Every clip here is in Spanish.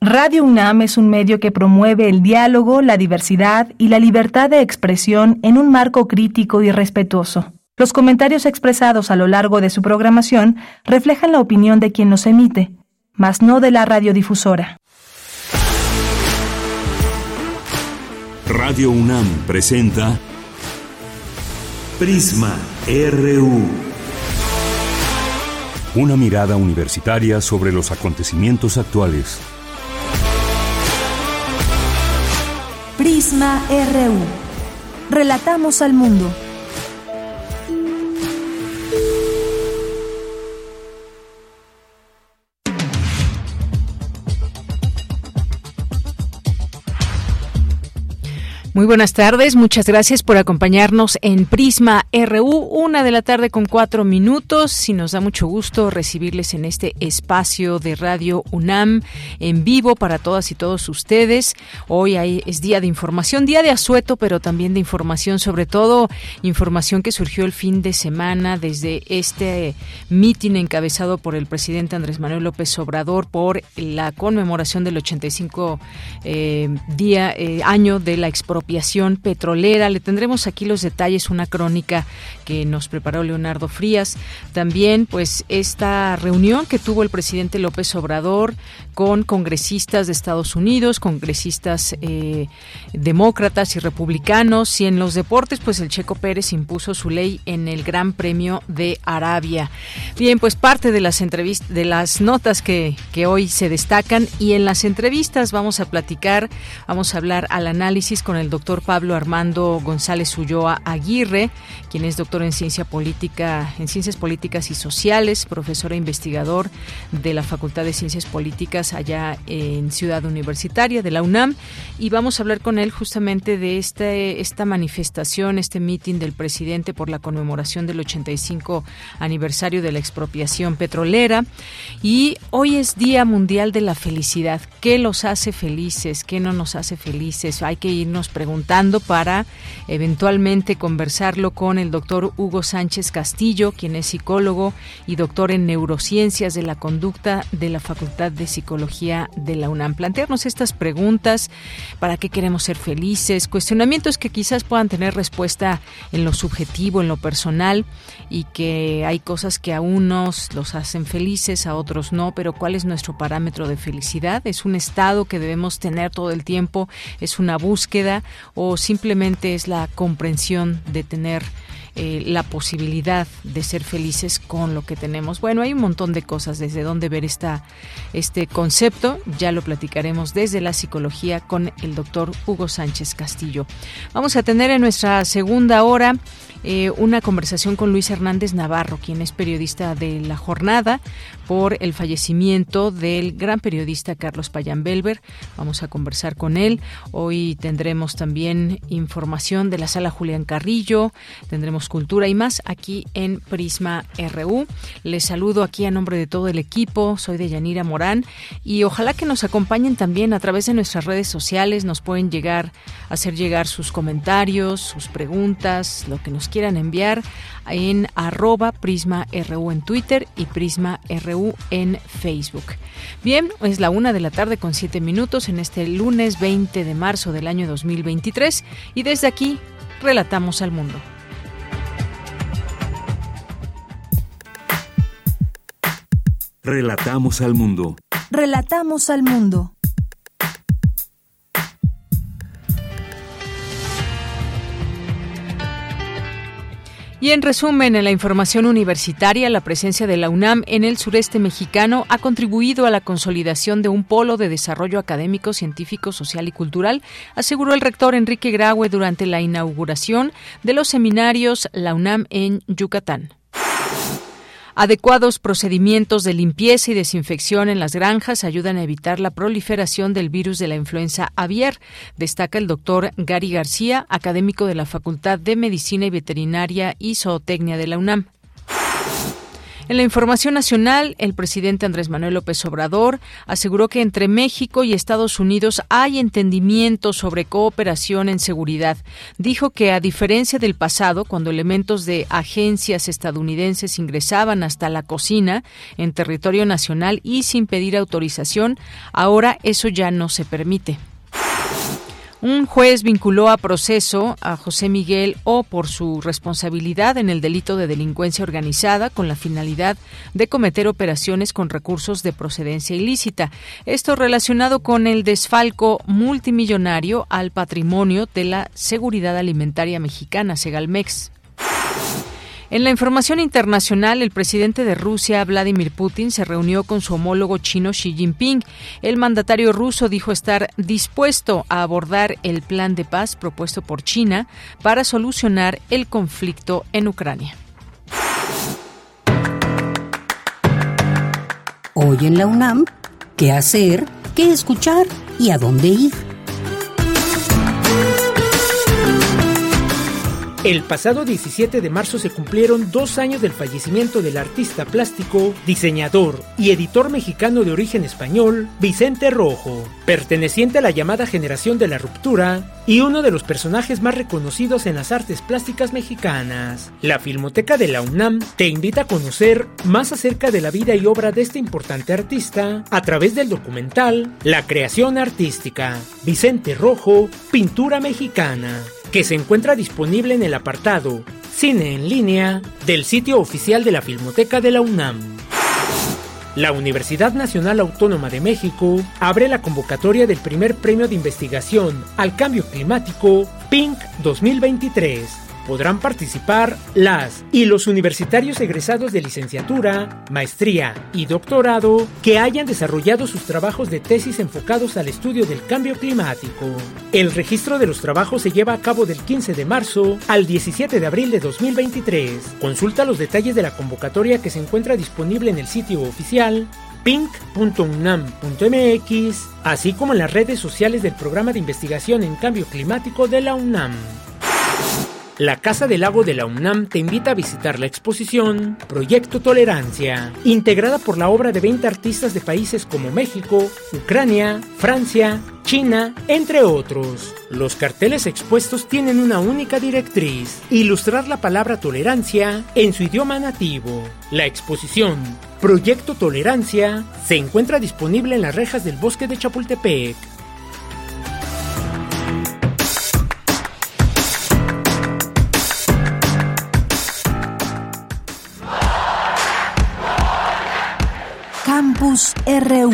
Radio UNAM es un medio que promueve el diálogo, la diversidad y la libertad de expresión en un marco crítico y respetuoso. Los comentarios expresados a lo largo de su programación reflejan la opinión de quien los emite, mas no de la radiodifusora. Radio UNAM presenta Prisma RU. Una mirada universitaria sobre los acontecimientos actuales. Prisma RU. Relatamos al mundo. Muy buenas tardes, muchas gracias por acompañarnos en Prisma RU, 1:04 p.m. y nos da mucho gusto recibirles en este espacio de Radio UNAM en vivo para todas y todos ustedes. Hoy es día de información, día de asueto, pero también de información, sobre todo información que surgió el fin de semana desde este mitin encabezado por el presidente Andrés Manuel López Obrador por la conmemoración del 85 año de la expropiación petrolera. Le tendremos aquí los detalles, una crónica que nos preparó Leonardo Frías. También, pues, esta reunión que tuvo el presidente López Obrador con congresistas de Estados Unidos, congresistas demócratas y republicanos. Y en los deportes, pues, el Checo Pérez impuso su ley en el Gran Premio de Arabia. Bien, pues parte de las entrevistas, de las notas que hoy se destacan, y en las entrevistas vamos a hablar al análisis con el doctor Pablo Armando González Ulloa Aguirre, quien es doctor en Ciencias Políticas y Sociales, profesor e investigador de la Facultad de Ciencias Políticas allá en Ciudad Universitaria de la UNAM, y vamos a hablar con él justamente de esta manifestación, este mitin del presidente por la conmemoración del 85 aniversario de la expropiación petrolera. Y hoy es Día Mundial de la Felicidad. ¿Qué los hace felices? ¿Qué no nos hace felices? Hay que irnos preguntando para eventualmente conversarlo con el doctor Hugo Sánchez Castillo, quien es psicólogo y doctor en neurociencias de la conducta de la Facultad de Psicología de la UNAM. Plantearnos estas preguntas: ¿para qué queremos ser felices? Cuestionamientos que quizás puedan tener respuesta en lo subjetivo, en lo personal, y que hay cosas que a unos los hacen felices, a otros no, pero ¿cuál es nuestro parámetro de felicidad? ¿Es un estado que debemos tener todo el tiempo? ¿Es una búsqueda o simplemente es la comprensión de tener la posibilidad de ser felices con lo que tenemos? Bueno, hay un montón de cosas desde dónde ver este concepto. Ya lo platicaremos desde la psicología con el doctor Hugo Sánchez Castillo. Vamos a tener en nuestra segunda hora una conversación con Luis Hernández Navarro, quien es periodista de La Jornada, por el fallecimiento del gran periodista Carlos Payán Belver. Vamos a conversar con él. Hoy tendremos también información de la Sala Julián Carrillo, tendremos cultura y más aquí en Prisma RU. Les saludo aquí a nombre de todo el equipo. Soy Deyanira Morán y ojalá que nos acompañen también a través de nuestras redes sociales. Nos pueden hacer llegar sus comentarios, sus preguntas, lo que nos quieran enviar en @PrismaRU en Twitter y PrismaRU en Facebook. Bien, es la 1:07 p.m. en este lunes 20 de marzo del año 2023 y desde aquí relatamos al mundo. Relatamos al mundo. Relatamos al mundo. Y en resumen, en la información universitaria, la presencia de la UNAM en el sureste mexicano ha contribuido a la consolidación de un polo de desarrollo académico, científico, social y cultural, aseguró el rector Enrique Graue durante la inauguración de los seminarios La UNAM en Yucatán. Adecuados procedimientos de limpieza y desinfección en las granjas ayudan a evitar la proliferación del virus de la influenza aviar, destaca el doctor Gary García, académico de la Facultad de Medicina y Veterinaria y Zootecnia de la UNAM. En la información nacional, el presidente Andrés Manuel López Obrador aseguró que entre México y Estados Unidos hay entendimiento sobre cooperación en seguridad. Dijo que, a diferencia del pasado, cuando elementos de agencias estadounidenses ingresaban hasta la cocina en territorio nacional y sin pedir autorización, ahora eso ya no se permite. Un juez vinculó a proceso a José Miguel O por su responsabilidad en el delito de delincuencia organizada con la finalidad de cometer operaciones con recursos de procedencia ilícita. Esto relacionado con el desfalco multimillonario al patrimonio de la Seguridad Alimentaria Mexicana, Segalmex. En la información internacional, el presidente de Rusia, Vladimir Putin, se reunió con su homólogo chino Xi Jinping. El mandatario ruso dijo estar dispuesto a abordar el plan de paz propuesto por China para solucionar el conflicto en Ucrania. Hoy en la UNAM, ¿qué hacer, qué escuchar y a dónde ir? El pasado 17 de marzo se cumplieron 2 años del fallecimiento del artista plástico, diseñador y editor mexicano de origen español, Vicente Rojo, perteneciente a la llamada generación de la ruptura y uno de los personajes más reconocidos en las artes plásticas mexicanas. La Filmoteca de la UNAM te invita a conocer más acerca de la vida y obra de este importante artista a través del documental La creación artística, Vicente Rojo, pintura mexicana, que se encuentra disponible en el apartado Cine en línea del sitio oficial de la Filmoteca de la UNAM. La Universidad Nacional Autónoma de México abre la convocatoria del primer premio de investigación al cambio climático PINC 2023. Podrán participar las y los universitarios egresados de licenciatura, maestría y doctorado que hayan desarrollado sus trabajos de tesis enfocados al estudio del cambio climático. El registro de los trabajos se lleva a cabo del 15 de marzo al 17 de abril de 2023. Consulta los detalles de la convocatoria que se encuentra disponible en el sitio oficial pink.unam.mx, así como en las redes sociales del Programa de Investigación en Cambio Climático de la UNAM. La Casa del Lago de la UNAM te invita a visitar la exposición Proyecto Tolerancia, integrada por la obra de 20 artistas de países como México, Ucrania, Francia, China, entre otros. Los carteles expuestos tienen una única directriz: ilustrar la palabra tolerancia en su idioma nativo. La exposición Proyecto Tolerancia se encuentra disponible en las rejas del Bosque de Chapultepec. Campus RU.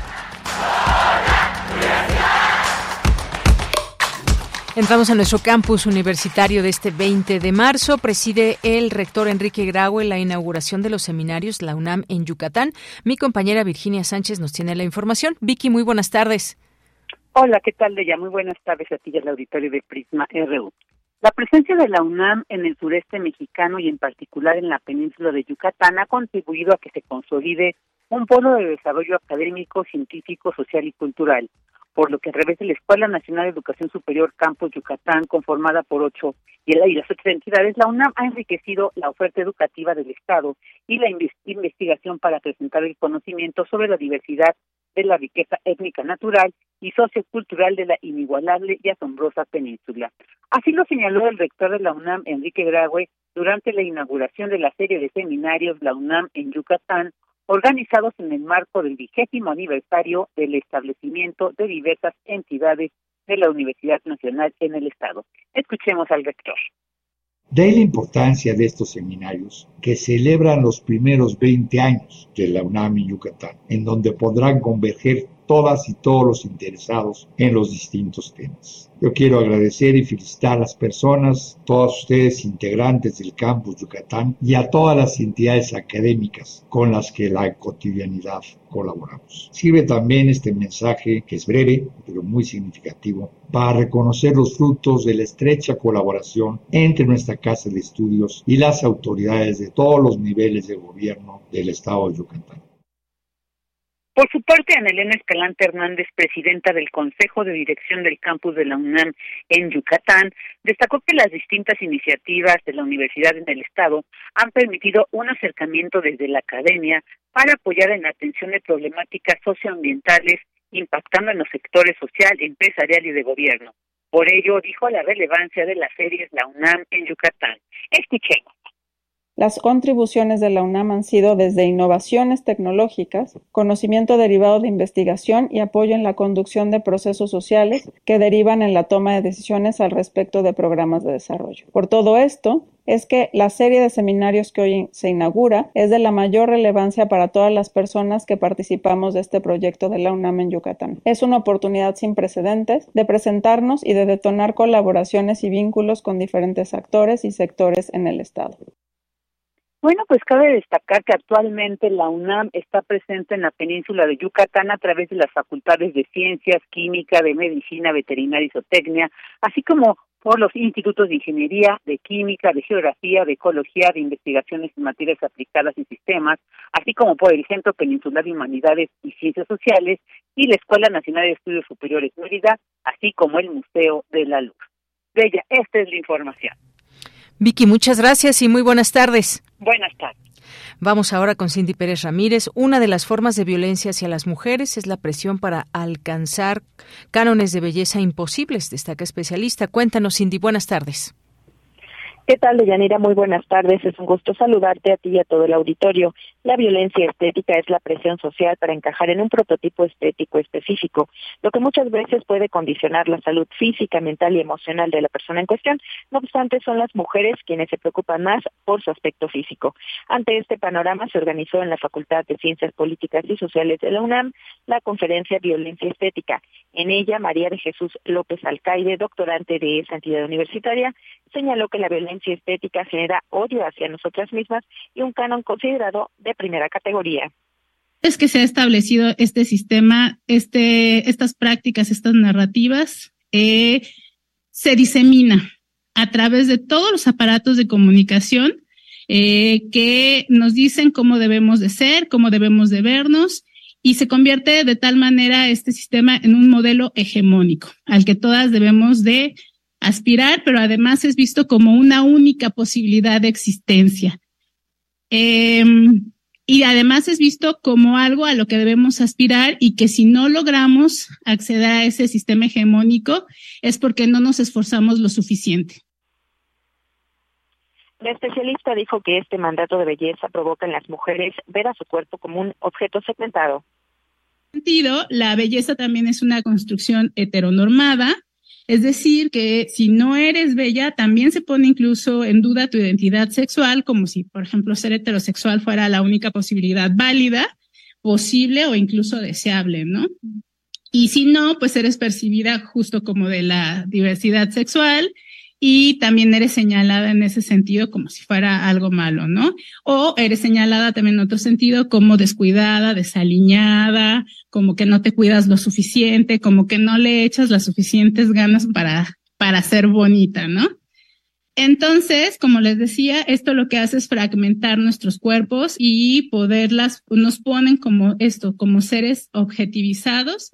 Entramos a nuestro campus universitario de este 20 de marzo. Preside el rector Enrique Graue la inauguración de los seminarios La UNAM en Yucatán. Mi compañera Virginia Sánchez nos tiene la información. Vicky, muy buenas tardes. Hola, ¿qué tal, Deya? Muy buenas tardes a ti y al auditorio de Prisma RU. La presencia de la UNAM en el sureste mexicano y en particular en la península de Yucatán ha contribuido a que se consolide un polo de desarrollo académico, científico, social y cultural, por lo que a través de la Escuela Nacional de Educación Superior Campus Yucatán, conformada por 8 y las 8 entidades, la UNAM ha enriquecido la oferta educativa del Estado y la investigación para presentar el conocimiento sobre la diversidad de la riqueza étnica natural y sociocultural de la inigualable y asombrosa península. Así lo señaló el rector de la UNAM, Enrique Graue, durante la inauguración de la serie de seminarios La UNAM en Yucatán, organizados en el marco del 20º aniversario del establecimiento de diversas entidades de la Universidad Nacional en el Estado. Escuchemos al rector. De ahí la importancia de estos seminarios que celebran los primeros 20 años de la UNAM en Yucatán, en donde podrán converger todas y todos los interesados en los distintos temas. Yo quiero agradecer y felicitar a las personas, todos ustedes integrantes del campus Yucatán y a todas las entidades académicas con las que la cotidianidad colaboramos. Sirve también este mensaje, que es breve, pero muy significativo, para reconocer los frutos de la estrecha colaboración entre nuestra Casa de Estudios y las autoridades de todos los niveles de gobierno del Estado de Yucatán. Por su parte, Ana Elena Escalante Hernández, presidenta del Consejo de Dirección del Campus de la UNAM en Yucatán, destacó que las distintas iniciativas de la universidad en el estado han permitido un acercamiento desde la academia para apoyar en la atención de problemáticas socioambientales impactando en los sectores social, empresarial y de gobierno. Por ello, dijo la relevancia de las ferias La UNAM en Yucatán. Escuchemos. Las contribuciones de la UNAM han sido desde innovaciones tecnológicas, conocimiento derivado de investigación y apoyo en la conducción de procesos sociales que derivan en la toma de decisiones al respecto de programas de desarrollo. Por todo esto, es que la serie de seminarios que hoy se inaugura es de la mayor relevancia para todas las personas que participamos de este proyecto de la UNAM en Yucatán. Es una oportunidad sin precedentes de presentarnos y de detonar colaboraciones y vínculos con diferentes actores y sectores en el Estado. Bueno, pues cabe destacar que actualmente la UNAM está presente en la península de Yucatán a través de las facultades de Ciencias, Química, de Medicina, Veterinaria y Zootecnia, así como por los institutos de Ingeniería, de Química, de Geografía, de Ecología, de Investigaciones en Materias Aplicadas y Sistemas, así como por el Centro Peninsular de Humanidades y Ciencias Sociales y la Escuela Nacional de Estudios Superiores Mérida, así como el Museo de la Luz. Bella, esta es la información. Vicky, muchas gracias y muy buenas tardes. Buenas tardes. Vamos ahora con Cindy Pérez Ramírez. Una de las formas de violencia hacia las mujeres es la presión para alcanzar cánones de belleza imposibles, destaca especialista. Cuéntanos, Cindy, buenas tardes. ¿Qué tal, Deyanira? Muy buenas tardes. Es un gusto saludarte a ti y a todo el auditorio. La violencia estética es la presión social para encajar en un prototipo estético específico, lo que muchas veces puede condicionar la salud física, mental y emocional de la persona en cuestión. No obstante, son las mujeres quienes se preocupan más por su aspecto físico. Ante este panorama, se organizó en la Facultad de Ciencias Políticas y Sociales de la UNAM la conferencia Violencia Estética. En ella, María de Jesús López Alcaide, doctorante de esa entidad universitaria, señaló que la violencia estética genera odio hacia nosotras mismas y un canon considerado de primera categoría. Es que se ha establecido este sistema, estas prácticas, estas narrativas, se disemina a través de todos los aparatos de comunicación que nos dicen cómo debemos de ser, cómo debemos de vernos, y se convierte de tal manera este sistema en un modelo hegemónico al que todas debemos de aspirar, pero además es visto como una única posibilidad de existencia. Y además es visto como algo a lo que debemos aspirar y que si no logramos acceder a ese sistema hegemónico es porque no nos esforzamos lo suficiente. La especialista dijo que este mandato de belleza provoca en las mujeres ver a su cuerpo como un objeto segmentado. En ese sentido, la belleza también es una construcción heteronormada. Es decir, que si no eres bella, también se pone incluso en duda tu identidad sexual, como si, por ejemplo, ser heterosexual fuera la única posibilidad válida, posible o incluso deseable, ¿no? Y si no, pues eres percibida justo como de la diversidad sexual y también eres señalada en ese sentido como si fuera algo malo, ¿no? O eres señalada también en otro sentido como descuidada, desaliñada, como que no te cuidas lo suficiente, como que no le echas las suficientes ganas para ser bonita, ¿no? Entonces, como les decía, esto lo que hace es fragmentar nuestros cuerpos y nos ponen como como seres objetivizados.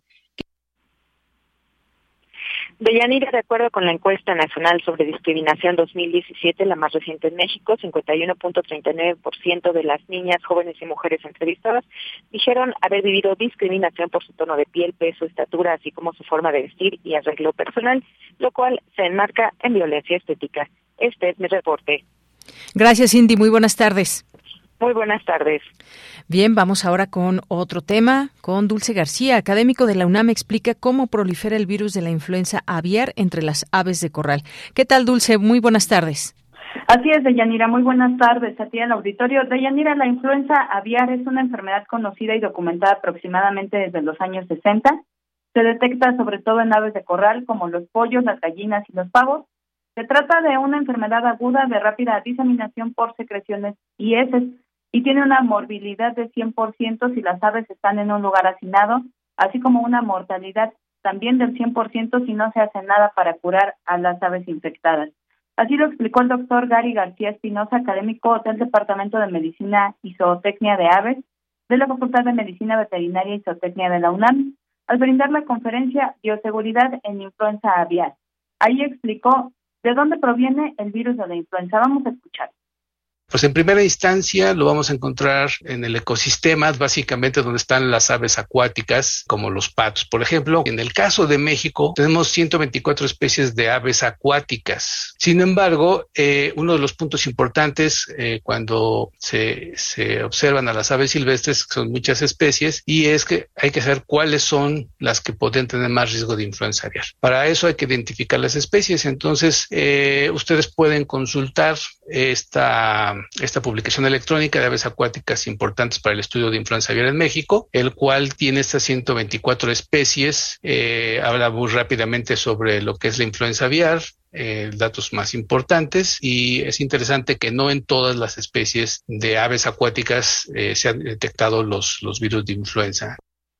Deyanira, de acuerdo con la encuesta nacional sobre discriminación 2017, la más reciente en México, 51.39% de las niñas, jóvenes y mujeres entrevistadas dijeron haber vivido discriminación por su tono de piel, peso, estatura, así como su forma de vestir y arreglo personal, lo cual se enmarca en violencia estética. Este es mi reporte. Gracias, Cindy. Muy buenas tardes. Muy buenas tardes. Bien, vamos ahora con otro tema, con Dulce García, académico de la UNAM, explica cómo prolifera el virus de la influenza aviar entre las aves de corral. ¿Qué tal, Dulce? Muy buenas tardes. Así es, Deyanira, muy buenas tardes a ti en el auditorio. Deyanira, la influenza aviar es una enfermedad conocida y documentada aproximadamente desde los años 60. Se detecta sobre todo en aves de corral como los pollos, las gallinas y los pavos. Se trata de una enfermedad aguda de rápida diseminación por secreciones y heces, y tiene una morbilidad de 100% si las aves están en un lugar hacinado, así como una mortalidad también del 100% si no se hace nada para curar a las aves infectadas. Así lo explicó el doctor Gary García Espinosa, académico del Departamento de Medicina y Zootecnia de Aves de la Facultad de Medicina Veterinaria y Zootecnia de la UNAM, al brindar la conferencia Bioseguridad en Influenza Aviar. Ahí explicó de dónde proviene el virus de la influenza. Vamos a escuchar. Pues en primera instancia lo vamos a encontrar en el ecosistema, básicamente donde están las aves acuáticas, como los patos. Por ejemplo, en el caso de México, tenemos 124 especies de aves acuáticas. Sin embargo, uno de los puntos importantes cuando se observan a las aves silvestres, que son muchas especies, y es que hay que saber cuáles son las que pueden tener más riesgo de influenza aviar. Para eso hay que identificar las especies. Entonces, ustedes pueden consultar esta publicación electrónica de aves acuáticas importantes para el estudio de influenza aviar en México, el cual tiene estas 124 especies. Habla muy rápidamente sobre lo que es la influenza aviar, datos más importantes, y es interesante que no en todas las especies de aves acuáticas se han detectado los virus de influenza.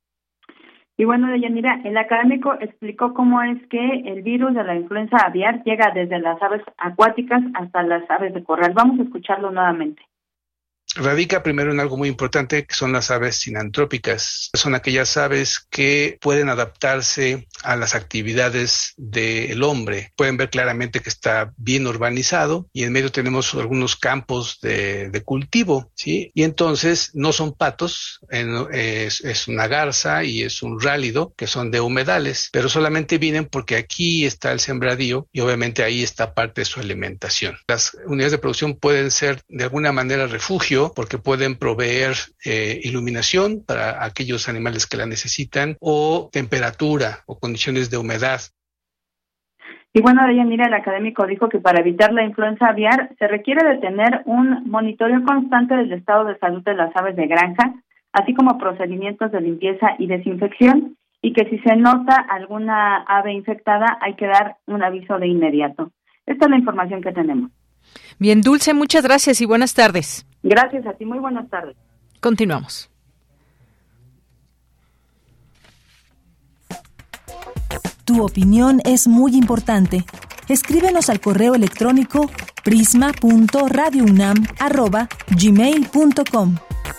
Y bueno, Deyanira, el académico explicó cómo es que el virus de la influenza aviar llega desde las aves acuáticas hasta las aves de corral. Vamos a escucharlo nuevamente. Radica primero en algo muy importante, que son las aves sinantrópicas. Son aquellas aves que pueden adaptarse a las actividades del hombre. Pueden ver claramente que está bien urbanizado y en medio tenemos algunos campos de cultivo, ¿sí? Y entonces no son patos, es una garza y es un rálido, que son de humedales, pero solamente vienen porque aquí está el sembradío y obviamente ahí está parte de su alimentación. Las unidades de producción pueden ser de alguna manera refugio, porque pueden proveer iluminación para aquellos animales que la necesitan, o temperatura o condiciones de humedad. Y bueno, Deyanira, el académico dijo que para evitar la influenza aviar se requiere de tener un monitoreo constante del estado de salud de las aves de granja, así como procedimientos de limpieza y desinfección, y que si se nota alguna ave infectada hay que dar un aviso de inmediato. Esta es la información que tenemos. Bien, Dulce, muchas gracias y buenas tardes. Gracias a ti, muy buenas tardes. Continuamos. Tu opinión es muy importante. Escríbenos al correo electrónico prisma.radiounam@gmail.com.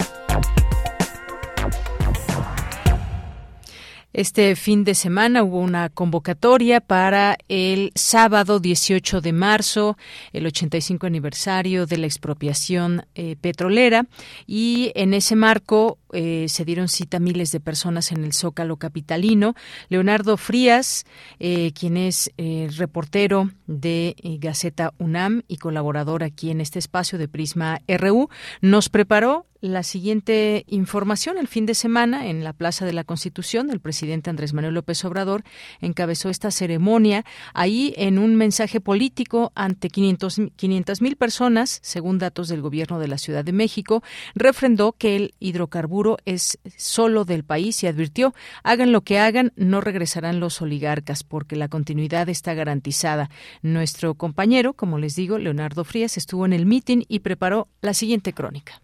Este fin de semana hubo una convocatoria para el sábado 18 de marzo, el 85 aniversario de la expropiación petrolera, y en ese marco se dieron cita miles de personas en el Zócalo capitalino. Leonardo Frías, quien es reportero de Gaceta UNAM y colaborador aquí en este espacio de Prisma RU, nos preparó la siguiente información. El fin de semana, en la Plaza de la Constitución, el presidente Andrés Manuel López Obrador encabezó esta ceremonia. Ahí, en un mensaje político ante 500,000 personas, según datos del gobierno de la Ciudad de México, refrendó que el hidrocarburo es solo del país y advirtió: hagan lo que hagan, no regresarán los oligarcas, porque la continuidad está garantizada. Nuestro compañero, como les digo, Leonardo Frías, estuvo en el mitin y preparó la siguiente crónica.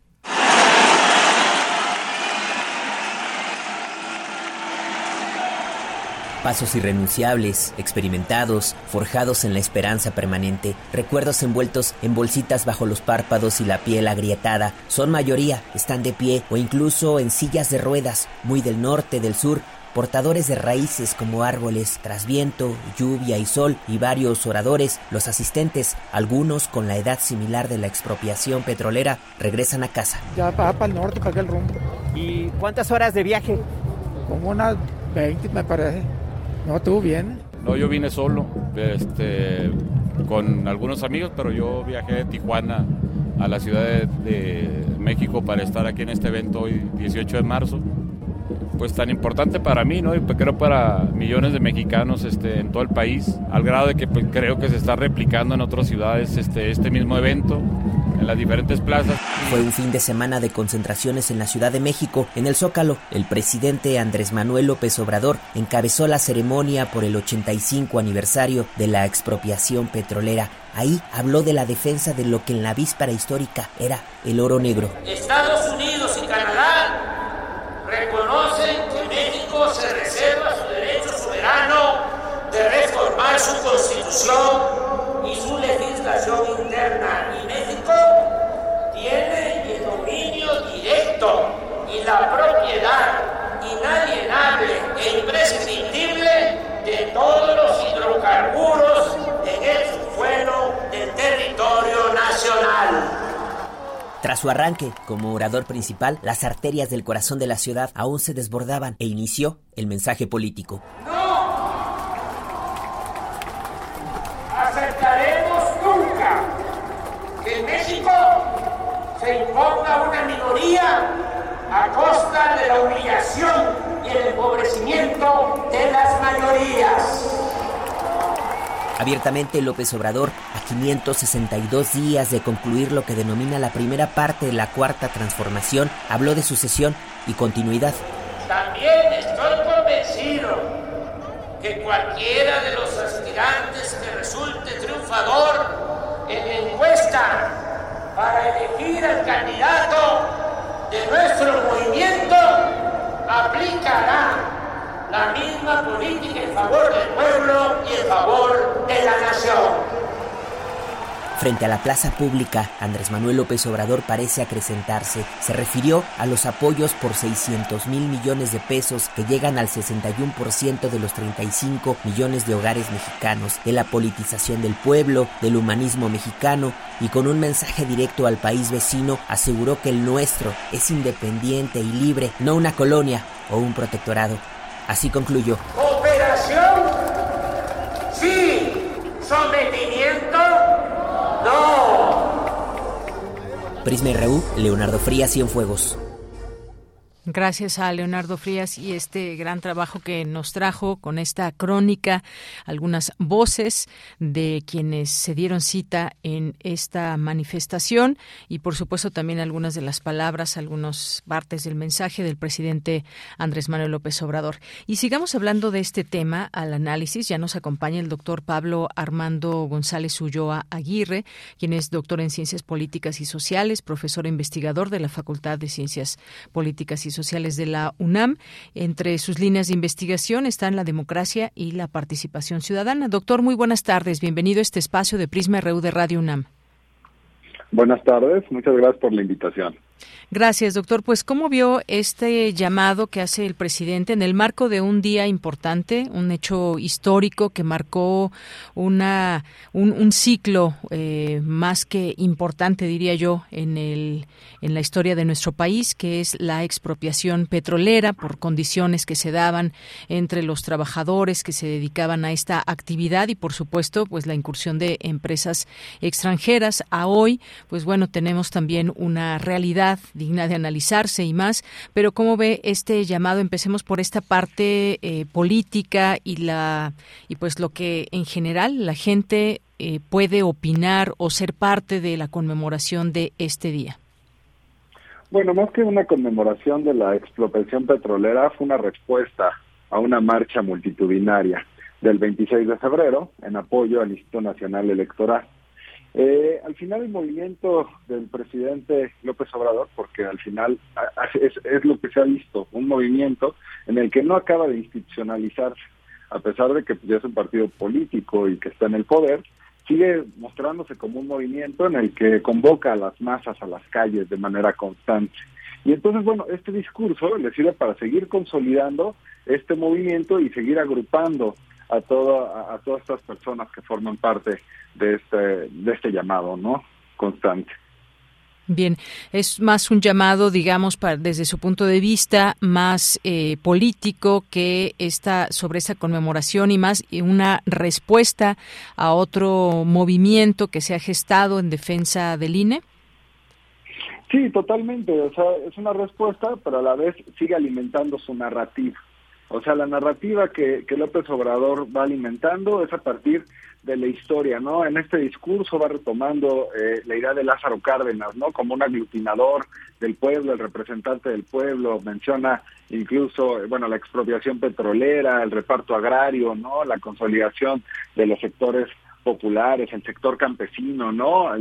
Pasos irrenunciables, experimentados, forjados en la esperanza permanente, recuerdos envueltos en bolsitas bajo los párpados y la piel agrietada, son mayoría, están de pie o incluso en sillas de ruedas, muy del norte, del sur, portadores de raíces como árboles, tras viento, lluvia y sol, y varios oradores, los asistentes, algunos con la edad similar de la expropiación petrolera, regresan a casa. Ya va para el norte, para aquel rumbo. ¿Y cuántas horas de viaje? Como unas 20, me parece. No, ¿tú bien? No, yo vine solo, con algunos amigos, pero yo viajé de Tijuana a la Ciudad de México para estar aquí en este evento hoy, 18 de marzo. Pues tan importante para mí, ¿no? Y creo para millones de mexicanos en todo el país, al grado de que pues, creo que se está replicando en otras ciudades este mismo evento, en las diferentes plazas. Fue un fin de semana de concentraciones en la Ciudad de México. En el Zócalo, el presidente Andrés Manuel López Obrador encabezó la ceremonia por el 85 aniversario de la expropiación petrolera. Ahí habló de la defensa de lo que en la víspera histórica era el oro negro. Estados Unidos y Canadá reconocen que México se reserva su derecho soberano de reformar su constitución y su legislación interna, y México tiene el dominio directo y la propiedad inalienable e imprescriptible de todos los hidrocarburos en el subsuelo del territorio nacional. Tras su arranque como orador principal, las arterias del corazón de la ciudad aún se desbordaban e inició el mensaje político. ¡No aceptaremos nunca que en México se imponga una minoría a costa de la humillación y el empobrecimiento de las mayorías! Abiertamente, López Obrador, a 562 días de concluir lo que denomina la primera parte de la Cuarta Transformación, habló de sucesión y continuidad. También estoy convencido que cualquiera de los aspirantes que resulte triunfador en la encuesta para elegir al candidato de nuestro movimiento aplicará la misma política en favor del pueblo y en favor de la nación. Frente a la plaza pública, Andrés Manuel López Obrador parece acrecentarse. Se refirió a los apoyos por 600,000 millones de pesos que llegan al 61% de los 35 millones de hogares mexicanos, de la politización del pueblo, del humanismo mexicano, y con un mensaje directo al país vecino aseguró que el nuestro es independiente y libre, no una colonia o un protectorado. Así concluyó. ¿Cooperación? Sí. ¿Sometimiento? No. Prisma RU, Leonardo Frías, Cienfuegos. Gracias a Leonardo Frías y este gran trabajo que nos trajo con esta crónica, algunas voces de quienes se dieron cita en esta manifestación y por supuesto también algunas de las palabras, algunas partes del mensaje del presidente Andrés Manuel López Obrador. Y sigamos hablando de este tema al análisis. Ya nos acompaña el doctor Pablo Armando González Ulloa Aguirre, quien es doctor en Ciencias Políticas y Sociales, profesor e investigador de la Facultad de Ciencias Políticas y Sociales de la UNAM. Entre sus líneas de investigación están la democracia y la participación ciudadana. Doctor, muy buenas tardes. Bienvenido a este espacio de Prisma RU de Radio UNAM. Buenas tardes. Muchas gracias por la invitación. Gracias, doctor. Pues, ¿cómo vio este llamado que hace el presidente en el marco de un día importante, un hecho histórico que marcó un ciclo más que importante, diría yo, en la historia de nuestro país, que es la expropiación petrolera por condiciones que se daban entre los trabajadores que se dedicaban a esta actividad y, por supuesto, pues la incursión de empresas extranjeras? A hoy, pues bueno, tenemos también una realidad digna de analizarse y más, pero ¿cómo ve este llamado? Empecemos por esta parte política y pues lo que en general la gente puede opinar o ser parte de la conmemoración de este día. Bueno, más que una conmemoración de la expropiación petrolera, fue una respuesta a una marcha multitudinaria del 26 de febrero en apoyo al Instituto Nacional Electoral. Al final el movimiento del presidente López Obrador, porque al final es lo que se ha visto, un movimiento en el que no acaba de institucionalizarse, a pesar de que ya es un partido político y que está en el poder, sigue mostrándose como un movimiento en el que convoca a las masas a las calles de manera constante. Y entonces, bueno, este discurso le sirve para seguir consolidando este movimiento y seguir agrupando a todas estas personas que forman parte de este llamado, ¿no?, constante. Bien, es más un llamado, digamos, desde su punto de vista más político que sobre esa conmemoración y más una respuesta a otro movimiento que se ha gestado en defensa del INE. Sí, totalmente. O sea, es una respuesta, pero a la vez sigue alimentando su narrativa. O sea, la narrativa que López Obrador va alimentando es a partir de la historia, ¿no? En este discurso va retomando la idea de Lázaro Cárdenas, ¿no?, como un aglutinador del pueblo, el representante del pueblo. Menciona incluso, bueno, la expropiación petrolera, el reparto agrario, ¿no?, la consolidación de los sectores populares, el sector campesino, ¿no?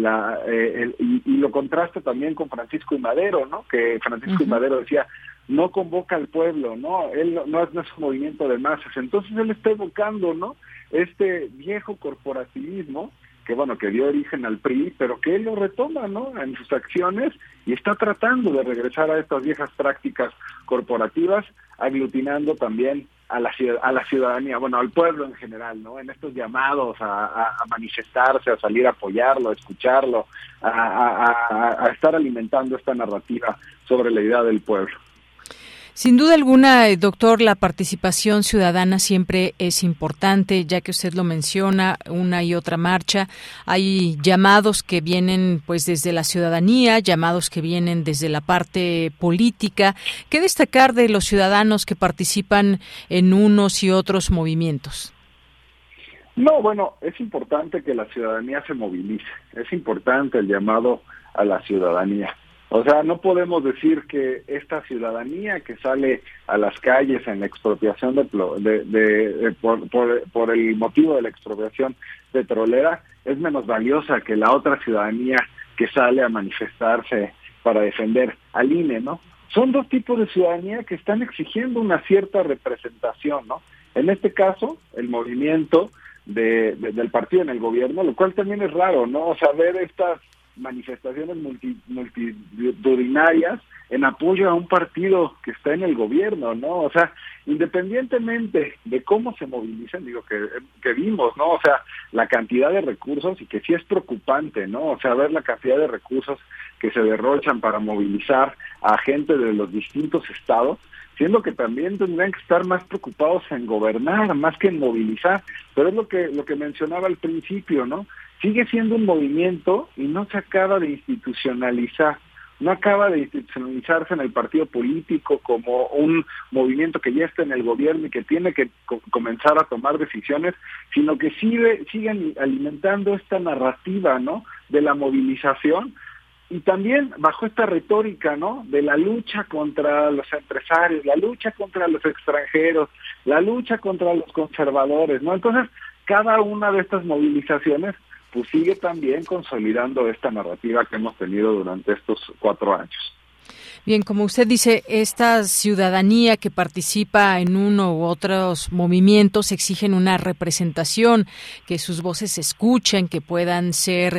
Y lo contrasta también con Francisco I. Madero, ¿no?, que Francisco I. Madero decía, no convoca al pueblo, ¿no? Él no es un movimiento de masas. Entonces él está evocando, ¿no?, este viejo corporativismo que dio origen al PRI, pero que él lo retoma, ¿no?, en sus acciones y está tratando de regresar a estas viejas prácticas corporativas, aglutinando también a la ciudadanía, al pueblo en general, ¿no?, en estos llamados a manifestarse, a salir a apoyarlo, a escucharlo, a estar alimentando esta narrativa sobre la idea del pueblo. Sin duda alguna, doctor, la participación ciudadana siempre es importante, ya que usted lo menciona, una y otra marcha. Hay llamados que vienen pues desde la ciudadanía, llamados que vienen desde la parte política. ¿Qué destacar de los ciudadanos que participan en unos y otros movimientos? No, es importante que la ciudadanía se movilice, es importante el llamado a la ciudadanía. O sea, no podemos decir que esta ciudadanía que sale a las calles en la expropiación por el motivo de la expropiación petrolera es menos valiosa que la otra ciudadanía que sale a manifestarse para defender al INE, ¿no? Son dos tipos de ciudadanía que están exigiendo una cierta representación, ¿no? En este caso, el movimiento del partido en el gobierno, lo cual también es raro, ¿no? O sea, ver estas manifestaciones multitudinarias en apoyo a un partido que está en el gobierno, ¿no? O sea, independientemente de cómo se movilizan, que vimos, ¿no? O sea, la cantidad de recursos, y que sí es preocupante, ¿no? O sea, ver la cantidad de recursos que se derrochan para movilizar a gente de los distintos estados, siendo que también tendrían que estar más preocupados en gobernar, más que en movilizar. Pero es lo que mencionaba al principio, ¿no? Sigue siendo un movimiento y no se acaba de institucionalizar. No acaba de institucionalizarse en el partido político como un movimiento que ya está en el gobierno y que tiene que comenzar a tomar decisiones, sino que siguen alimentando esta narrativa, ¿no?, de la movilización, y también bajo esta retórica, ¿no?, de la lucha contra los empresarios, la lucha contra los extranjeros, la lucha contra los conservadores, ¿no? Entonces, cada una de estas movilizaciones pues sigue también consolidando esta narrativa que hemos tenido durante estos 4 años. Bien, como usted dice, esta ciudadanía que participa en uno u otros movimientos exigen una representación, que sus voces se escuchen, que puedan ser,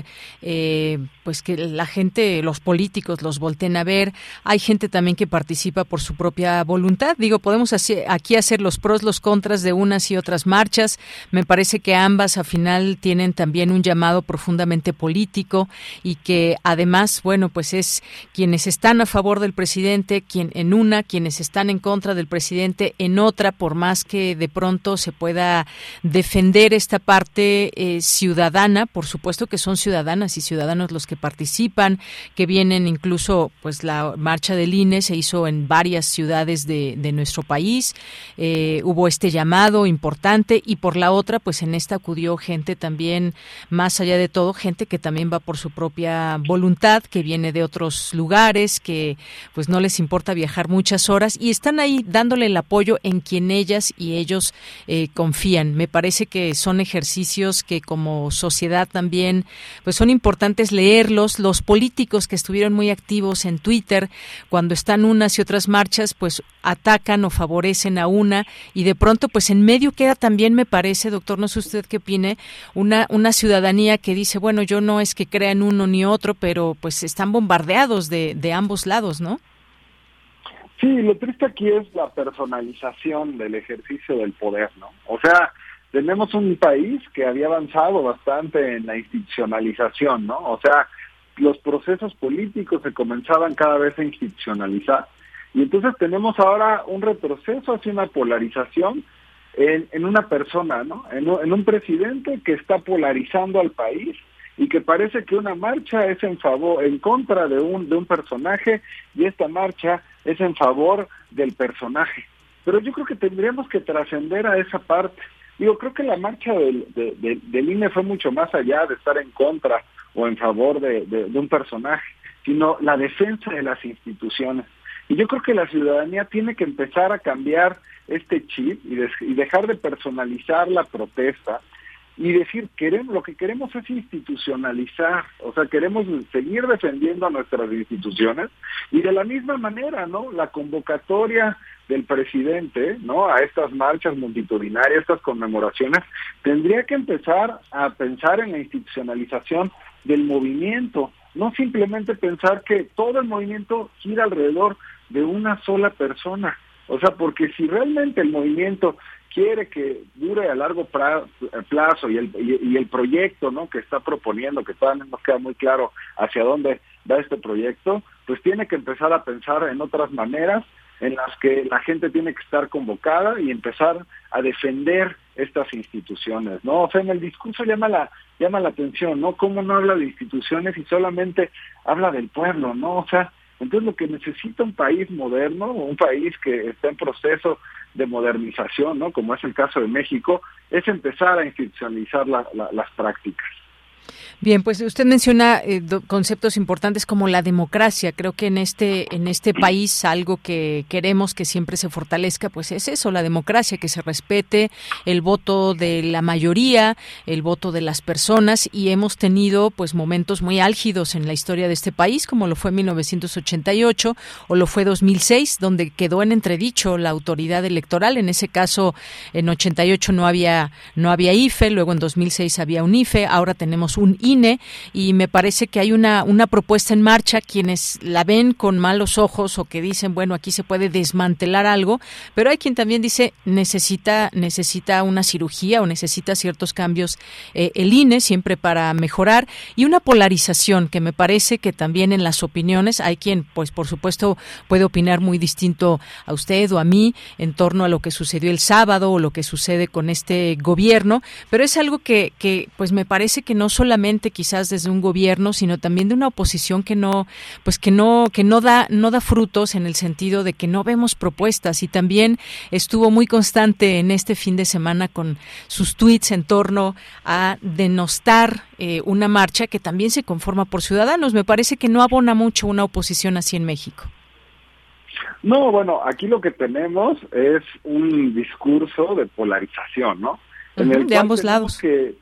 pues que la gente, los políticos los volteen a ver. Hay gente también que participa por su propia voluntad. Podemos aquí hacer los pros, los contras de unas y otras marchas. Me parece que ambas, al final, tienen también un llamado profundamente político y que además, pues es quienes están a favor del presidente, quienes están en contra del presidente en otra, por más que de pronto se pueda defender esta parte ciudadana. Por supuesto que son ciudadanas y ciudadanos los que participan, que vienen incluso, pues la marcha del INE se hizo en varias ciudades de nuestro país, hubo este llamado importante, y por la otra, pues en esta acudió gente también, más allá de todo, gente que también va por su propia voluntad, que viene de otros lugares, que pues no les importa viajar muchas horas y están ahí dándole el apoyo en quien ellas y ellos confían. Me parece que son ejercicios que como sociedad también pues son importantes leerlos. Los políticos que estuvieron muy activos en Twitter, cuando están unas y otras marchas, pues atacan o favorecen a una, y de pronto pues en medio queda también, me parece, doctor, no sé usted qué opine, una ciudadanía que dice, bueno, yo no es que crea en uno ni otro, pero pues están bombardeados de ambos lados, ¿no? Sí, lo triste aquí es la personalización del ejercicio del poder, ¿no? O sea, tenemos un país que había avanzado bastante en la institucionalización, ¿no? O sea, los procesos políticos se comenzaban cada vez a institucionalizar, y entonces tenemos ahora un retroceso hacia una polarización en una persona, ¿no? En un presidente que está polarizando al país, y que parece que una marcha es en contra de un personaje, y esta marcha es en favor del personaje. Pero yo creo que tendríamos que trascender a esa parte. Creo que la marcha del INE fue mucho más allá de estar en contra o en favor de un personaje, sino la defensa de las instituciones. Y yo creo que la ciudadanía tiene que empezar a cambiar este chip y dejar de personalizar la protesta, y decir, lo que queremos es institucionalizar, o sea, queremos seguir defendiendo a nuestras instituciones, y de la misma manera, ¿no? La convocatoria del presidente, ¿no? A estas marchas multitudinarias, estas conmemoraciones, tendría que empezar a pensar en la institucionalización del movimiento, no simplemente pensar que todo el movimiento gira alrededor de una sola persona. O sea, porque si realmente el movimiento quiere que dure a largo plazo y el proyecto, ¿no?, que está proponiendo, que todavía no nos queda muy claro hacia dónde va este proyecto, pues tiene que empezar a pensar en otras maneras en las que la gente tiene que estar convocada y empezar a defender estas instituciones, ¿no? O sea, en el discurso llama la atención, ¿no? Cómo no habla de instituciones y solamente habla del pueblo, ¿no? O sea, entonces lo que necesita un país moderno, un país que está en proceso de modernización, ¿no?, como es el caso de México, es empezar a institucionalizar las prácticas. Bien, pues usted menciona conceptos importantes como la democracia. Creo que en este país algo que queremos que siempre se fortalezca, pues es eso, la democracia, que se respete el voto de la mayoría, el voto de las personas, y hemos tenido pues momentos muy álgidos en la historia de este país, como lo fue 1988 o lo fue 2006, donde quedó en entredicho la autoridad electoral. En ese caso, en 88 no había IFE, luego en 2006 había un IFE, ahora tenemos un INE, y me parece que hay una propuesta en marcha. Quienes la ven con malos ojos o que dicen, bueno, aquí se puede desmantelar algo, pero hay quien también dice necesita una cirugía o necesita ciertos cambios el INE, siempre para mejorar, y una polarización que me parece que también en las opiniones hay quien, pues por supuesto, puede opinar muy distinto a usted o a mí en torno a lo que sucedió el sábado o lo que sucede con este gobierno, pero es algo que pues me parece que no solamente quizás desde un gobierno, sino también de una oposición que no da frutos, en el sentido de que no vemos propuestas, y también estuvo muy constante en este fin de semana con sus tweets en torno a denostar una marcha que también se conforma por ciudadanos. Me parece que no abona mucho una oposición así en México. No, bueno, aquí lo que tenemos es un discurso de polarización, ¿no? De ambos lados.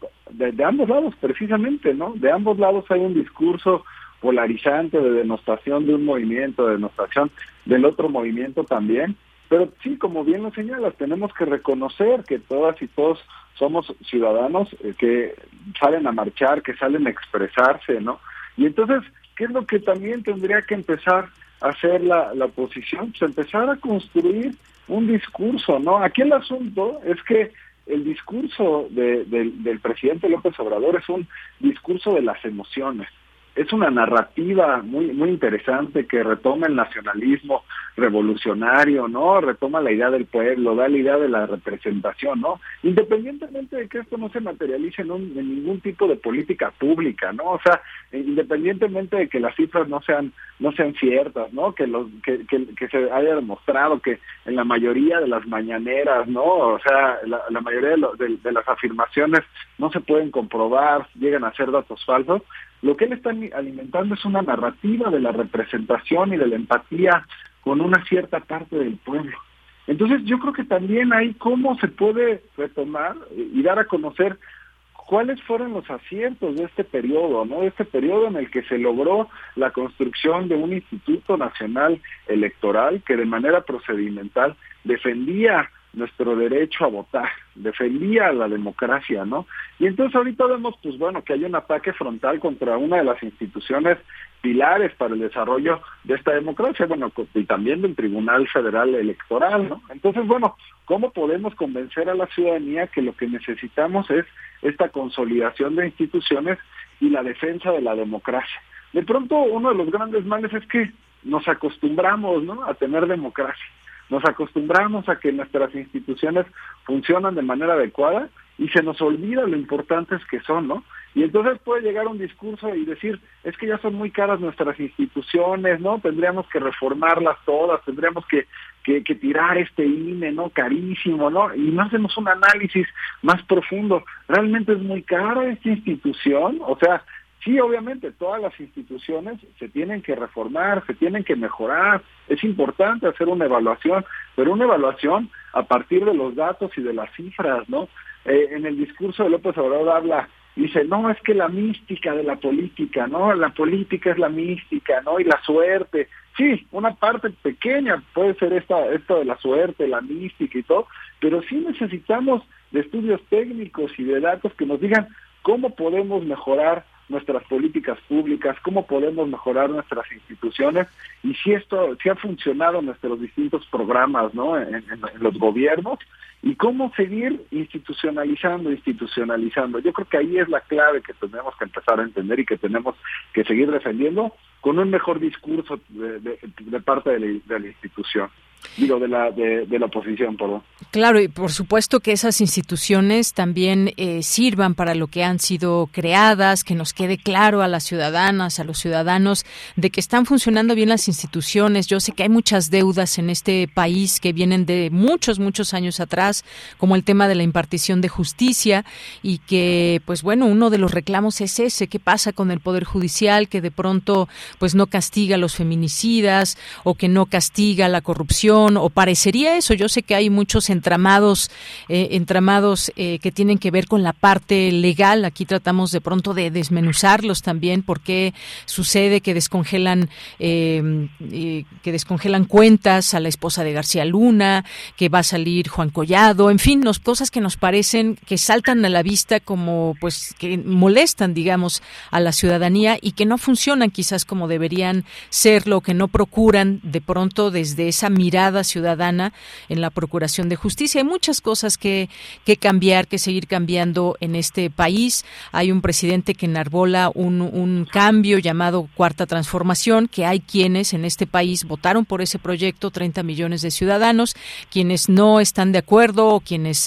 De ambos lados, precisamente, ¿no? De ambos lados hay un discurso polarizante de denostación de un movimiento, de denostación del otro movimiento también. Pero sí, como bien lo señalas, tenemos que reconocer que todas y todos somos ciudadanos que salen a marchar, que salen a expresarse, ¿no? Y entonces, ¿qué es lo que también tendría que empezar a hacer la oposición? Pues empezar a construir un discurso, ¿no? Aquí el asunto es que el discurso del presidente López Obrador es un discurso de las emociones. Es una narrativa muy interesante que retoma el nacionalismo revolucionario, ¿no? Retoma la idea del pueblo, da la idea de la representación, ¿no? Independientemente de que esto no se materialice en ningún tipo de política pública, ¿no? O sea, independientemente de que las cifras no sean ciertas, ¿no? Que se haya demostrado que en la mayoría de las mañaneras, ¿no? O sea, la mayoría de las afirmaciones no se pueden comprobar, llegan a ser datos falsos. Lo que él está alimentando es una narrativa de la representación y de la empatía con una cierta parte del pueblo. Entonces yo creo que también hay cómo se puede retomar y dar a conocer cuáles fueron los aciertos de este periodo, ¿no? De este periodo en el que se logró la construcción de un Instituto Nacional Electoral que de manera procedimental defendía nuestro derecho a votar, defendía la democracia, ¿no? Y entonces ahorita vemos, pues bueno, que hay un ataque frontal contra una de las instituciones pilares para el desarrollo de esta democracia, bueno, y también del Tribunal Federal Electoral, ¿no? Entonces, bueno, ¿cómo podemos convencer a la ciudadanía que lo que necesitamos es esta consolidación de instituciones y la defensa de la democracia? De pronto, uno de los grandes males es que nos acostumbramos, ¿no?, a tener democracia. Nos acostumbramos a que nuestras instituciones funcionan de manera adecuada y se nos olvida lo importantes que son, ¿no? Y entonces puede llegar un discurso y decir, es que ya son muy caras nuestras instituciones, ¿no? Tendríamos que reformarlas todas, tendríamos que tirar este INE, ¿no? Carísimo, ¿no? Y no hacemos un análisis más profundo. ¿Realmente es muy cara esta institución? O sea, sí, obviamente, todas las instituciones se tienen que reformar, se tienen que mejorar. Es importante hacer una evaluación, pero una evaluación a partir de los datos y de las cifras, ¿no? en el discurso de López Obrador dice, no, es que la mística de la política, ¿no? La política es la mística, ¿no? Y la suerte. Sí, una parte pequeña puede ser esto de la suerte, la mística y todo, pero sí necesitamos de estudios técnicos y de datos que nos digan cómo podemos mejorar nuestras políticas públicas, cómo podemos mejorar nuestras instituciones y si ha funcionado en nuestros distintos programas, ¿no? En los gobiernos, y cómo seguir institucionalizando. Yo creo que ahí es la clave que tenemos que empezar a entender y que tenemos que seguir defendiendo con un mejor discurso de parte de la institución. Digo, de la oposición, perdón. Claro, y por supuesto que esas instituciones también sirvan para lo que han sido creadas, que nos quede claro a las ciudadanas, a los ciudadanos, de que están funcionando bien las instituciones. Yo sé que hay muchas deudas en este país que vienen de muchos años atrás, como el tema de la impartición de justicia, y que, pues bueno, uno de los reclamos es ese, ¿qué pasa con el Poder Judicial, que de pronto pues no castiga a los feminicidas, o que no castiga la corrupción, o parecería eso? Yo sé que hay muchos entramados que tienen que ver con la parte legal. Aquí tratamos de pronto de desmenuzarlos también, porque sucede que descongelan cuentas a la esposa de García Luna, que va a salir Juan Collado, en fin, cosas que nos parecen que saltan a la vista como pues que molestan, digamos, a la ciudadanía y que no funcionan quizás como deberían serlo, que no procuran de pronto desde esa mirada ciudadana en la procuración de justicia. Hay muchas cosas que cambiar, que seguir cambiando en este país. Hay un presidente que enarbola un cambio llamado Cuarta Transformación, que hay quienes en este país votaron por ese proyecto, 30 millones de ciudadanos, quienes no están de acuerdo o quienes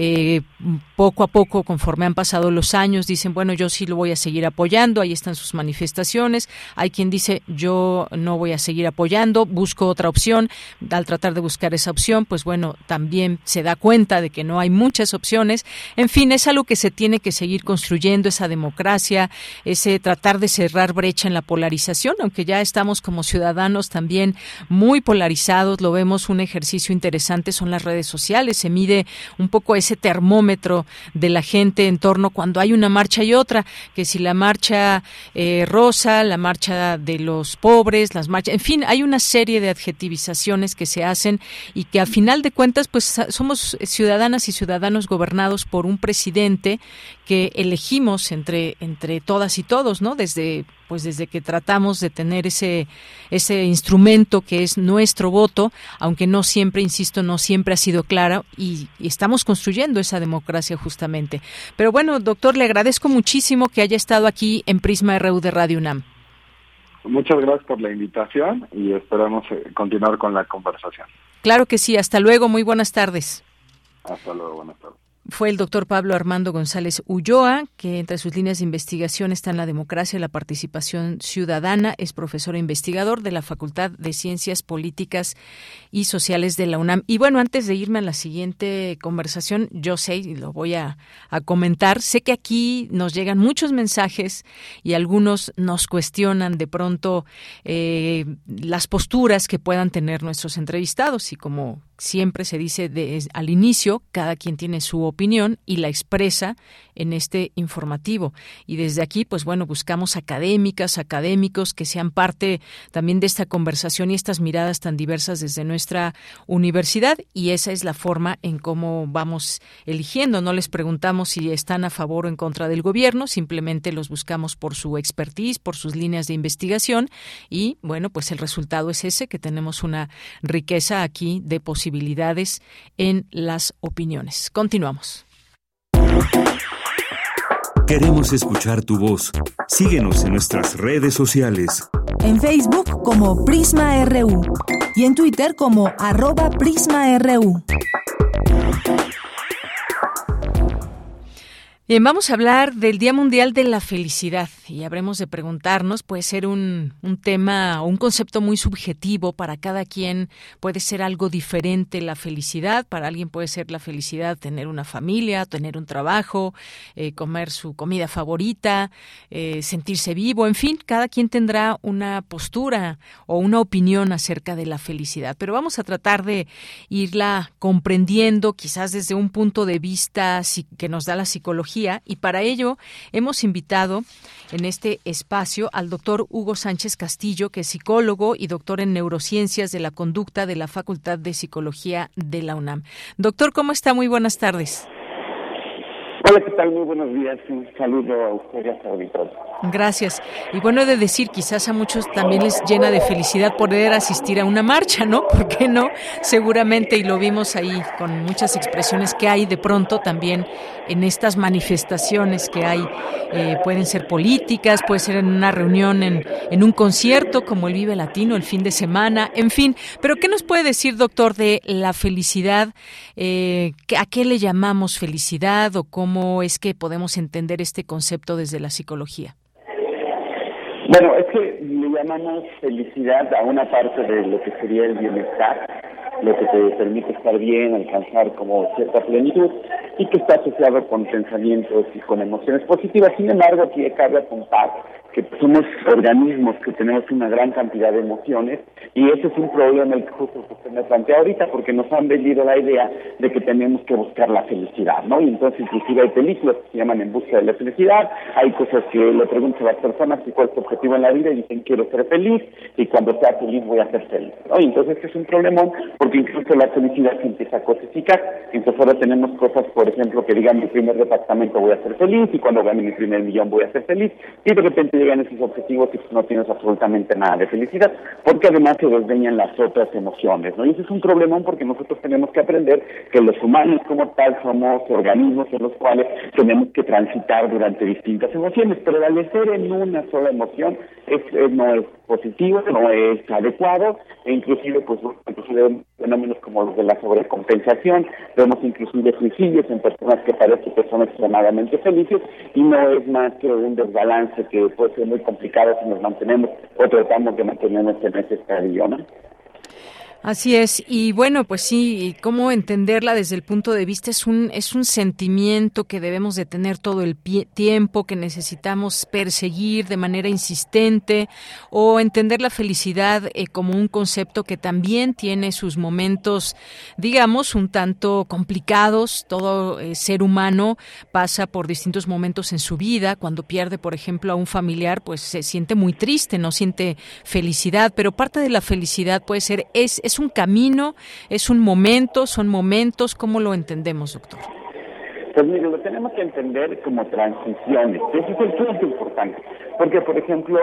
poco a poco, conforme han pasado los años, dicen, bueno, yo sí lo voy a seguir apoyando, ahí están sus manifestaciones. Hay quien dice, yo no voy a seguir apoyando, busco otra opción. Al tratar de buscar esa opción, pues bueno, también se da cuenta de que no hay muchas opciones. En fin, es algo que se tiene que seguir construyendo, esa democracia, ese tratar de cerrar brecha en la polarización, aunque ya estamos como ciudadanos también muy polarizados. Lo vemos, un ejercicio interesante son las redes sociales, se mide un poco ese termómetro de la gente en torno cuando hay una marcha y otra, que si la marcha rosa, la marcha de los pobres, las marchas, en fin, hay una serie de adjetivizaciones que se hacen y que a final de cuentas pues somos ciudadanas y ciudadanos gobernados por un presidente que elegimos entre todas y todos, ¿no? Desde que tratamos de tener ese instrumento que es nuestro voto, aunque no siempre, insisto, no siempre ha sido claro, y estamos construyendo esa democracia justamente. Pero bueno, doctor, le agradezco muchísimo que haya estado aquí en Prisma RU de Radio UNAM. Muchas gracias por la invitación y esperamos continuar con la conversación. Claro que sí, hasta luego, muy buenas tardes. Hasta luego, buenas tardes. Fue el doctor Pablo Armando González Ulloa, que entre sus líneas de investigación están la democracia y la participación ciudadana. Es profesor e investigador de la Facultad de Ciencias Políticas y Sociales de la UNAM. Y bueno, antes de irme a la siguiente conversación, yo sé, y lo voy a comentar, sé que aquí nos llegan muchos mensajes y algunos nos cuestionan de pronto las posturas que puedan tener nuestros entrevistados, y como siempre se dice al inicio, cada quien tiene su opinión y la expresa en este informativo. Y desde aquí, pues bueno, buscamos académicos que sean parte también de esta conversación y estas miradas tan diversas desde nuestra universidad, y esa es la forma en cómo vamos eligiendo. No les preguntamos si están a favor o en contra del gobierno, simplemente los buscamos por su expertise, por sus líneas de investigación, y bueno, pues el resultado es ese, que tenemos una riqueza aquí de posibilidades en las opiniones. Continuamos. Queremos escuchar tu voz. Síguenos en nuestras redes sociales. En Facebook como Prisma RU y en Twitter como @PrismaRU. Bien, vamos a hablar del Día Mundial de la Felicidad. y habremos de preguntarnos, puede ser un tema o un concepto muy subjetivo para cada quien, puede ser algo diferente la felicidad, para alguien puede ser la felicidad tener una familia, tener un trabajo, comer su comida favorita, sentirse vivo, en fin, cada quien tendrá una postura o una opinión acerca de la felicidad, pero vamos a tratar de irla comprendiendo quizás desde un punto de vista que nos da la psicología, y para ello hemos invitado en este espacio al doctor Hugo Sánchez Castillo, que es psicólogo y doctor en neurociencias de la conducta de la Facultad de Psicología de la UNAM. Doctor, ¿cómo está? Muy buenas tardes. Hola, ¿qué tal? Muy buenos días. Un saludo a usted y a su auditorio. Gracias. Y bueno, he de decir, quizás a muchos también les llena de felicidad poder asistir a una marcha, ¿no? ¿Por qué no? Seguramente, y lo vimos ahí con muchas expresiones que hay de pronto también en estas manifestaciones que hay. Pueden ser políticas, puede ser en una reunión, en un concierto como el Vive Latino el fin de semana, en fin. Pero ¿qué nos puede decir, doctor, de la felicidad? ¿A qué le llamamos felicidad o cómo es que podemos entender este concepto desde la psicología? Bueno, es que le llamamos felicidad a una parte de lo que sería el bienestar, lo que te permite estar bien, alcanzar como cierta plenitud, y que está asociado con pensamientos y con emociones positivas. Sin embargo, aquí cabe apuntar que somos organismos que tenemos una gran cantidad de emociones, y ese es un problema el que justo usted me plantea ahorita, porque nos han vendido la idea de que tenemos que buscar la felicidad, ¿no? Y entonces inclusive hay películas que se llaman En busca de la felicidad, hay cosas que le preguntan a las personas cuál es su objetivo en la vida y dicen quiero ser feliz, y cuando sea feliz voy a ser feliz, ¿no? Y entonces es un problemón, porque incluso la felicidad se empieza a cosificar. Entonces ahora tenemos cosas, por ejemplo, que digan mi primer departamento voy a ser feliz, y cuando gane mi primer millón voy a ser feliz, y de repente llegan esos objetivos y pues no tienes absolutamente nada de felicidad, porque además se desdeñan las otras emociones, ¿no? Y ese es un problemón, porque nosotros tenemos que aprender que los humanos como tal somos organismos en los cuales tenemos que transitar durante distintas emociones, prevalecer en una sola emoción no es positivo, no es adecuado, e inclusive fenómenos como los de la sobrecompensación, vemos inclusive suicidios en personas que parecen que son extremadamente felices, y no es más que un desbalance que puede ser muy complicado si nos mantenemos o tratamos de mantenernos en ese estadio, ¿no? Así es, y bueno, pues sí, cómo entenderla desde el punto de vista es un sentimiento que debemos de tener todo el tiempo, que necesitamos perseguir de manera insistente, o entender la felicidad como un concepto que también tiene sus momentos, digamos, un tanto complicados. Todo ser humano pasa por distintos momentos en su vida. Cuando pierde, por ejemplo, a un familiar, pues se siente muy triste, no siente felicidad, pero parte de la felicidad puede ser, es un camino, es un momento, son momentos. ¿Cómo lo entendemos, doctor? Pues mire, lo tenemos que entender como transiciones. Ese es el punto importante. Porque, por ejemplo,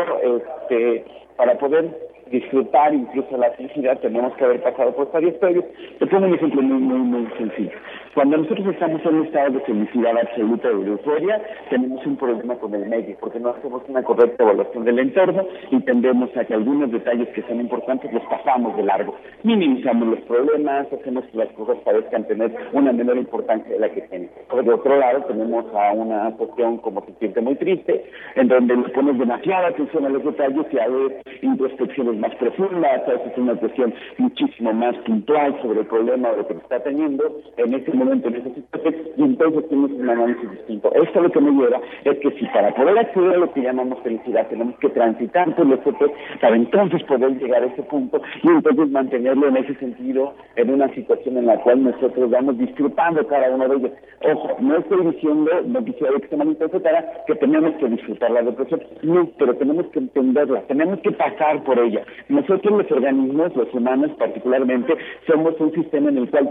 para poder disfrutar incluso la felicidad tenemos que haber pasado por estadios previos. Te pongo un ejemplo muy sencillo. Cuando nosotros estamos en un estado de felicidad absoluta o de euforia, tenemos un problema con el medio, porque no hacemos una correcta evaluación del entorno y tendemos a que algunos detalles que son importantes los pasamos de largo. Minimizamos los problemas, hacemos que las cosas parezcan tener una menor importancia de la que tienen. Por otro lado, tenemos a una cuestión como se siente muy triste, en donde le pones demasiada atención a los detalles y a ver introspecciones más profundas, haces una cuestión muchísimo más puntual sobre el problema o lo que está teniendo en ese momento, en esa situación, y entonces tenemos un análisis distinto. Esto lo que me lleva es que si para poder acceder a lo que llamamos felicidad tenemos que transitar por los otros para entonces poder llegar a ese punto y entonces mantenerlo en ese sentido, en una situación en la cual nosotros vamos disfrutando cada uno de ellos. Ojo, no estoy diciendo, no quisiera que se malinterpretara, que tenemos que disfrutar la depresión, no, pero tenemos que entenderla, tenemos que pasar por ella. Nosotros los organismos, los humanos particularmente, somos un sistema en el cual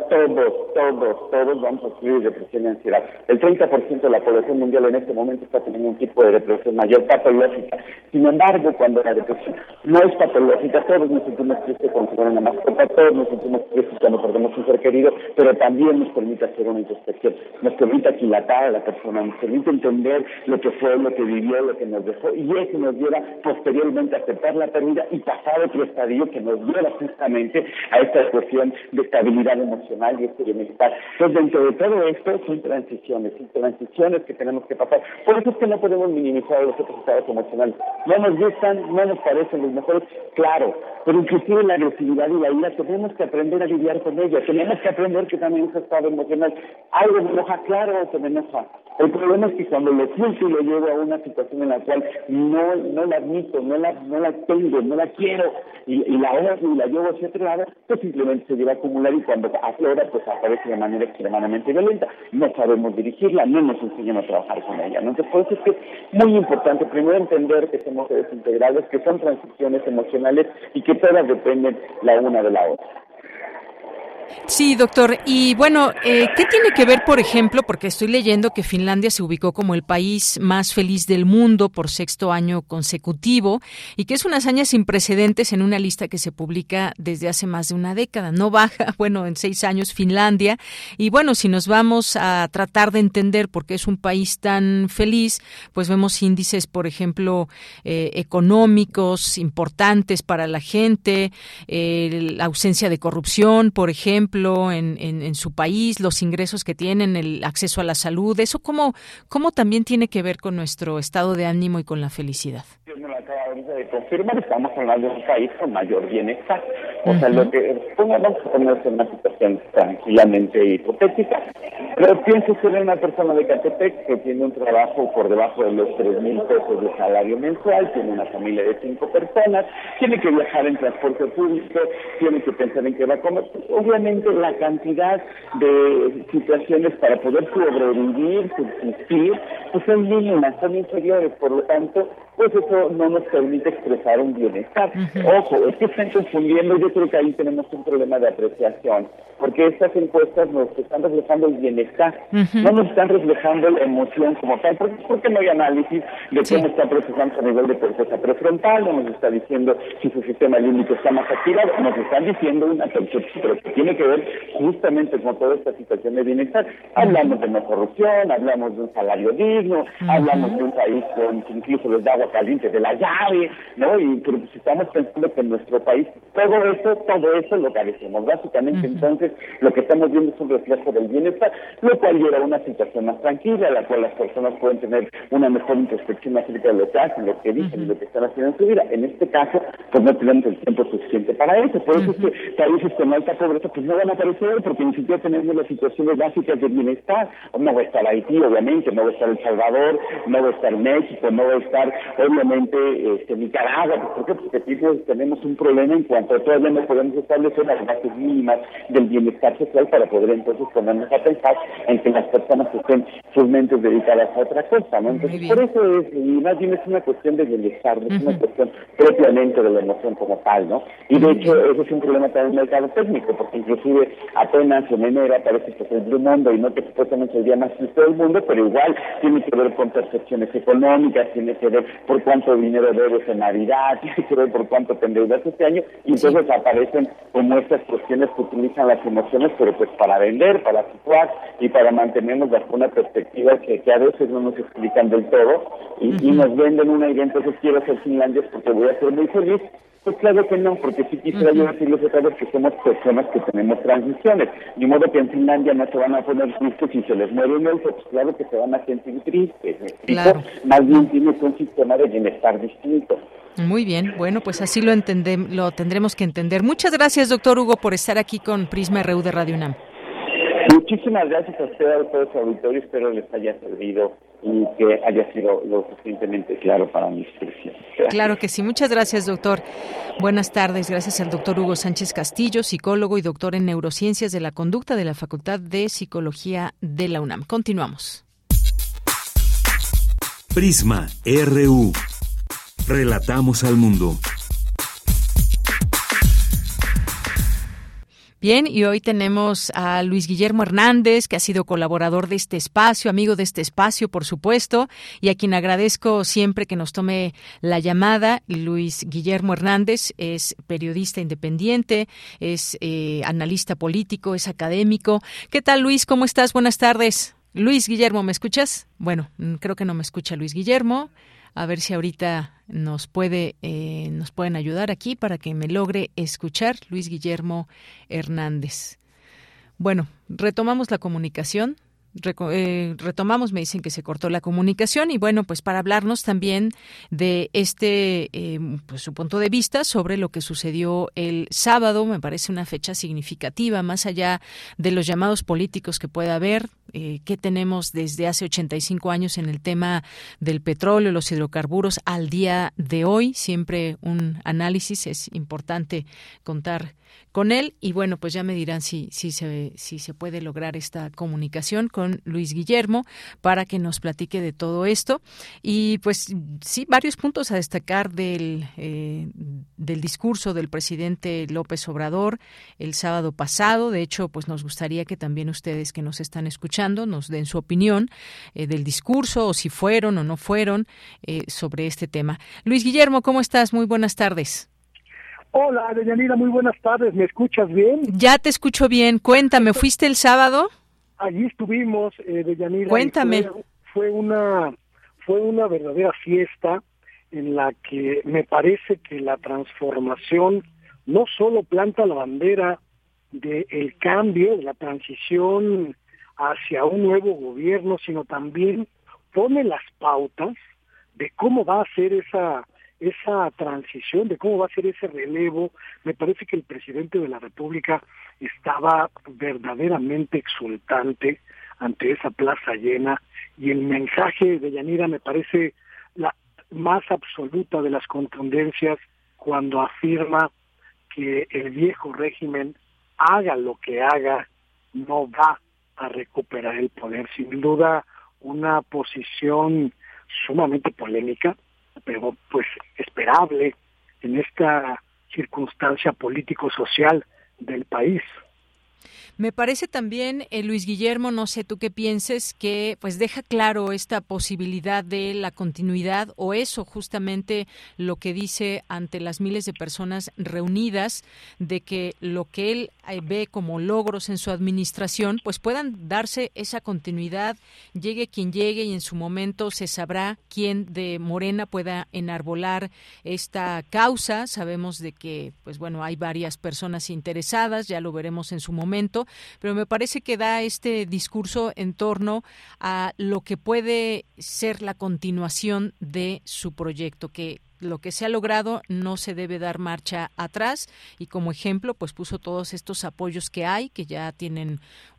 todos vamos a sufrir depresión y ansiedad. El 30% de la población mundial en este momento está teniendo un tipo de depresión mayor patológica. Sin embargo, cuando la depresión no es patológica, todos nos sentimos tristes cuando se muere una mascota, todos nos sentimos tristes cuando perdemos un ser querido, pero también nos permite hacer una introspección, nos permite aquilatar a la persona, nos permite entender lo que fue, lo que vivió, lo que nos dejó, y eso nos lleva posteriormente a aceptar la pérdida y pasar otro estadio que nos lleva justamente a esta cuestión de estabilidad emocional y este bienestar. Entonces Entonces, dentro de todo esto son transiciones que tenemos que pasar. Por eso es que no podemos minimizar los otros estados emocionales. No nos gustan, no nos parecen los mejores, claro, pero inclusive la agresividad y la ira tenemos que aprender a lidiar con ella, tenemos que aprender que también es un estado emocional. Algo me enoja, claro que me enoja. El problema es que cuando lo oculto y lo llevo a una situación en la cual no la admito, no la tengo, no la quiero, y la odio y la llevo hacia otro lado, pues simplemente se lleva a acumular y cuando aflora, pues aparece de manera extremadamente violenta. No sabemos dirigirla, no nos enseñan a trabajar con ella, ¿no? Entonces, por eso es que es muy importante primero entender que somos seres integrales, que son transiciones emocionales y que todas dependen la una de la otra. Sí, doctor. Y bueno, ¿qué tiene que ver, por ejemplo, porque estoy leyendo que Finlandia se ubicó como el país más feliz del mundo por 6º año consecutivo y que es una hazaña sin precedentes en una lista que se publica desde hace más de una década? No baja, bueno, en 6 años Finlandia. Y bueno, si nos vamos a tratar de entender por qué es un país tan feliz, pues vemos índices, por ejemplo, económicos importantes para la gente, la ausencia de corrupción, por ejemplo, en su país, los ingresos que tienen, el acceso a la salud, eso cómo también tiene que ver con nuestro estado de ánimo y con la felicidad. Yo me lo acabo ahorita de confirmar, estamos hablando de un país con mayor bienestar. O sea, lo que vamos a ponerse en una situación tranquilamente hipotética, pero pienso ser una persona de Catepec que tiene un trabajo por debajo de los 3,000 pesos de salario mensual, tiene una familia de 5 personas, tiene que viajar en transporte público, tiene que pensar en qué va a comer. Obviamente la cantidad de situaciones para poder sobrevivir, subsistir, pues son mínimas, son inferiores, por lo tanto, pues eso no nos permite expresar un bienestar. Ojo, es que están confundiendo, yo creo que ahí tenemos un problema de apreciación, porque estas encuestas nos están reflejando el bienestar, no nos están reflejando la emoción como tal, porque no hay análisis de cómo está procesando a nivel de corteza prefrontal, no nos está diciendo si su sistema límbico está más activado, nos están diciendo una percepción, pero que tiene que ver justamente con toda esta situación de bienestar. Hablamos de no corrupción, hablamos de un salario digno, hablamos de un país con que incluso les da agua caliente de la llave, ¿no? Pero pues estamos pensando que en nuestro país todo eso lo carecemos. Básicamente, entonces, lo que estamos viendo es un reflejo del bienestar, lo cual lleva a una situación más tranquila, en la cual las personas pueden tener una mejor introspección acerca de lo que hacen, lo que dicen y lo que están haciendo en su vida. En este caso, pues no tenemos el tiempo suficiente para eso. Por eso es que países con alta pobreza pues no van a aparecer, porque ni siquiera tenemos las situaciones básicas de bienestar. No va a estar Haití, obviamente, no va a estar El Salvador, no va a estar México, no va a estar, obviamente, Nicaragua. ¿Por qué? Porque tenemos un problema en cuanto a todavía no podemos establecer las bases mínimas del bienestar social para poder entonces ponernos a pensar en que las personas estén sus mentes dedicadas a otra cosa, ¿no? Entonces, por eso es, y más bien es una cuestión de bienestar, no es una cuestión propiamente de la emoción como tal, ¿no? Y de hecho, eso es un problema también del mercado técnico, porque inclusive apenas en enero aparece que es el Blue Monday, no que supuestamente es el día más triste del mundo, pero igual tiene que ver con percepciones económicas, tiene que ver por cuánto dinero debes en Navidad, tiene que ver por cuánto te endeudas este año, y entonces aparecen como estas cuestiones que utilizan las emociones, pero pues para vender, para situar y para mantenernos bajo una perspectiva que a veces no nos explican del todo y nos venden una idea, entonces quiero ser finlandés porque voy a ser muy feliz. Pues claro que no, porque sí quisiera yo decirles otra vez que somos personas que tenemos transiciones. Ni modo que en Finlandia no se van a poner tristes si se les muere un elfo, pues claro que se van a sentir tristes. Claro. Más bien tienes un sistema de bienestar distinto. Muy bien, bueno, pues así lo tendremos que entender. Muchas gracias, doctor Hugo, por estar aquí con Prisma RU de Radio UNAM. Muchísimas gracias a usted, a todo su auditorio, espero les haya servido y que haya sido lo suficientemente claro para mi expresión. Claro que sí, muchas gracias, doctor. Buenas tardes, gracias al doctor Hugo Sánchez Castillo, psicólogo y doctor en neurociencias de la conducta de la Facultad de Psicología de la UNAM. Continuamos. Prisma RU. Relatamos al mundo. Bien, y hoy tenemos a Luis Guillermo Hernández, que ha sido colaborador de este espacio, amigo de este espacio, por supuesto, y a quien agradezco siempre que nos tome la llamada. Luis Guillermo Hernández es periodista independiente, es analista político, es académico. ¿Qué tal, Luis? ¿Cómo estás? Buenas tardes. Luis Guillermo, ¿me escuchas? Bueno, creo que no me escucha Luis Guillermo. A ver si ahorita nos pueden ayudar aquí para que me logre escuchar Luis Guillermo Hernández. Bueno, retomamos la comunicación. Retomamos, me dicen que se cortó la comunicación y bueno, pues para hablarnos también de pues su punto de vista sobre lo que sucedió el sábado. Me parece una fecha significativa, más allá de los llamados políticos que pueda haber. ¿Qué tenemos desde hace 85 años en el tema del petróleo, los hidrocarburos al día de hoy? Siempre un análisis, es importante contar con él y bueno, pues ya me dirán si se puede lograr esta comunicación con Luis Guillermo para que nos platique de todo esto. Y pues sí, varios puntos a destacar del discurso del presidente López Obrador el sábado pasado. De hecho, pues nos gustaría que también ustedes que nos están escuchando nos den su opinión del discurso, o si fueron o no fueron sobre este tema. Luis Guillermo, ¿cómo estás? Muy buenas tardes. Hola, Deyanira, muy buenas tardes. ¿Me escuchas bien? Ya te escucho bien. Cuéntame, ¿fuiste el sábado? Allí estuvimos, Deyanira. Cuéntame. Fue una verdadera fiesta en la que me parece que la transformación no solo planta la bandera del cambio, de la transición hacia un nuevo gobierno, sino también pone las pautas de cómo va a ser esa transición, de cómo va a ser ese relevo. Me parece que el presidente de la República estaba verdaderamente exultante ante esa plaza llena, y el mensaje de Yanira me parece la más absoluta de las contundencias cuando afirma que el viejo régimen, haga lo que haga, no va a recuperar el poder. Sin duda, una posición sumamente polémica, pero pues esperable en esta circunstancia político-social del país. Me parece también, Luis Guillermo, no sé tú qué pienses, que pues deja claro esta posibilidad de la continuidad, o eso justamente lo que dice ante las miles de personas reunidas, de que lo que él ve como logros en su administración, pues puedan darse esa continuidad, llegue quien llegue, y en su momento se sabrá quién de Morena pueda enarbolar esta causa. Sabemos de que, pues bueno, hay varias personas interesadas, ya lo veremos en su momento, pero me parece que da este discurso en torno a lo que puede ser la continuación de su proyecto, que lo que se ha logrado no se debe dar marcha atrás, y como ejemplo pues puso todos estos apoyos que hay, que ya tienen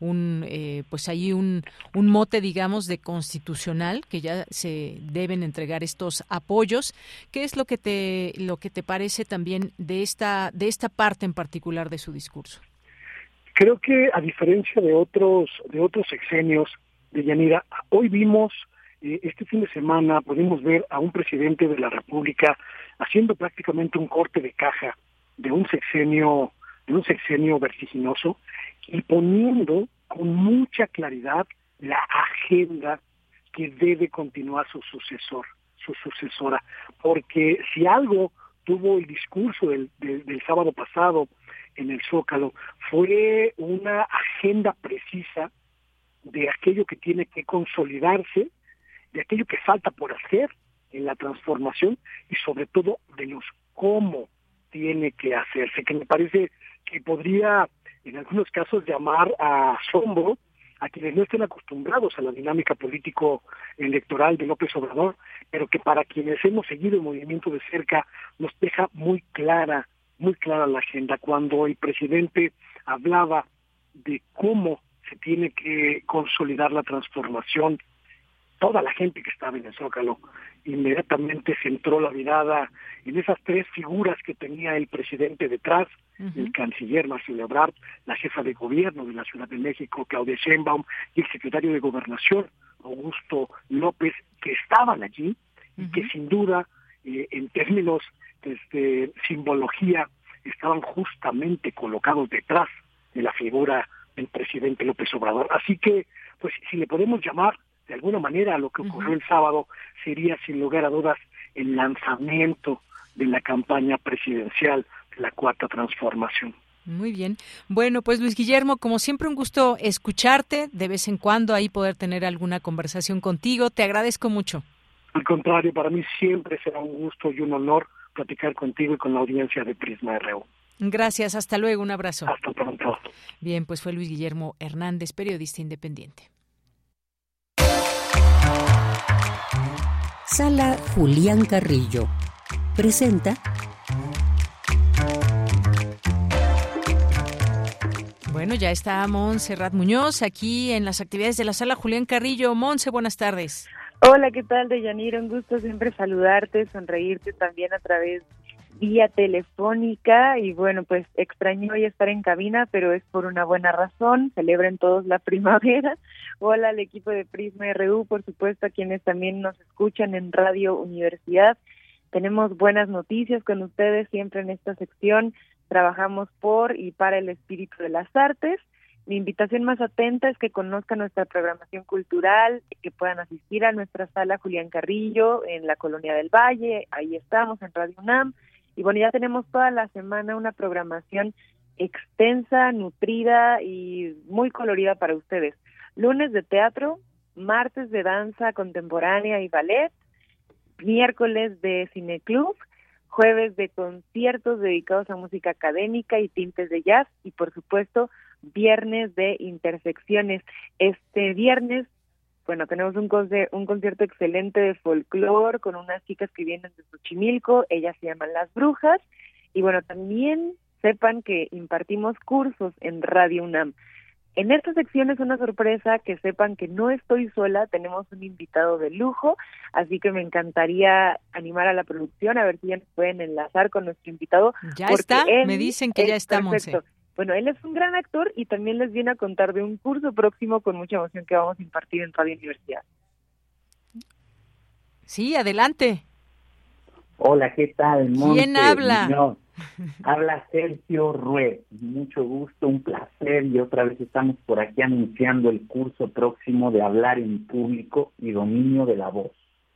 pues ahí un mote, digamos, de constitucional, que ya se deben entregar estos apoyos. ¿Qué es lo que te parece también de esta parte en particular de su discurso? Creo que a diferencia de otros sexenios, de Yanira, hoy vimos, este fin de semana pudimos ver a un presidente de la República haciendo prácticamente un corte de caja de un sexenio vertiginoso, y poniendo con mucha claridad la agenda que debe continuar su sucesora, porque si algo tuvo el discurso del sábado pasado en el Zócalo, fue una agenda precisa de aquello que tiene que consolidarse, de aquello que falta por hacer en la transformación, y sobre todo de los cómo tiene que hacerse, que me parece que podría en algunos casos llamar a asombro a quienes no estén acostumbrados a la dinámica político-electoral de López Obrador, pero que para quienes hemos seguido el movimiento de cerca nos deja muy clara la agenda. Cuando el presidente hablaba de cómo se tiene que consolidar la transformación, toda la gente que estaba en el Zócalo inmediatamente centró la mirada en esas tres figuras que tenía el presidente detrás: el canciller Marcelo Ebrard, la jefa de gobierno de la Ciudad de México, Claudia Sheinbaum, y el secretario de Gobernación, Augusto López, que estaban allí, y que sin duda, en términos de simbología, estaban justamente colocados detrás de la figura del presidente López Obrador. Así que, pues, si le podemos llamar de alguna manera a lo que ocurrió el sábado, sería sin lugar a dudas el lanzamiento de la campaña presidencial de la Cuarta Transformación. Muy bien. Bueno, pues Luis Guillermo, como siempre, un gusto escucharte, de vez en cuando ahí poder tener alguna conversación contigo. Te agradezco mucho. Al contrario, para mí siempre será un gusto y un honor platicar contigo y con la audiencia de Prisma RU. Gracias, hasta luego, un abrazo. Hasta pronto. Bien, pues fue Luis Guillermo Hernández, periodista independiente. Sala Julián Carrillo presenta. Bueno, ya está Montserrat Muñoz aquí en las actividades de la Sala Julián Carrillo. Monse, buenas tardes. Hola, ¿qué tal, Deyanira? Un gusto siempre saludarte, sonreírte también a través vía telefónica. Y bueno, pues extraño hoy estar en cabina, pero es por una buena razón. Celebren todos la primavera. Hola al equipo de Prisma RU, por supuesto, a quienes también nos escuchan en Radio Universidad. Tenemos buenas noticias con ustedes siempre en esta sección. Trabajamos por y para el espíritu de las artes. Mi invitación más atenta es que conozcan nuestra programación cultural, que puedan asistir a nuestra sala Julián Carrillo en la Colonia del Valle. Ahí estamos en Radio UNAM. Y bueno, ya tenemos toda la semana una programación extensa, nutrida y muy colorida para ustedes. Lunes de teatro, martes de danza contemporánea y ballet, miércoles de cineclub, jueves de conciertos dedicados a música académica y tintes de jazz, y por supuesto viernes de intersecciones. Este viernes, bueno, tenemos un concierto excelente de folclore con unas chicas que vienen de Xochimilco, ellas se llaman Las Brujas, y bueno, también sepan que impartimos cursos en Radio UNAM. En esta sección es una sorpresa que sepan que no estoy sola, tenemos un invitado de lujo, así que me encantaría animar a la producción a ver si ya nos pueden enlazar con nuestro invitado. Ya está, me dicen que ya está, Monse. Bueno, él es un gran actor y también les viene a contar de un curso próximo con mucha emoción que vamos a impartir en Radio Universidad. Sí, adelante. Hola, ¿qué tal, Monse? ¿Quién habla? No, habla Sergio Ruiz. Mucho gusto, un placer. Y otra vez estamos por aquí anunciando el curso próximo de hablar en público y dominio de la voz.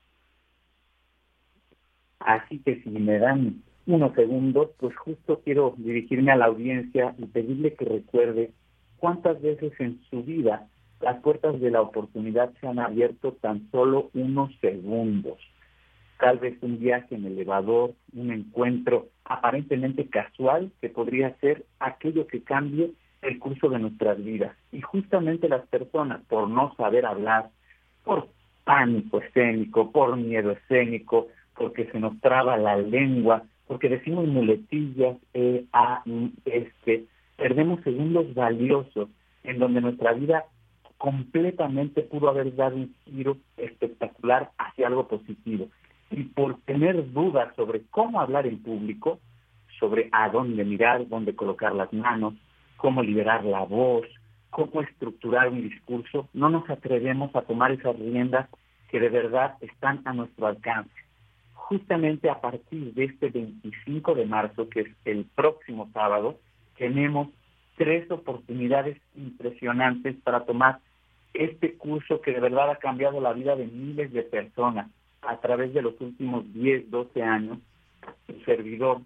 Así que si me dan unos segundos, pues justo quiero dirigirme a la audiencia y pedirle que recuerde cuántas veces en su vida las puertas de la oportunidad se han abierto tan solo unos segundos. Tal vez un viaje en elevador, un encuentro aparentemente casual que podría ser aquello que cambie el curso de nuestras vidas. Y justamente las personas, por no saber hablar, por pánico escénico, por miedo escénico, porque se nos traba la lengua, porque decimos muletillas, perdemos segundos valiosos en donde nuestra vida completamente pudo haber dado un giro espectacular hacia algo positivo. Y por tener dudas sobre cómo hablar en público, sobre a dónde mirar, dónde colocar las manos, cómo liberar la voz, cómo estructurar un discurso, no nos atrevemos a tomar esas riendas que de verdad están a nuestro alcance. Justamente a partir de este 25 de marzo, que es el próximo sábado, tenemos 3 oportunidades impresionantes para tomar este curso que de verdad ha cambiado la vida de miles de personas a través de los últimos 10, 12 años. El servidor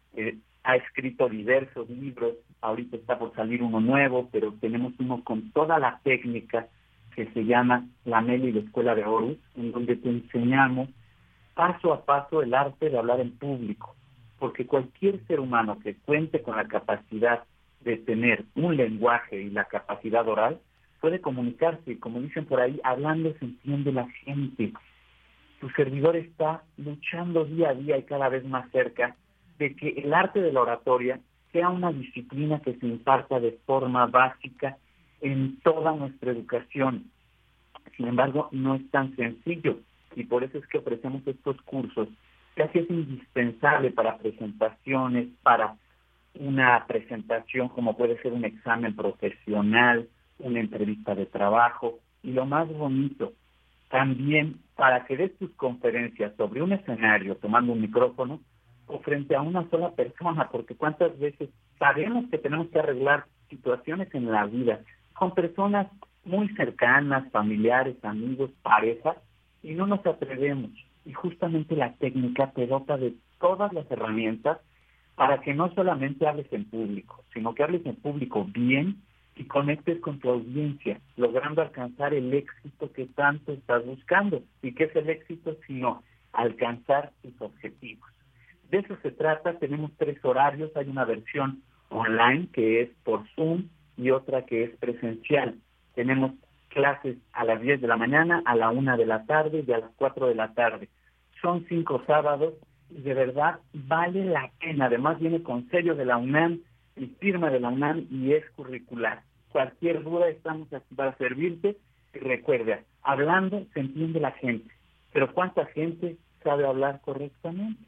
ha escrito diversos libros, ahorita está por salir uno nuevo, pero tenemos uno con toda la técnica que se llama La Meli y la Escuela de Horus, en donde te enseñamos paso a paso el arte de hablar en público, porque cualquier ser humano que cuente con la capacidad de tener un lenguaje y la capacidad oral, puede comunicarse, y como dicen por ahí, hablando se entiende la gente. Tu servidor está luchando día a día y cada vez más cerca de que el arte de la oratoria sea una disciplina que se imparta de forma básica en toda nuestra educación. Sin embargo, no es tan sencillo, y por eso es que ofrecemos estos cursos. Casi es indispensable para presentaciones, para una presentación como puede ser un examen profesional, una entrevista de trabajo, y lo más bonito, también para que des tus conferencias sobre un escenario tomando un micrófono o frente a una sola persona, porque cuántas veces sabemos que tenemos que arreglar situaciones en la vida con personas muy cercanas, familiares, amigos, parejas, y no nos atrevemos. Y justamente la técnica te dota de todas las herramientas para que no solamente hables en público, sino que hables en público bien y conectes con tu audiencia, logrando alcanzar el éxito que tanto estás buscando. ¿Y qué es el éxito? Sino alcanzar tus objetivos. De eso se trata. Tenemos 3 horarios. Hay una versión online que es por Zoom y otra que es presencial. Tenemos clases a las 10 de la mañana, a la 1 de la tarde y a las 4 de la tarde. Son 5 sábados y de verdad vale la pena. Además viene con sello de la UNAM y firma de la UNAM y es curricular. Cualquier duda estamos aquí para servirte. Y recuerda, hablando se entiende la gente, pero ¿cuánta gente sabe hablar correctamente?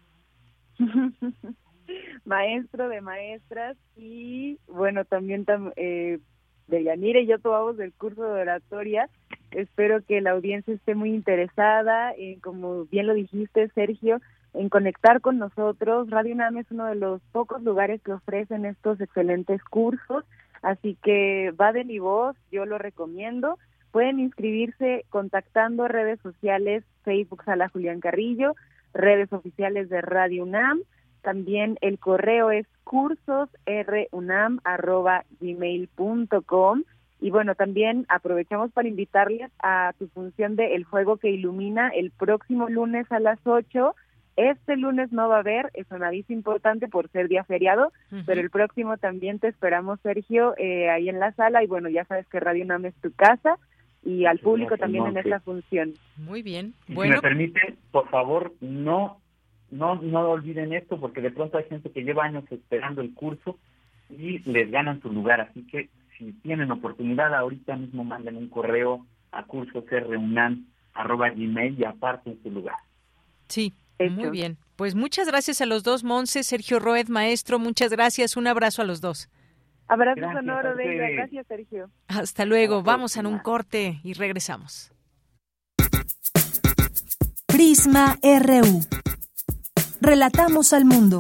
Maestro de maestras y bueno, también Deyanira y yo tomamos el curso de oratoria. Espero que la audiencia esté muy interesada en, como bien lo dijiste, Sergio, en conectar con nosotros. Radio UNAM es uno de los pocos lugares que ofrecen estos excelentes cursos, así que va de mi voz, yo lo recomiendo. Pueden inscribirse contactando redes sociales, Facebook Sala Julián Carrillo, redes oficiales de Radio UNAM. También el correo es cursosrunam@gmail.com. Y bueno, también aprovechamos para invitarles a tu función de El Fuego que Ilumina el próximo lunes a las 8. Este lunes no va a haber, es un aviso importante por ser día feriado, pero el próximo también te esperamos, Sergio, ahí en la sala. Y bueno, ya sabes que Radio UNAM es tu casa y al público también en esta función. Muy bien. Bueno, si me permite, por favor, no olviden esto, porque de pronto hay gente que lleva años esperando el curso y les ganan su lugar. Así que si tienen oportunidad, ahorita mismo manden un correo a cursosrunam@gmail y aparten su lugar. Sí, muy bien. Pues muchas gracias a los dos, Monse, Sergio Roed, maestro, muchas gracias. Un abrazo a los dos. Abrazo sonoro, Deya. Gracias, Sergio. Hasta luego. Vamos a un corte y regresamos. Prisma RU. Relatamos al mundo.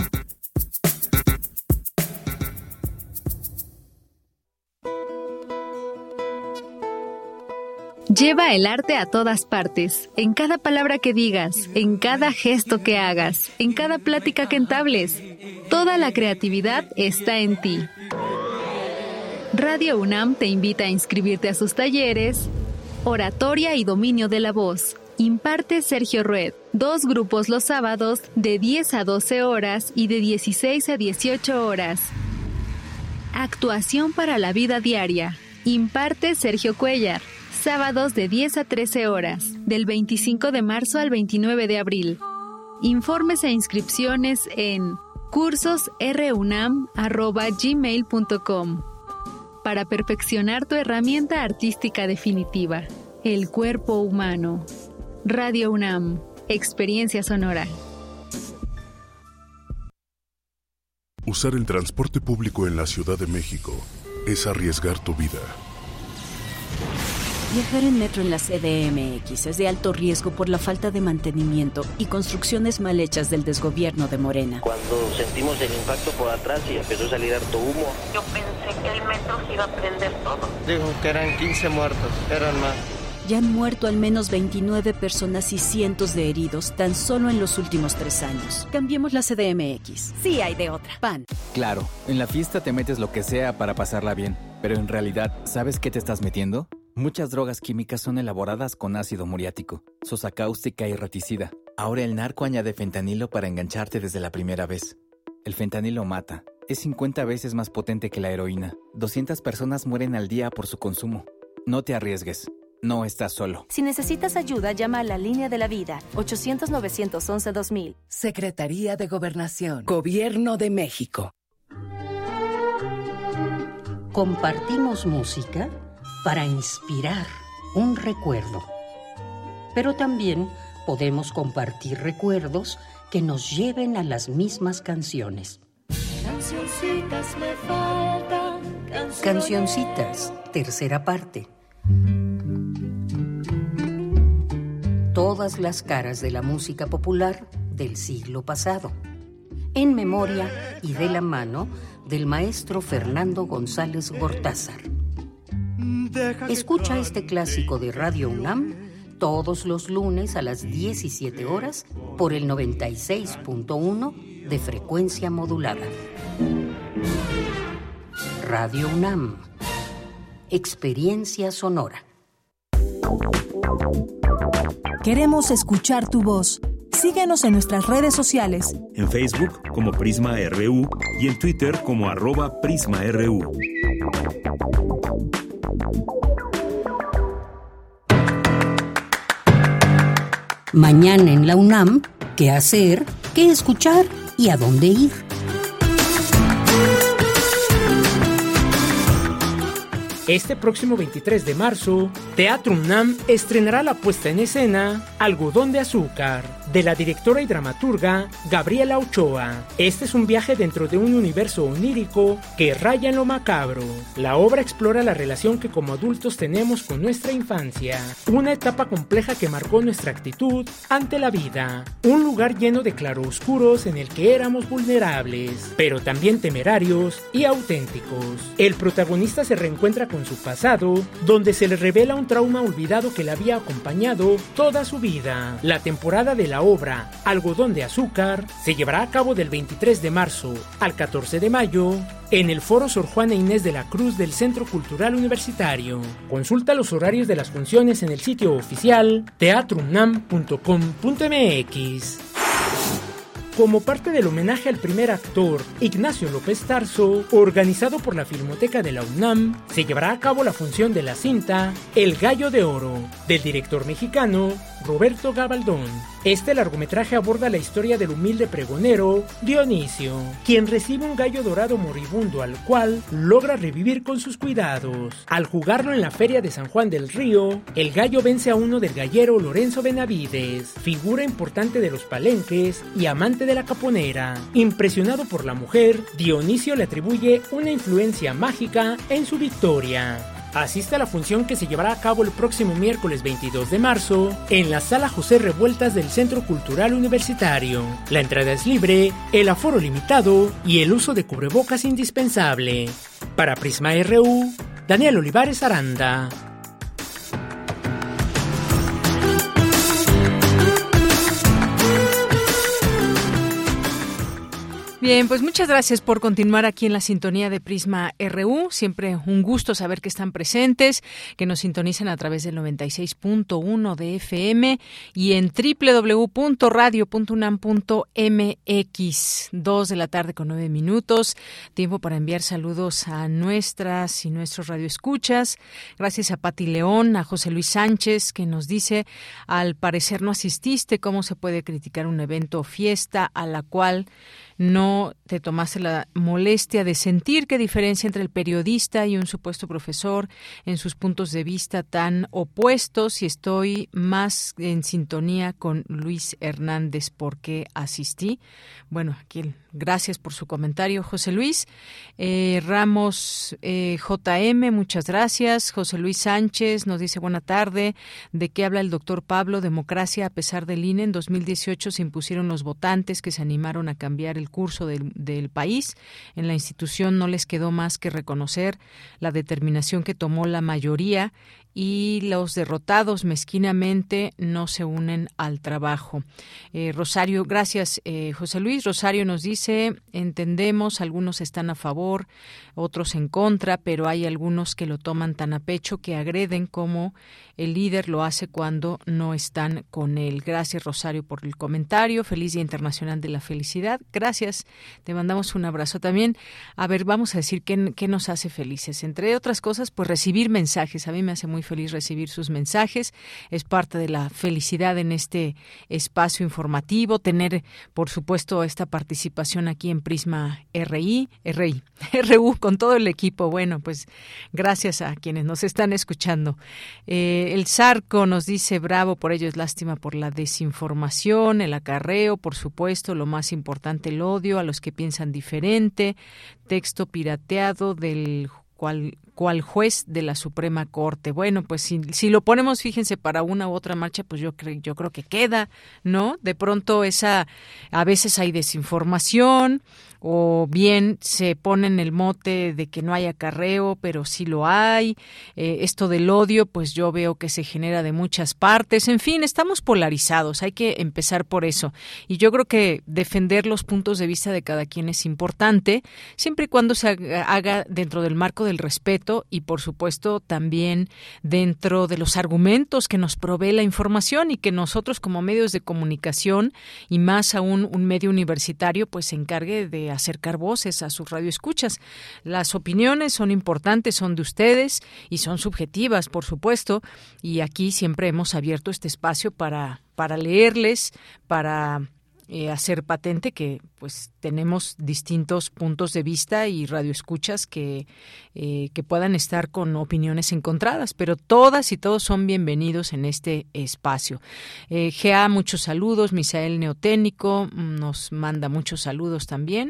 Lleva el arte a todas partes, en cada palabra que digas, en cada gesto que hagas, en cada plática que entables. Toda la creatividad está en ti. Radio UNAM te invita a inscribirte a sus talleres Oratoria y Dominio de la Voz. Imparte Sergio Rued. 2 grupos los sábados de 10 a 12 horas y de 16 a 18 horas. Actuación para la vida diaria. Imparte Sergio Cuellar. Sábados de 10 a 13 horas, del 25 de marzo al 29 de abril. Informes e inscripciones en cursosrunam@gmail.com. Para perfeccionar tu herramienta artística definitiva, el cuerpo humano. Radio UNAM, experiencia sonora. Usar el transporte público en la Ciudad de México es arriesgar tu vida. Viajar en metro en la CDMX es de alto riesgo por la falta de mantenimiento y construcciones mal hechas del desgobierno de Morena. Cuando sentimos el impacto por atrás y empezó a salir harto humo. Yo pensé que el metro se iba a prender todo. Dijo que eran 15 muertos, eran más. Ya han muerto al menos 29 personas y cientos de heridos tan solo en los últimos 3 años. Cambiemos la CDMX. Sí hay de otra. PAN. Claro, en la fiesta te metes lo que sea para pasarla bien, pero en realidad, ¿sabes qué te estás metiendo? Muchas drogas químicas son elaboradas con ácido muriático, sosa cáustica y reticida. Ahora el narco añade fentanilo para engancharte desde la primera vez. El fentanilo mata. Es 50 veces más potente que la heroína. 200 personas mueren al día por su consumo. No te arriesgues. No estás solo. Si necesitas ayuda, llama a la Línea de la Vida, 800-911-2000. Secretaría de Gobernación, Gobierno de México. Compartimos música para inspirar un recuerdo. Pero también podemos compartir recuerdos que nos lleven a las mismas canciones. Cancioncitas me faltan. Cancioncitas, tercera parte. Todas las caras de la música popular del siglo pasado, en memoria y de la mano del maestro Fernando González Gortázar. Escucha este clásico de Radio UNAM todos los lunes a las 17 horas por el 96.1 de frecuencia modulada. Radio UNAM, experiencia sonora. Queremos escuchar tu voz. Síguenos en nuestras redes sociales. En Facebook como Prisma RU y en Twitter como @PrismaRU. Mañana en la UNAM, ¿qué hacer? ¿Qué escuchar? ¿Y a dónde ir? Este próximo 23 de marzo, Teatro UNAM estrenará la puesta en escena Algodón de Azúcar, de la directora y dramaturga Gabriela Ochoa. Este es un viaje dentro de un universo onírico que raya en lo macabro. La obra explora la relación que como adultos tenemos con nuestra infancia, una etapa compleja que marcó nuestra actitud ante la vida, un lugar lleno de claroscuros en el que éramos vulnerables, pero también temerarios y auténticos. El protagonista se reencuentra con su pasado, donde se le revela un trauma olvidado que le había acompañado toda su vida. La temporada de la obra Algodón de Azúcar se llevará a cabo del 23 de marzo al 14 de mayo en el Foro Sor Juana Inés de la Cruz del Centro Cultural Universitario. Consulta los horarios de las funciones en el sitio oficial teatrounam.com.mx. Como parte del homenaje al primer actor, Ignacio López Tarso, organizado por la Filmoteca de la UNAM, se llevará a cabo la función de la cinta El Gallo de Oro, del director mexicano Roberto Gabaldón. Este largometraje aborda la historia del humilde pregonero Dionisio, quien recibe un gallo dorado moribundo al cual logra revivir con sus cuidados. Al jugarlo en la feria de San Juan del Río, el gallo vence a uno del gallero Lorenzo Benavides, figura importante de los palenques y amante de la caponera. Impresionado por la mujer, Dionisio le atribuye una influencia mágica en su victoria. Asiste a la función que se llevará a cabo el próximo miércoles 22 de marzo en la Sala José Revueltas del Centro Cultural Universitario. La entrada es libre, el aforo limitado y el uso de cubrebocas indispensable. Para Prisma RU, Daniel Olivares Aranda. Bien, pues muchas gracias por continuar aquí en la sintonía de Prisma RU. Siempre un gusto saber que están presentes, que nos sintonizan a través del 96.1 de FM y en www.radio.unam.mx. 2 de la tarde con 9 minutos. Tiempo para enviar saludos a nuestras y nuestros radioescuchas. Gracias a Pati León, a José Luis Sánchez, que nos dice: al parecer no asististe, ¿cómo se puede criticar un evento o fiesta a la cual no te tomaste la molestia de sentir? ¿Qué diferencia entre el periodista y un supuesto profesor en sus puntos de vista tan opuestos? Y estoy más en sintonía con Luis Hernández porque asistí. Bueno, aquí gracias por su comentario, José Luis. Ramos JM, muchas gracias. José Luis Sánchez nos dice: buena tarde. ¿De qué habla el doctor Pablo? Democracia a pesar del INE. En 2018 se impusieron los votantes que se animaron a cambiar el curso del país. En la institución no les quedó más que reconocer la determinación que tomó la mayoría y los derrotados mezquinamente no se unen al trabajo. Rosario, gracias José Luis. Rosario nos dice: entendemos, algunos están a favor, otros en contra, pero hay algunos que lo toman tan a pecho que agreden como el líder lo hace cuando no están con él. Gracias, Rosario, por el comentario. Feliz Día Internacional de la Felicidad. Gracias, te mandamos un abrazo también. A ver, vamos a decir qué nos hace felices. Entre otras cosas, pues recibir mensajes. A mí me hace muy feliz recibir sus mensajes. Es parte de la felicidad en este espacio informativo. Tener, por supuesto, esta participación aquí en Prisma RU con todo el equipo. Bueno, pues gracias a quienes nos están escuchando. El Zarco nos dice: bravo por ello, es lástima por la desinformación, el acarreo, por supuesto, lo más importante, el odio a los que piensan diferente, texto pirateado del cual juez de la Suprema Corte. Bueno, pues si lo ponemos, fíjense, para una u otra marcha, pues yo creo que queda, ¿no? De pronto a veces hay desinformación, o bien se ponen el mote de que no hay acarreo, pero sí lo hay. Esto del odio, pues yo veo que se genera de muchas partes. En fin, estamos polarizados, hay que empezar por eso. Y yo creo que defender los puntos de vista de cada quien es importante, siempre y cuando se haga dentro del marco del respeto cierto, y por supuesto también dentro de los argumentos que nos provee la información y que nosotros como medios de comunicación y más aún un medio universitario pues se encargue de acercar voces a sus radioescuchas. Las opiniones son importantes, son de ustedes y son subjetivas, por supuesto, y aquí siempre hemos abierto este espacio para leerles, para hacer patente que pues tenemos distintos puntos de vista y radioescuchas que puedan estar con opiniones encontradas, pero todas y todos son bienvenidos en este espacio. GA, muchos saludos. Misael Neotécnico nos manda muchos saludos también.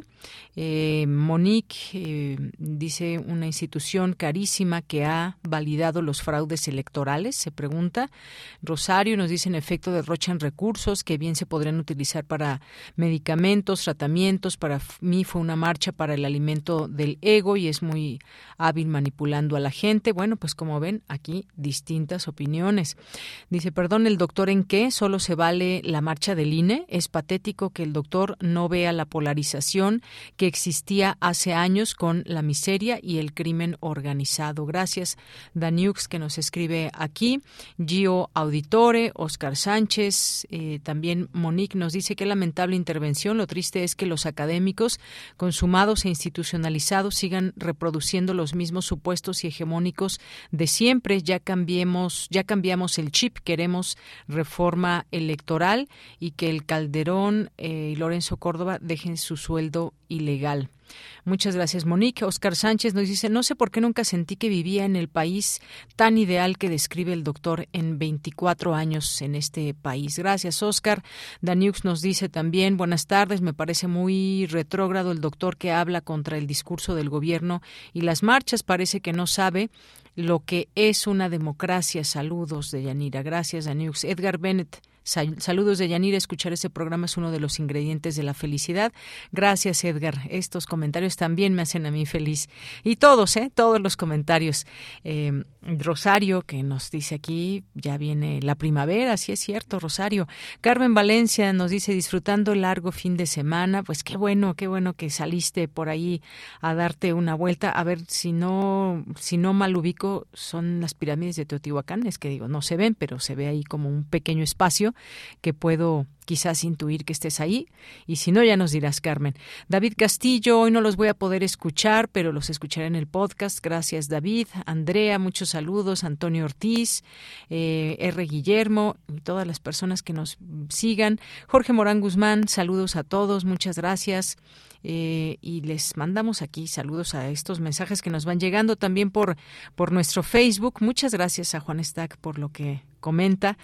Monique dice, una institución carísima que ha validado los fraudes electorales, se pregunta. Rosario nos dice, en efecto, derrochan recursos que bien se podrían utilizar para medicamentos, tratamientos. Para mí fue una marcha para el alimento del ego y es muy hábil manipulando a la gente. Bueno, pues como ven, aquí distintas opiniones. Dice, perdón, ¿el doctor en qué? ¿Solo se vale la marcha del INE? Es patético que el doctor no vea la polarización que existía hace años con la miseria y el crimen organizado. Gracias, Daniux, que nos escribe aquí. Gio Auditore, Oscar Sánchez, también Monique nos dice que lamentable intervención. Lo triste es que los académicos consumados e institucionalizados sigan reproduciendo los mismos supuestos y hegemónicos de siempre. Ya cambiamos el chip, queremos reforma electoral y que el Calderón y Lorenzo Córdoba dejen su sueldo ilegal. Muchas gracias, Monique. Oscar Sánchez nos dice, no sé por qué nunca sentí que vivía en el país tan ideal que describe el doctor en 24 años en este país. Gracias, Oscar. Daniux nos dice también, buenas tardes, me parece muy retrógrado el doctor que habla contra el discurso del gobierno y las marchas, parece que no sabe lo que es una democracia. Saludos de Yanira. Gracias, Daniux. Edgar Bennett. Saludos de Yanira, escuchar este programa es uno de los ingredientes de la felicidad. Gracias, Edgar. Estos comentarios también me hacen a mí feliz. Y todos los comentarios. Rosario, que nos dice aquí, ya viene la primavera, sí es cierto, Rosario. Carmen Valencia nos dice, disfrutando el largo fin de semana, pues qué bueno que saliste por ahí a darte una vuelta. A ver, si no mal ubico, son las pirámides de Teotihuacán, es que digo, no se ven, pero se ve ahí como un pequeño espacio que puedo quizás intuir que estés ahí, y si no, ya nos dirás, Carmen. David Castillo, hoy no los voy a poder escuchar, pero los escucharé en el podcast. Gracias, David. Andrea, muchos saludos. Antonio Ortiz, R. Guillermo, y todas las personas que nos sigan. Jorge Morán Guzmán, saludos a todos, muchas gracias. Y les mandamos aquí saludos a estos mensajes que nos van llegando también por nuestro Facebook. Muchas gracias a Juan Stack por lo que comenta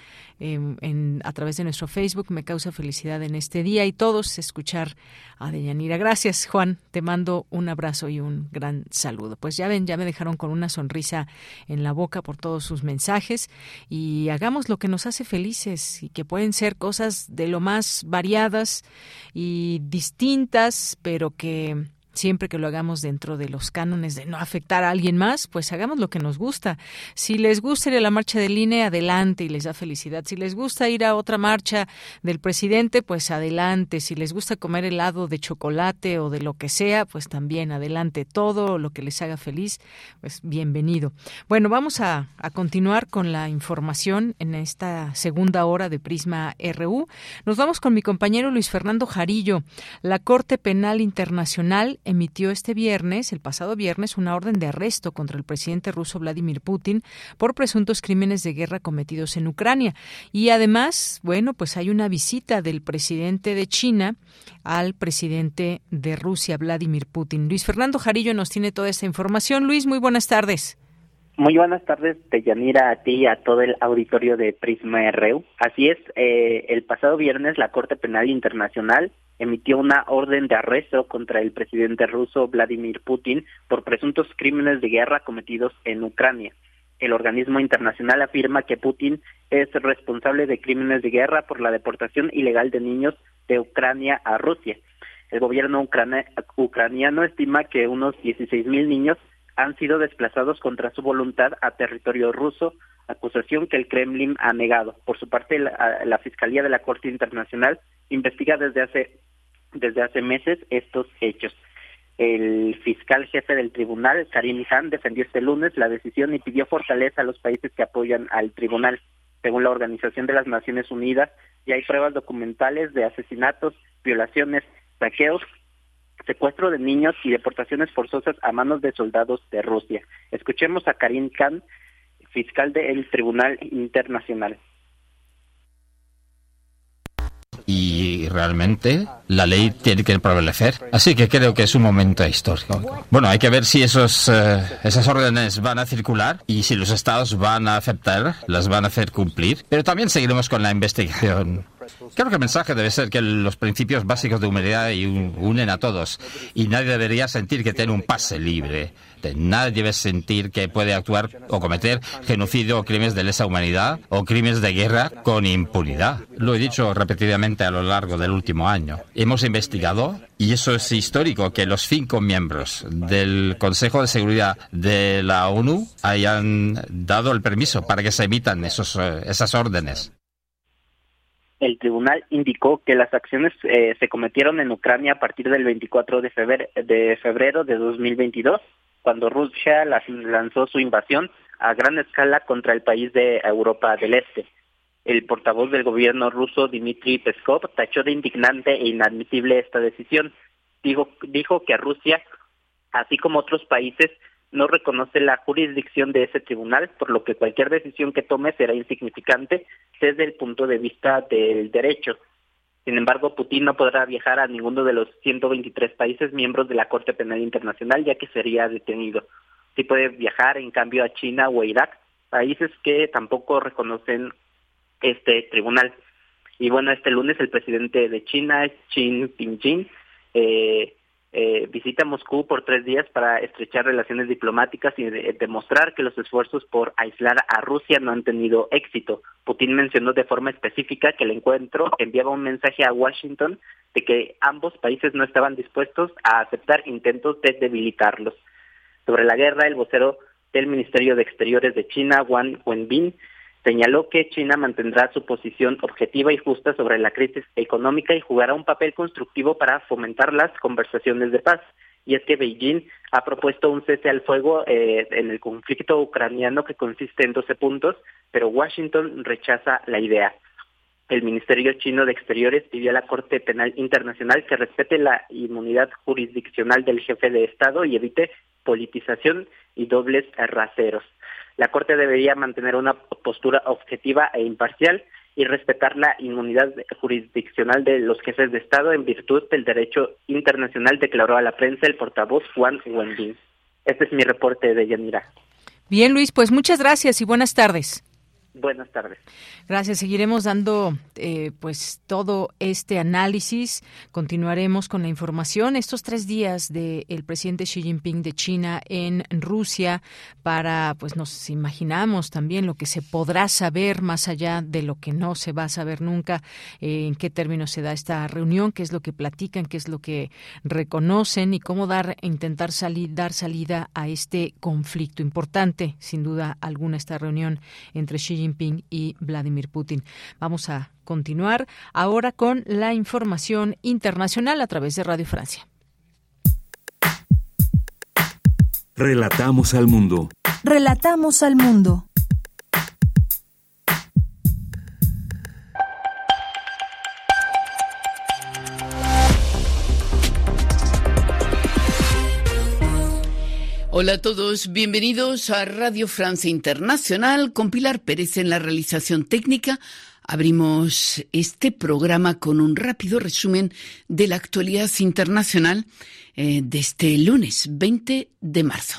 a través de nuestro Facebook. Me causa felicidad en este día y todos escuchar a Deyanira. Gracias, Juan. Te mando un abrazo y un gran saludo. Pues ya ven, ya me dejaron con una sonrisa en la boca por todos sus mensajes, y hagamos lo que nos hace felices, y que pueden ser cosas de lo más variadas y distintas, pero que siempre que lo hagamos dentro de los cánones de no afectar a alguien más, pues hagamos lo que nos gusta. Si les gusta ir a la marcha del INE, adelante, y les da felicidad. Si les gusta ir a otra marcha del presidente, pues adelante. Si les gusta comer helado de chocolate o de lo que sea, pues también adelante. Todo lo que les haga feliz, pues bienvenido. Bueno, vamos a continuar con la información en esta segunda hora de Prisma RU. Nos vamos con mi compañero Luis Fernando Jarillo. La Corte Penal Internacional emitió el pasado viernes, una orden de arresto contra el presidente ruso Vladimir Putin por presuntos crímenes de guerra cometidos en Ucrania. Y además, bueno, pues hay una visita del presidente de China al presidente de Rusia, Vladimir Putin. Luis Fernando Jarillo nos tiene toda esta información. Luis, muy buenas tardes. Muy buenas tardes, Deyanira, a ti y a todo el auditorio de Prisma RU. Así es, el pasado viernes la Corte Penal Internacional emitió una orden de arresto contra el presidente ruso Vladimir Putin por presuntos crímenes de guerra cometidos en Ucrania. El organismo internacional afirma que Putin es responsable de crímenes de guerra por la deportación ilegal de niños de Ucrania a Rusia. El gobierno ucraniano estima que unos 16,000 niños han sido desplazados contra su voluntad a territorio ruso, acusación que el Kremlin ha negado. Por su parte, la Fiscalía de la Corte Internacional investiga desde hace meses estos hechos. El fiscal jefe del tribunal, Karim Khan, defendió este lunes la decisión y pidió fortaleza a los países que apoyan al tribunal. Según la Organización de las Naciones Unidas, ya hay pruebas documentales de asesinatos, violaciones, saqueos, secuestro de niños y deportaciones forzosas a manos de soldados de Rusia. Escuchemos a Karim Khan, fiscal del Tribunal Internacional. Y realmente la ley tiene que prevalecer. Así que creo que es un momento histórico. Bueno, hay que ver si esas órdenes van a circular y si los estados van a aceptar, las van a hacer cumplir. Pero también seguiremos con la investigación. Creo que el mensaje debe ser que los principios básicos de humanidad unen a todos y nadie debería sentir que tiene un pase libre. Nadie debe sentir que puede actuar o cometer genocidio o crímenes de lesa humanidad o crímenes de guerra con impunidad. Lo he dicho repetidamente a lo largo del último año. Hemos investigado, y eso es histórico, que los 5 miembros del Consejo de Seguridad de la ONU hayan dado el permiso para que se emitan esas órdenes. El tribunal indicó que las acciones se cometieron en Ucrania a partir del 24 de febrero de 2022, cuando Rusia lanzó su invasión a gran escala contra el país de Europa del Este. El portavoz del gobierno ruso, Dmitry Peskov, tachó de indignante e inadmisible esta decisión. Dijo que Rusia, así como otros países, no reconoce la jurisdicción de ese tribunal, por lo que cualquier decisión que tome será insignificante desde el punto de vista del derecho. Sin embargo, Putin no podrá viajar a ninguno de los 123 países miembros de la Corte Penal Internacional, ya que sería detenido. Sí puede viajar, en cambio, a China o a Irak, países que tampoco reconocen este tribunal. Y bueno, este lunes el presidente de China, Xi Jinping, visita Moscú por 3 días para estrechar relaciones diplomáticas y demostrar que los esfuerzos por aislar a Rusia no han tenido éxito. Putin mencionó de forma específica que el encuentro enviaba un mensaje a Washington de que ambos países no estaban dispuestos a aceptar intentos de debilitarlos. Sobre la guerra, el vocero del Ministerio de Exteriores de China, Wang Wenbin, señaló que China mantendrá su posición objetiva y justa sobre la crisis económica y jugará un papel constructivo para fomentar las conversaciones de paz. Y es que Beijing ha propuesto un cese al fuego en el conflicto ucraniano que consiste en 12 puntos, pero Washington rechaza la idea. El Ministerio Chino de Exteriores pidió a la Corte Penal Internacional que respete la inmunidad jurisdiccional del jefe de Estado y evite politización y dobles raseros. La Corte debería mantener una postura objetiva e imparcial y respetar la inmunidad jurisdiccional de los jefes de Estado en virtud del derecho internacional, declaró a la prensa el portavoz Wang Wenbin. Este es mi reporte de Yanira. Bien, Luis, pues muchas gracias y buenas tardes. Buenas tardes. Gracias. Seguiremos dando pues todo este análisis. Continuaremos con la información. Estos 3 días del presidente Xi Jinping de China en Rusia para, pues nos imaginamos también lo que se podrá saber más allá de lo que no se va a saber nunca, en qué términos se da esta reunión, qué es lo que platican, qué es lo que reconocen y cómo intentar dar salida a este conflicto importante, sin duda alguna, esta reunión entre Xi Jinping y Vladimir Putin. Vamos a continuar ahora con la información internacional a través de Radio Francia. Relatamos al mundo. Relatamos al mundo. Hola a todos, bienvenidos a Radio Francia Internacional con Pilar Pérez en la realización técnica. Abrimos este programa con un rápido resumen de la actualidad internacional de este lunes 20 de marzo.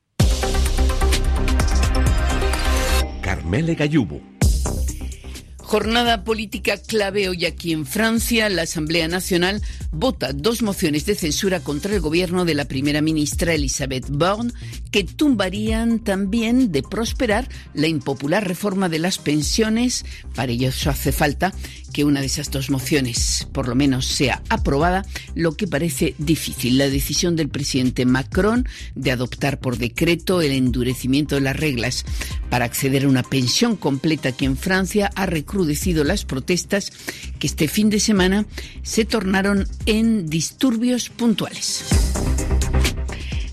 Carmele Gallubo. Jornada política clave hoy aquí en Francia. La Asamblea Nacional vota 2 mociones de censura contra el gobierno de la primera ministra Elisabeth Borne, que tumbarían también, de prosperar, la impopular reforma de las pensiones. Para ello hace falta que una de esas 2 mociones, por lo menos, sea aprobada, lo que parece difícil. La decisión del presidente Macron de adoptar por decreto el endurecimiento de las reglas para acceder a una pensión completa aquí en Francia ha recrudecido las protestas que este fin de semana se tornaron en disturbios puntuales.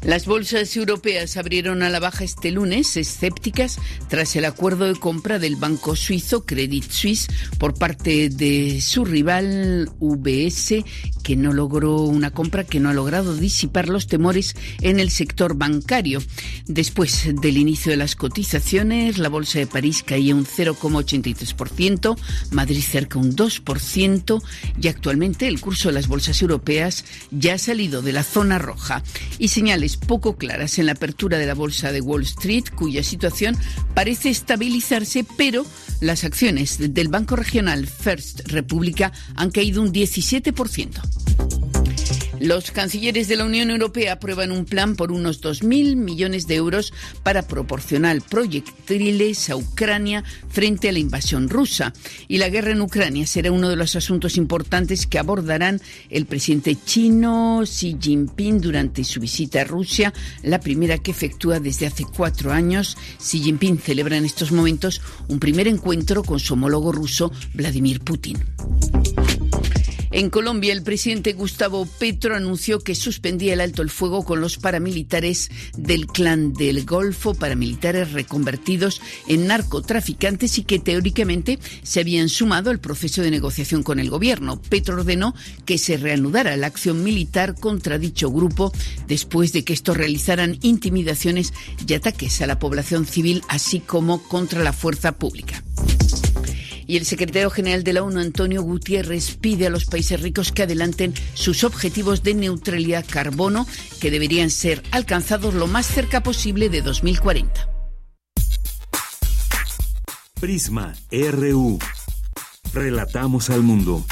Las bolsas europeas abrieron a la baja este lunes, escépticas, tras el acuerdo de compra del banco suizo Credit Suisse por parte de su rival UBS, que no logró una compra que no ha logrado disipar los temores en el sector bancario. Después del inicio de las cotizaciones, la bolsa de París caía un 0,83%, Madrid cerca un 2%, y actualmente el curso de las bolsas europeas ya ha salido de la zona roja. Y señales poco claras en la apertura de la bolsa de Wall Street, cuya situación parece estabilizarse, pero las acciones del Banco Regional First República han caído un 17%. Los cancilleres de la Unión Europea aprueban un plan por unos 2.000 millones de euros para proporcionar proyectiles a Ucrania frente a la invasión rusa. Y la guerra en Ucrania será uno de los asuntos importantes que abordarán el presidente chino Xi Jinping durante su visita a Rusia, la primera que efectúa desde hace 4 años. Xi Jinping celebra en estos momentos un primer encuentro con su homólogo ruso, Vladimir Putin. En Colombia, el presidente Gustavo Petro anunció que suspendía el alto el fuego con los paramilitares del Clan del Golfo, paramilitares reconvertidos en narcotraficantes y que teóricamente se habían sumado al proceso de negociación con el gobierno. Petro ordenó que se reanudara la acción militar contra dicho grupo después de que estos realizaran intimidaciones y ataques a la población civil, así como contra la fuerza pública. Y el secretario general de la ONU, Antonio Guterres, pide a los países ricos que adelanten sus objetivos de neutralidad carbono, que deberían ser alcanzados lo más cerca posible de 2040. Prisma RU. Relatamos al mundo.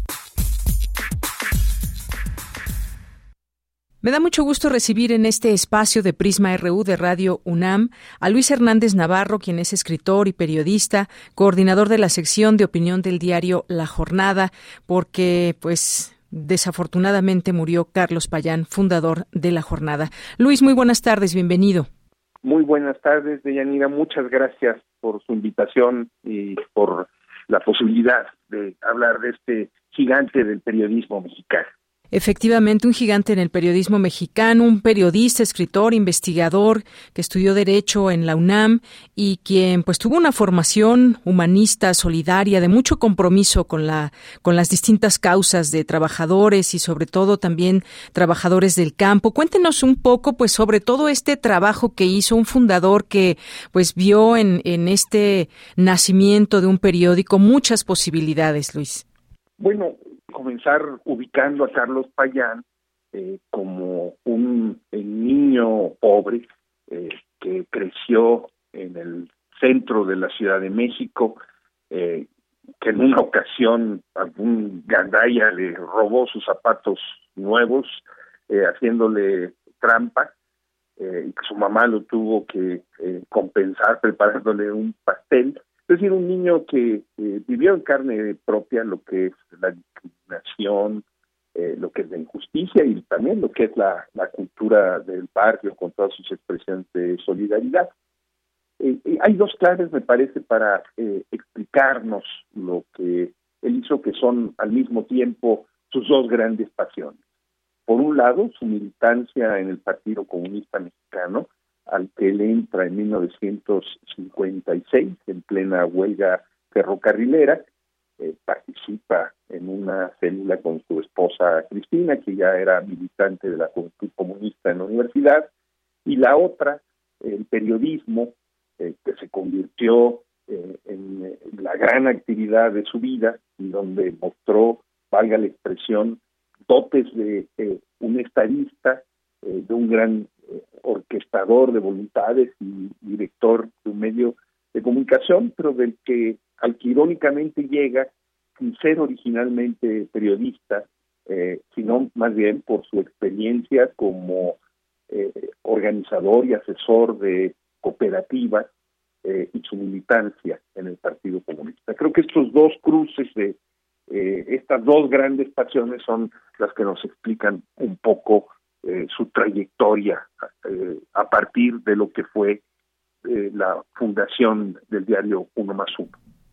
Me da mucho gusto recibir en este espacio de Prisma RU de Radio UNAM a Luis Hernández Navarro, quien es escritor y periodista, coordinador de la sección de opinión del diario La Jornada, porque desafortunadamente murió Carlos Payán, fundador de La Jornada. Luis, muy buenas tardes, bienvenido. Muy buenas tardes, Deyanira, muchas gracias por su invitación y por la posibilidad de hablar de este gigante del periodismo mexicano. Efectivamente, un gigante en el periodismo mexicano, un periodista, escritor, investigador que estudió Derecho en la UNAM y quien tuvo una formación humanista, solidaria, de mucho compromiso con las distintas causas de trabajadores y sobre todo también trabajadores del campo. Cuéntenos un poco sobre todo este trabajo que hizo un fundador que vio en este nacimiento de un periódico muchas posibilidades, Luis. Bueno, comenzar ubicando a Carlos Payán como un niño pobre que creció en el centro de la Ciudad de México, que en una ocasión algún gandaya le robó sus zapatos nuevos haciéndole trampa, y que su mamá lo tuvo que compensar preparándole un pastel. Es decir, un niño que vivió en carne propia lo que es la discriminación, lo que es la injusticia y también lo que es la cultura del barrio con todas sus expresiones de solidaridad. Hay dos claves, me parece, para explicarnos lo que él hizo, que son al mismo tiempo sus dos grandes pasiones. Por un lado, su militancia en el Partido Comunista Mexicano, al que él entra en 1956 en plena huelga ferrocarrilera, participa en una célula con su esposa Cristina, que ya era militante de la Juventud Comunista en la universidad, y la otra, el periodismo, que se convirtió en la gran actividad de su vida, y donde mostró, valga la expresión, dotes de un estadista, de un gran orquestador de voluntades y director de un medio de comunicación, pero al que irónicamente llega sin ser originalmente periodista, sino más bien por su experiencia como organizador y asesor de cooperativas y su militancia en el Partido Comunista. Creo que estos dos cruces de estas dos grandes pasiones son las que nos explican un poco su trayectoria a partir de lo que fue la fundación del diario 1+1.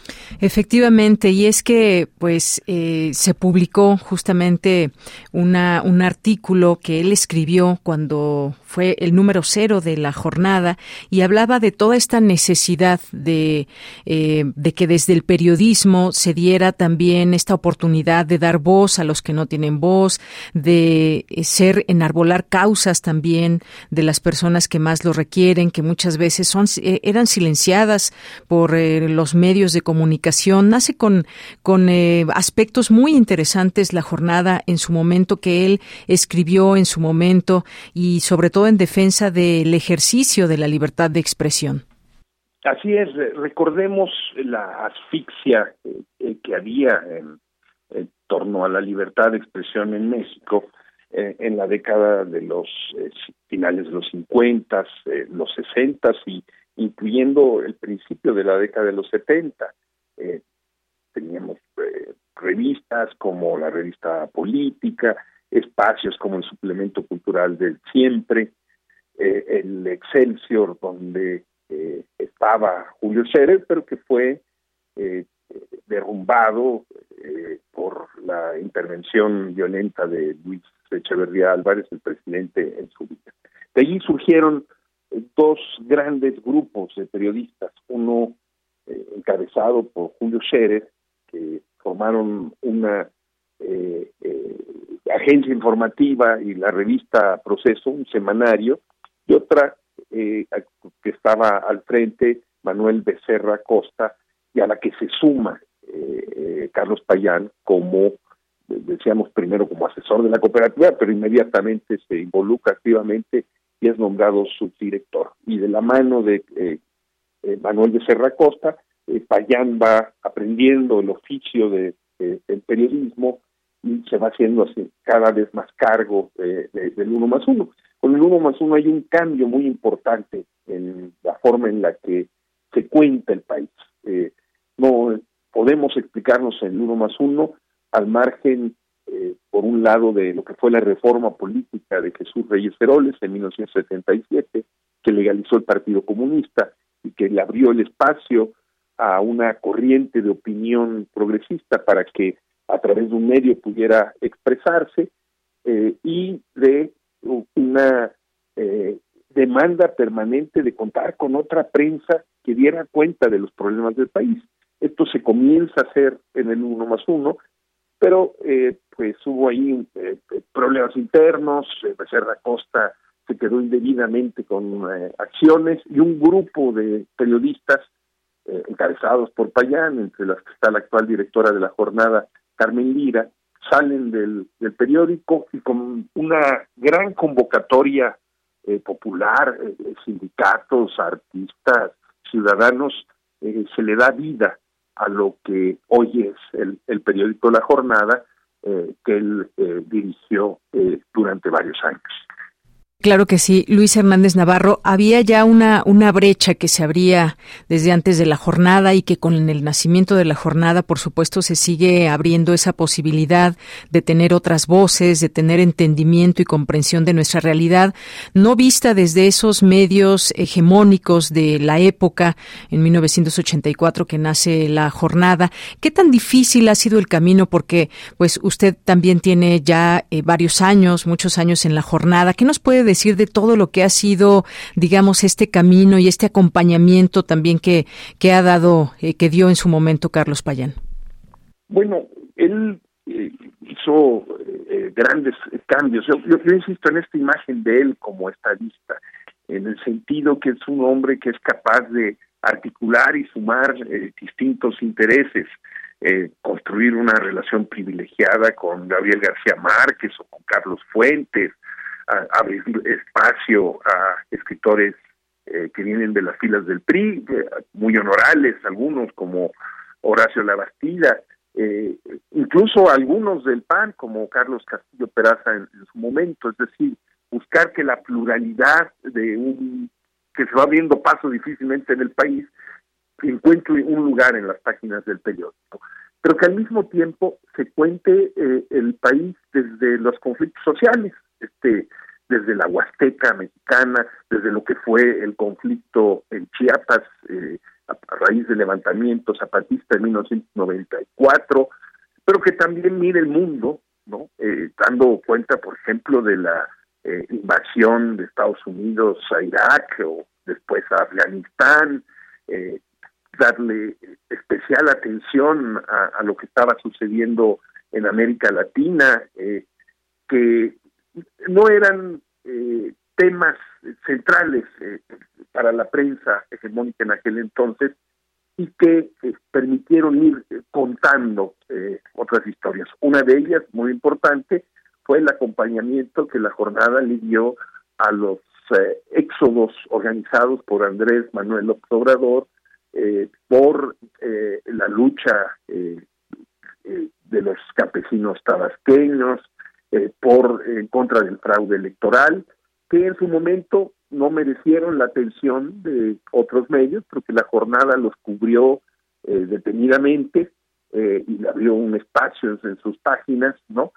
Efectivamente, y es que pues se publicó justamente un artículo que él escribió cuando fue el número 0 de la jornada y hablaba de toda esta necesidad de que desde el periodismo se diera también esta oportunidad de dar voz a los que no tienen voz, de enarbolar causas también de las personas que más lo requieren, que muchas veces eran silenciadas por los medios de comunicación. Nace con aspectos muy interesantes la jornada en su momento que él escribió en su momento y sobre todo en defensa del ejercicio de la libertad de expresión. Así es, recordemos la asfixia que había en torno a la libertad de expresión en México en la década de los finales de los 50, los 60 y incluyendo el principio de la década de los 70. Teníamos revistas como la revista Política, espacios como el Suplemento Cultural del Siempre, el Excelsior, donde estaba Julio Scherer, pero que fue derrumbado por la intervención violenta de Luis Echeverría Álvarez, el presidente en su vida. De allí surgieron dos grandes grupos de periodistas, uno encabezado por Julio Scherer, que formaron una agencia informativa y la revista Proceso, un semanario, y otra que estaba al frente, Manuel Becerra Costa, y a la que se suma Carlos Payán como, decíamos primero como asesor de la cooperativa, pero inmediatamente se involucra activamente y es nombrado subdirector. Y de la mano de Manuel Becerra Costa, Payán va aprendiendo el oficio del periodismo y se va haciendo así cada vez más cargo del 1+1. Con el 1+1 hay un cambio muy importante en la forma en la que se cuenta el país. No podemos explicarnos el 1+1 al margen, por un lado, de lo que fue la reforma política de Jesús Reyes Heroles en 1977, que legalizó el Partido Comunista y que le abrió el espacio a una corriente de opinión progresista para que a través de un medio pudiera expresarse, y de una demanda permanente de contar con otra prensa que diera cuenta de los problemas del país. Esto se comienza a hacer en el 1+1, pero pues hubo ahí problemas internos. Becerra Costa se quedó indebidamente con acciones, y un grupo de periodistas encabezados por Payán, entre las que está la actual directora de la jornada, Carmen Lira, salen del periódico y con una gran convocatoria popular, sindicatos, artistas, ciudadanos, se le da vida a lo que hoy es el periódico La Jornada, que él dirigió durante varios años. Claro que sí, Luis Hernández Navarro. Había ya una brecha que se abría desde antes de la jornada y que con el nacimiento de la jornada, por supuesto, se sigue abriendo esa posibilidad de tener otras voces, de tener entendimiento y comprensión de nuestra realidad, no vista desde esos medios hegemónicos de la época, en 1984 que nace la jornada. ¿Qué tan difícil ha sido el camino? Porque pues usted también tiene ya varios años, muchos años en la jornada. ¿Qué nos puede decir de todo lo que ha sido, digamos, este camino y este acompañamiento también que ha dado, que dio en su momento Carlos Payán? Bueno, él hizo grandes cambios. Yo insisto en esta imagen de él como estadista, en el sentido que es un hombre que es capaz de articular y sumar distintos intereses, construir una relación privilegiada con Gabriel García Márquez o con Carlos Fuentes, abrir espacio a escritores que vienen de las filas del PRI, muy honorables, algunos como Horacio Labastida, incluso algunos del PAN como Carlos Castillo Peraza en su momento. Es decir, buscar que la pluralidad que se va abriendo paso difícilmente en el país encuentre un lugar en las páginas del periódico, pero que al mismo tiempo se cuente el país desde los conflictos sociales, desde la Huasteca mexicana, desde lo que fue el conflicto en Chiapas a raíz del levantamiento zapatista de 1994, pero que también mide el mundo, ¿no? Dando cuenta, por ejemplo, de la invasión de Estados Unidos a Irak o después a Afganistán, darle especial atención a lo que estaba sucediendo en América Latina, que no eran temas centrales para la prensa hegemónica en aquel entonces y que permitieron ir contando otras historias. Una de ellas, muy importante, fue el acompañamiento que la jornada le dio a los éxodos organizados por Andrés Manuel López Obrador por la lucha de los campesinos tabasqueños, en contra del fraude electoral, que en su momento no merecieron la atención de otros medios, porque la jornada los cubrió detenidamente y le abrió un espacio en sus páginas, ¿no?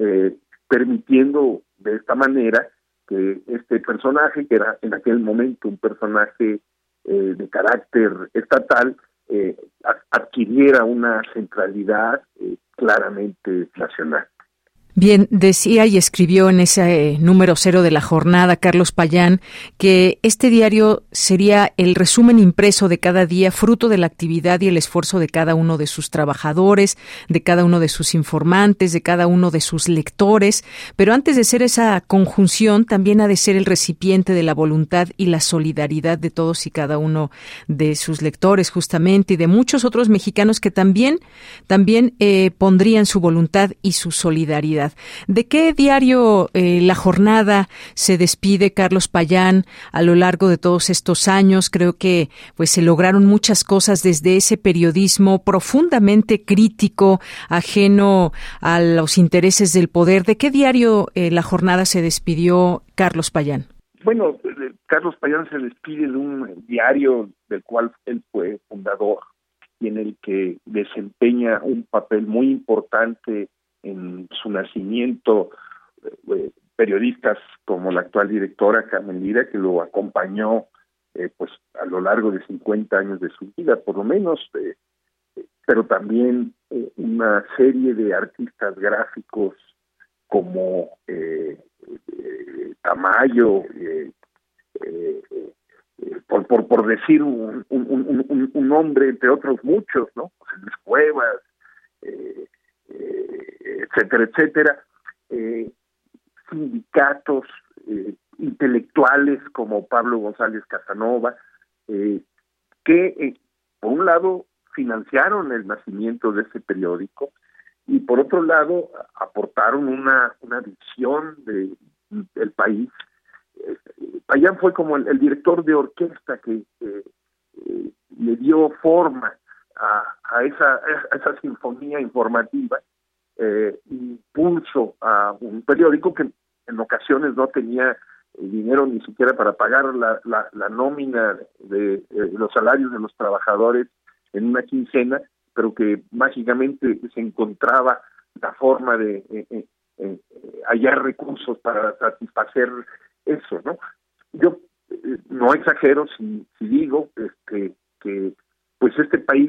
Permitiendo de esta manera que este personaje, que era en aquel momento un personaje de carácter estatal, adquiriera una centralidad claramente nacional. Bien, decía y escribió en ese número 0 de la jornada Carlos Payán que este diario sería el resumen impreso de cada día, fruto de la actividad y el esfuerzo de cada uno de sus trabajadores, de cada uno de sus informantes, de cada uno de sus lectores, pero antes de ser esa conjunción, también ha de ser el recipiente de la voluntad y la solidaridad de todos y cada uno de sus lectores, justamente, y de muchos otros mexicanos que también pondrían su voluntad y su solidaridad. ¿De qué diario La Jornada se despide Carlos Payán a lo largo de todos estos años? Creo que pues se lograron muchas cosas desde ese periodismo profundamente crítico, ajeno a los intereses del poder. ¿De qué diario La Jornada se despidió Carlos Payán? Bueno, Carlos Payán se despide de un diario del cual él fue fundador y en el que desempeña un papel muy importante en su nacimiento, periodistas como la actual directora Carmen Lira, que lo acompañó pues a lo largo de 50 años de su vida, por lo menos, pero también una serie de artistas gráficos como Tamayo, por decir un nombre, entre otros muchos, ¿no? José Luis Cuevas, etcétera, etcétera, sindicatos, intelectuales como Pablo González Casanova, que por un lado financiaron el nacimiento de ese periódico y por otro lado aportaron una visión del país. Payán fue como el director de orquesta que le dio forma a esa sinfonía informativa, impulso a un periódico que en ocasiones no tenía dinero ni siquiera para pagar la nómina de los salarios de los trabajadores en una quincena, pero que mágicamente se encontraba la forma de hallar recursos para satisfacer eso, ¿no? Yo no exagero si digo que pues este país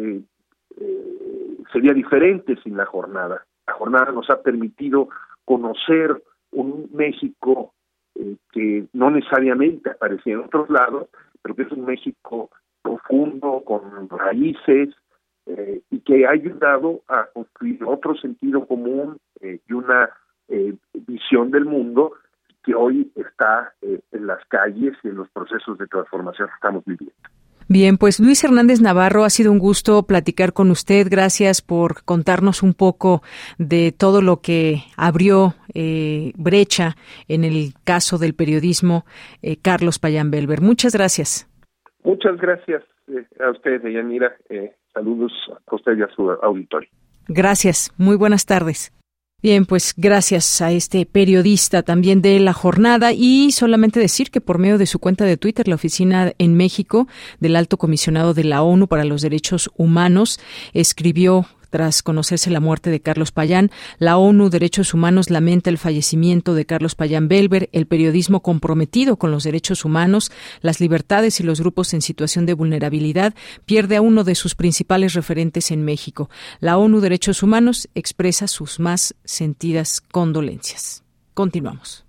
sería diferente sin la jornada. La jornada nos ha permitido conocer un México que no necesariamente aparecía en otros lados, pero que es un México profundo, con raíces, y que ha ayudado a construir otro sentido común y una visión del mundo que hoy está en las calles y en los procesos de transformación que estamos viviendo. Bien, pues Luis Hernández Navarro, ha sido un gusto platicar con usted. Gracias por contarnos un poco de todo lo que abrió brecha en el caso del periodismo Carlos Payán Belver. Muchas gracias. Muchas gracias a usted, Deyanira. Saludos a usted y a su auditorio. Gracias. Muy buenas tardes. Bien, pues gracias a este periodista también de La Jornada, y solamente decir que por medio de su cuenta de Twitter, la oficina en México del Alto Comisionado de la ONU para los Derechos Humanos escribió Tras conocerse la muerte de Carlos Payán, la ONU Derechos Humanos lamenta el fallecimiento de Carlos Payán Belver, el periodismo comprometido con los derechos humanos, las libertades y los grupos en situación de vulnerabilidad, pierde a uno de sus principales referentes en México. La ONU Derechos Humanos expresa sus más sentidas condolencias. Continuamos.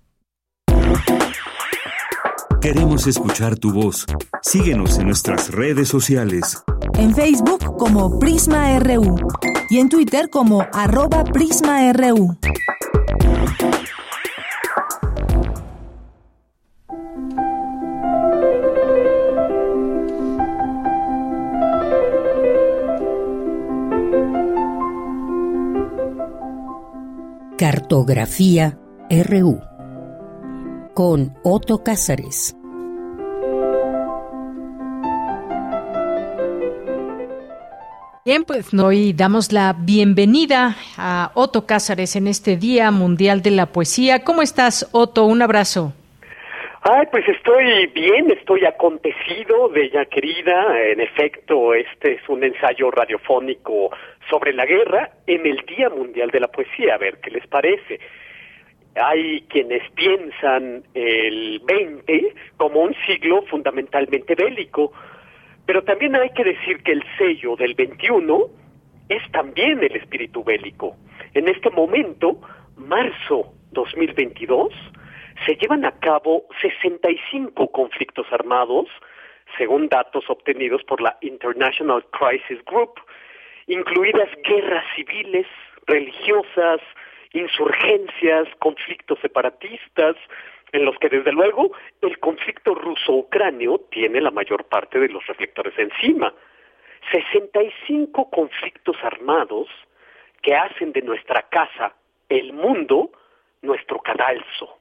Queremos escuchar tu voz. Síguenos en nuestras redes sociales. En Facebook como Prisma RU y en Twitter como @PrismaRU. Cartografía RU con Otto Cázares. Bien, pues hoy damos la bienvenida a Otto Cázares en este Día Mundial de la Poesía. ¿Cómo estás, Otto? Un abrazo. Ay, pues estoy bien, estoy acontecido, bella querida. En efecto, este es un ensayo radiofónico sobre la guerra en el Día Mundial de la Poesía. A ver qué les parece. Hay quienes piensan el 20 como un siglo fundamentalmente bélico, pero también hay que decir que el sello del 21 es también el espíritu bélico. En este momento, marzo 2022, se llevan a cabo 65 conflictos armados, según datos obtenidos por la International Crisis Group, incluidas guerras civiles, religiosas, insurgencias, conflictos separatistas, en los que desde luego el conflicto ruso-ucranio tiene la mayor parte de los reflectores encima. 65 conflictos armados que hacen de nuestra casa, el mundo, nuestro cadalso.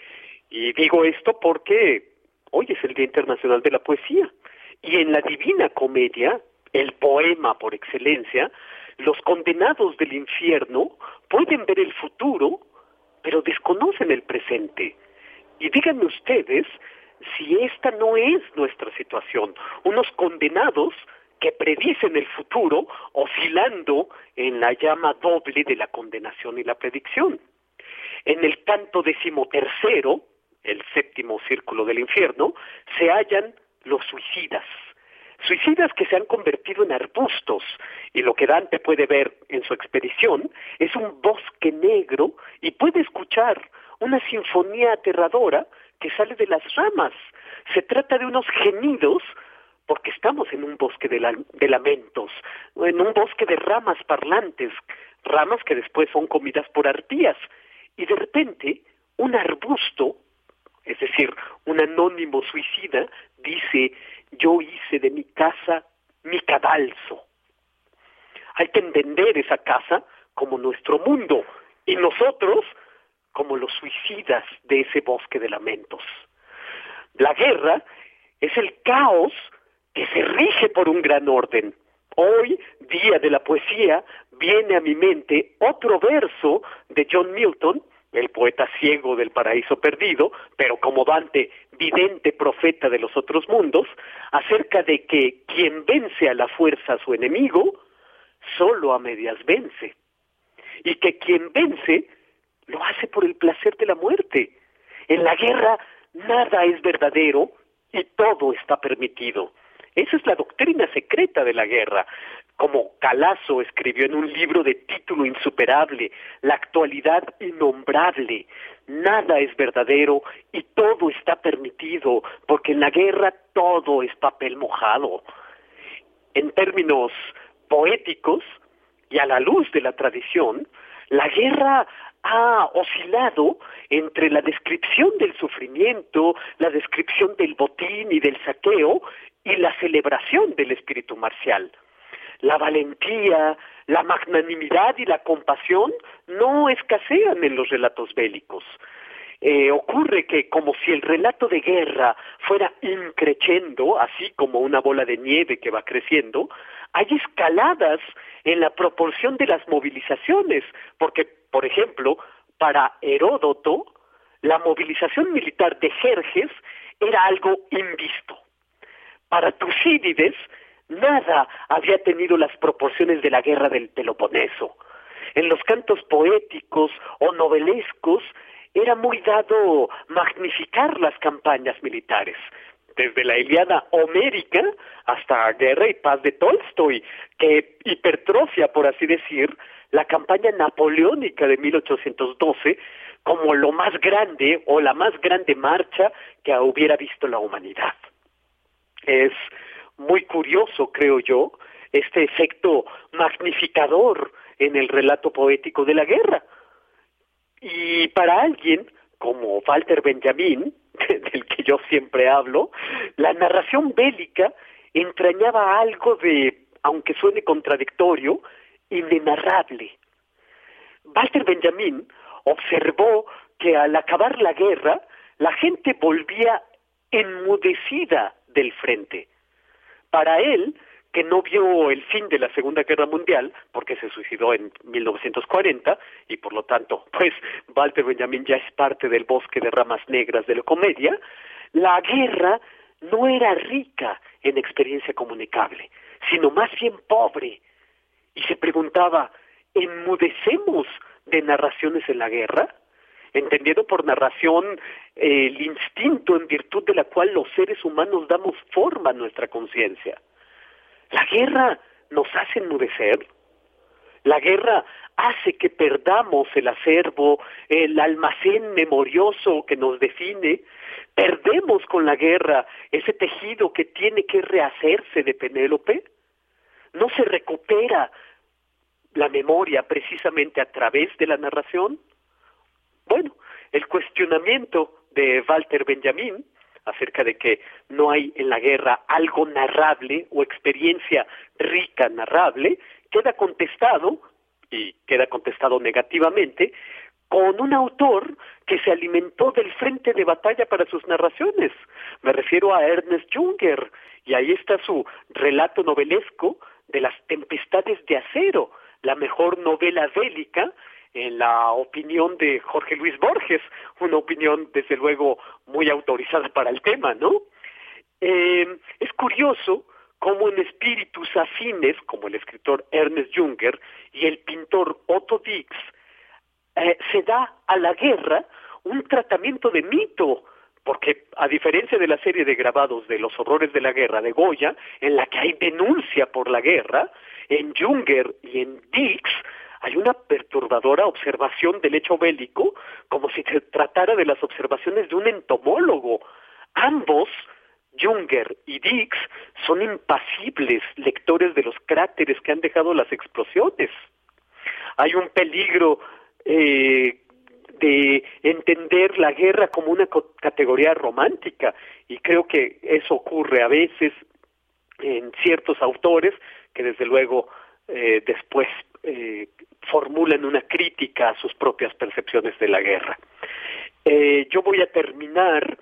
Y digo esto porque hoy es el Día Internacional de la Poesía, y en la Divina Comedia, el poema por excelencia, los condenados del infierno pueden ver el futuro, pero desconocen el presente. Y díganme ustedes si esta no es nuestra situación, unos condenados que predicen el futuro oscilando en la llama doble de la condenación y la predicción. En el canto 13º, el 7º círculo del infierno, se hallan los suicidas. Suicidas que se han convertido en arbustos, y lo que Dante puede ver en su expedición es un bosque negro y puede escuchar una sinfonía aterradora que sale de las ramas. Se trata de unos gemidos porque estamos en un bosque de lamentos, en un bosque de ramas parlantes, ramas que después son comidas por arpías, y de repente un arbusto, es decir, un anónimo suicida, dice: yo hice de mi casa mi cadalso. Hay que entender esa casa como nuestro mundo, y nosotros como los suicidas de ese bosque de lamentos. La guerra es el caos que se rige por un gran orden. Hoy, Día de la Poesía, viene a mi mente otro verso de John Milton, el poeta ciego del Paraíso Perdido, pero como Dante, vidente profeta de los otros mundos, acerca de que quien vence a la fuerza a su enemigo, solo a medias vence, y que quien vence lo hace por el placer de la muerte. En la guerra nada es verdadero y todo está permitido. Esa es la doctrina secreta de la guerra. Como Calazo escribió en un libro de título insuperable, La actualidad innombrable, nada es verdadero y todo está permitido, porque en la guerra todo es papel mojado. En términos poéticos y a la luz de la tradición, la guerra ha oscilado entre la descripción del sufrimiento, la descripción del botín y del saqueo, y la celebración del espíritu marcial. La valentía, la magnanimidad y la compasión no escasean en los relatos bélicos. Ocurre que, como si el relato de guerra fuera increciendo, así como una bola de nieve que va creciendo, hay escaladas en la proporción de las movilizaciones, porque, por ejemplo, para Heródoto, la movilización militar de Jerjes era algo invisto. Para Tucídides, Nada había tenido las proporciones de la guerra del Peloponeso. En los cantos poéticos o novelescos era muy dado magnificar las campañas militares, desde la Ilíada homérica hasta Guerra y Paz de Tolstoy, que hipertrofia, por así decir, la campaña napoleónica de 1812 como lo más grande o la más grande marcha que hubiera visto la humanidad. Es muy curioso, creo yo, este efecto magnificador en el relato poético de la guerra. Y para alguien como Walter Benjamin, del que yo siempre hablo, la narración bélica entrañaba algo de, aunque suene contradictorio, inenarrable. Walter Benjamin observó que al acabar la guerra, la gente volvía enmudecida del frente. Para él, que no vio el fin de la Segunda Guerra Mundial, porque se suicidó en 1940, y por lo tanto, pues, Walter Benjamin ya es parte del bosque de ramas negras de la comedia, la guerra no era rica en experiencia comunicable, sino más bien pobre. Y se preguntaba, ¿enmudecemos de narraciones en la guerra? Entendiendo por narración el instinto en virtud de la cual los seres humanos damos forma a nuestra conciencia. ¿La guerra nos hace enmudecer? ¿La guerra hace que perdamos el acervo, el almacén memorioso que nos define? ¿Perdemos con la guerra ese tejido que tiene que rehacerse de Penélope? ¿No se recupera la memoria precisamente a través de la narración? Bueno, el cuestionamiento de Walter Benjamin acerca de que no hay en la guerra algo narrable o experiencia rica narrable, queda contestado, y queda contestado negativamente, con un autor que se alimentó del frente de batalla para sus narraciones. Me refiero a Ernest Junger, y ahí está su relato novelesco de Las Tempestades de Acero, la mejor novela bélica, en la opinión de Jorge Luis Borges, una opinión desde luego muy autorizada para el tema, ¿no? Es curioso cómo en espíritus afines, como el escritor Ernest Junger y el pintor Otto Dix, se da a la guerra un tratamiento de mito, porque a diferencia de la serie de grabados de Los horrores de la guerra de Goya, en la que hay denuncia por la guerra, en Junger y en Dix hay una perturbadora observación del hecho bélico, como si se tratara de las observaciones de un entomólogo. Ambos, Junger y Dix, son impasibles lectores de los cráteres que han dejado las explosiones. Hay un peligro de entender la guerra como una categoría romántica, y creo que eso ocurre a veces en ciertos autores que desde luego después formulan una crítica a sus propias percepciones de la guerra. Yo voy a terminar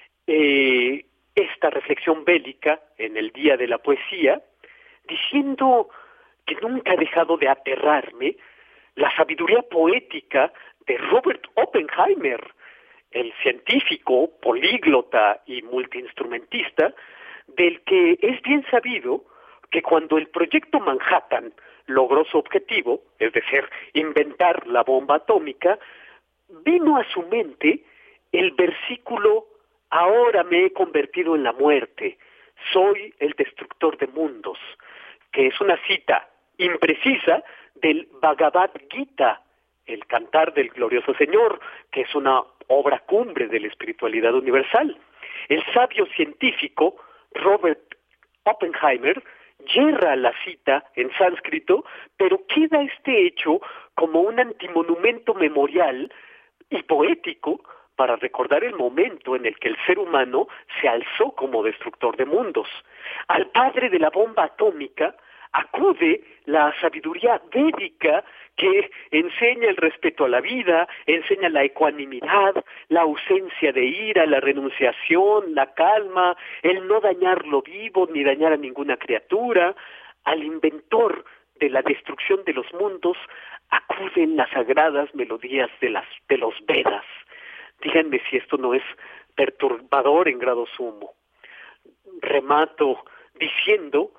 esta reflexión bélica en el Día de la Poesía diciendo que nunca ha dejado de aterrarme la sabiduría poética de Robert Oppenheimer, el científico, políglota y multiinstrumentista, del que es bien sabido que cuando el proyecto Manhattan logró su objetivo, es decir, inventar la bomba atómica, vino a su mente el versículo «Ahora me he convertido en la muerte, soy el destructor de mundos», que es una cita imprecisa del Bhagavad Gita, el Cantar del Glorioso Señor, que es una obra cumbre de la espiritualidad universal. El sabio científico Robert Oppenheimer yerra la cita en sánscrito, pero queda este hecho como un antimonumento memorial y poético para recordar el momento en el que el ser humano se alzó como destructor de mundos. Al padre de la bomba atómica acude la sabiduría védica que enseña el respeto a la vida, enseña la ecuanimidad, la ausencia de ira, la renunciación, la calma, el no dañar lo vivo ni dañar a ninguna criatura. Al inventor de la destrucción de los mundos acuden las sagradas melodías de los Vedas. Díganme si esto no es perturbador en grado sumo. Remato diciendo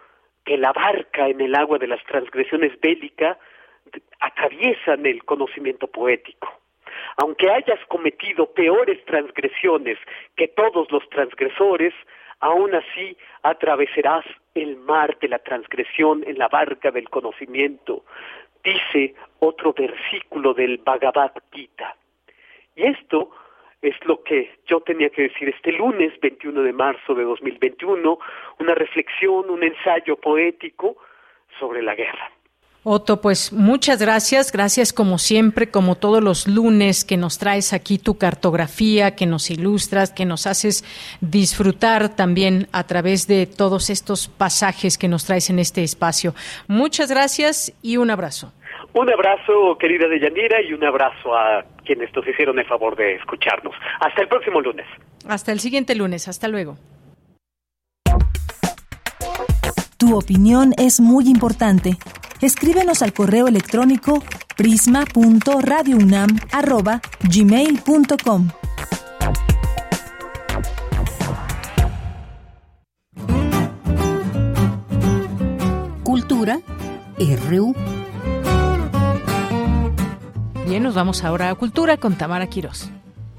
que la barca en el agua de las transgresiones bélicas atraviesan el conocimiento poético. Aunque hayas cometido peores transgresiones que todos los transgresores, aún así atravesarás el mar de la transgresión en la barca del conocimiento, dice otro versículo del Bhagavad Gita. Y esto es lo que yo tenía que decir este lunes 21 de marzo de 2021, una reflexión, un ensayo poético sobre la guerra. Otto, pues muchas gracias. Gracias como siempre, como todos los lunes, que nos traes aquí tu cartografía, que nos ilustras, que nos haces disfrutar también a través de todos estos pasajes que nos traes en este espacio. Muchas gracias y un abrazo. Un abrazo, querida Deyanira, y un abrazo a quienes nos hicieron el favor de escucharnos. Hasta el próximo lunes. Hasta el siguiente lunes. Hasta luego. Tu opinión es muy importante. Escríbenos al correo electrónico prisma.radiounam@gmail.com. Cultura RU. Bien, nos vamos ahora a Cultura con Tamara Quirós.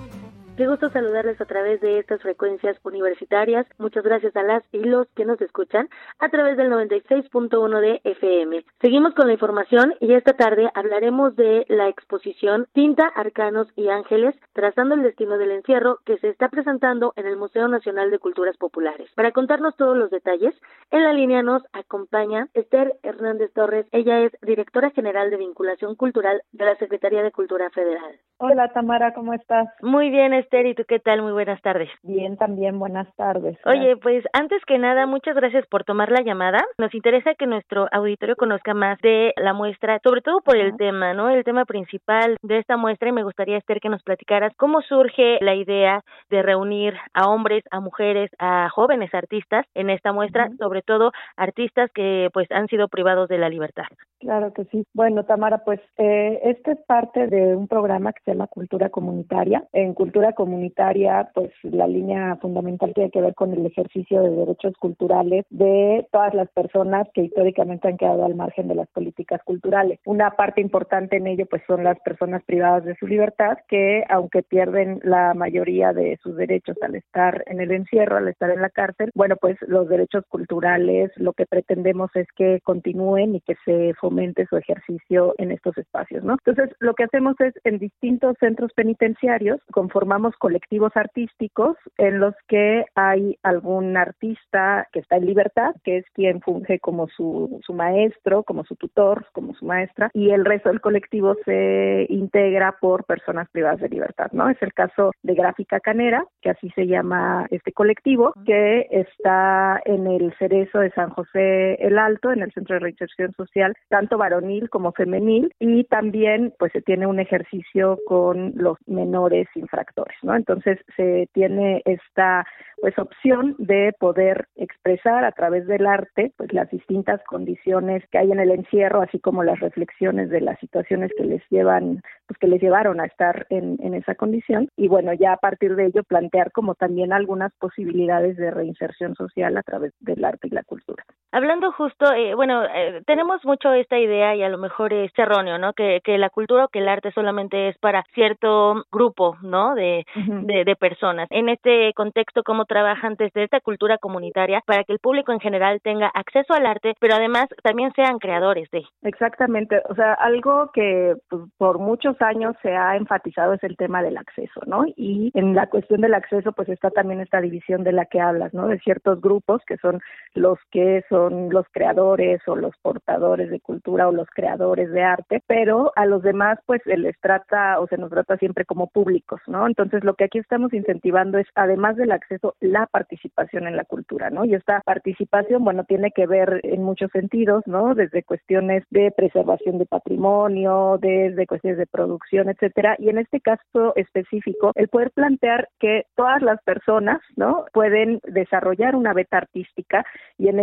Qué gusto saludarles a través de estas frecuencias universitarias. Muchas gracias a las y los que nos escuchan a través del 96.1 de FM. Seguimos con la información y esta tarde hablaremos de la exposición Tinta, Arcanos y Ángeles, trazando el destino del encierro, que se está presentando en el Museo Nacional de Culturas Populares. Para contarnos todos los detalles, en la línea nos acompaña Esther Hernández Torres. Ella es directora general de Vinculación Cultural de la Secretaría de Cultura Federal. Hola Tamara, ¿cómo estás? Muy bien, Esther, ¿y tú qué tal? Muy buenas tardes. Bien, también buenas tardes. Oye, pues antes que nada, muchas gracias por tomar la llamada. Nos interesa que nuestro auditorio conozca más de la muestra, sobre todo por el tema, ¿no? El tema principal de esta muestra, y me gustaría, Esther, que nos platicaras cómo surge la idea de reunir a hombres, a mujeres, a jóvenes artistas en esta muestra, sobre todo artistas que pues han sido privados de la libertad. Claro que sí. Bueno, Tamara, pues este es parte de un programa que se llama Cultura Comunitaria. En Cultura Comunitaria, pues la línea fundamental tiene que ver con el ejercicio de derechos culturales de todas las personas que históricamente han quedado al margen de las políticas culturales. Una parte importante en ello, pues son las personas privadas de su libertad, que aunque pierden la mayoría de sus derechos al estar en el encierro, al estar en la cárcel, bueno, pues los derechos culturales, lo que pretendemos es que continúen y que se fomente su ejercicio en estos espacios, ¿no? Entonces, lo que hacemos es, en distintos centros penitenciarios, conformamos colectivos artísticos en los que hay algún artista que está en libertad, que es quien funge como su maestro, como su tutor, como su maestra, y el resto del colectivo se integra por personas privadas de libertad, ¿no? Es el caso de Gráfica Canera, que así se llama este colectivo, que está en el Cerezo de San José el Alto, en el Centro de Reinserción Social, tanto varonil como femenil, y también pues se tiene un ejercicio con los menores infractores, ¿no? Entonces se tiene esta pues opción de poder expresar a través del arte pues las distintas condiciones que hay en el encierro, así como las reflexiones de las situaciones que les llevaron a estar en esa condición, y bueno, ya a partir de ello plantear como también algunas posibilidades de reinserción social a través del arte y la cultura. Hablando justo, tenemos mucho esta idea, y a lo mejor es erróneo, ¿no? Que la cultura o que el arte solamente es para cierto grupo, ¿no? De personas. En este contexto, ¿cómo trabajan desde esta cultura comunitaria para que el público en general tenga acceso al arte, pero además también sean creadores de? Exactamente, o sea, algo que pues, por muchos años se ha enfatizado es el tema del acceso, ¿no? Y en la cuestión del acceso pues está también esta división de la que hablas, ¿no? De ciertos grupos que son los creadores o los portadores de cultura o los creadores de arte, pero a los demás pues se nos trata siempre como públicos, ¿no? Entonces lo que aquí estamos incentivando es, además del acceso, la participación en la cultura, ¿no? Y esta participación, bueno, tiene que ver en muchos sentidos, ¿no? Desde cuestiones de preservación de patrimonio, desde cuestiones de producción, etcétera, y en este caso específico, el poder plantear que todas las personas, ¿no? Pueden desarrollar una beta artística, y en ese sentido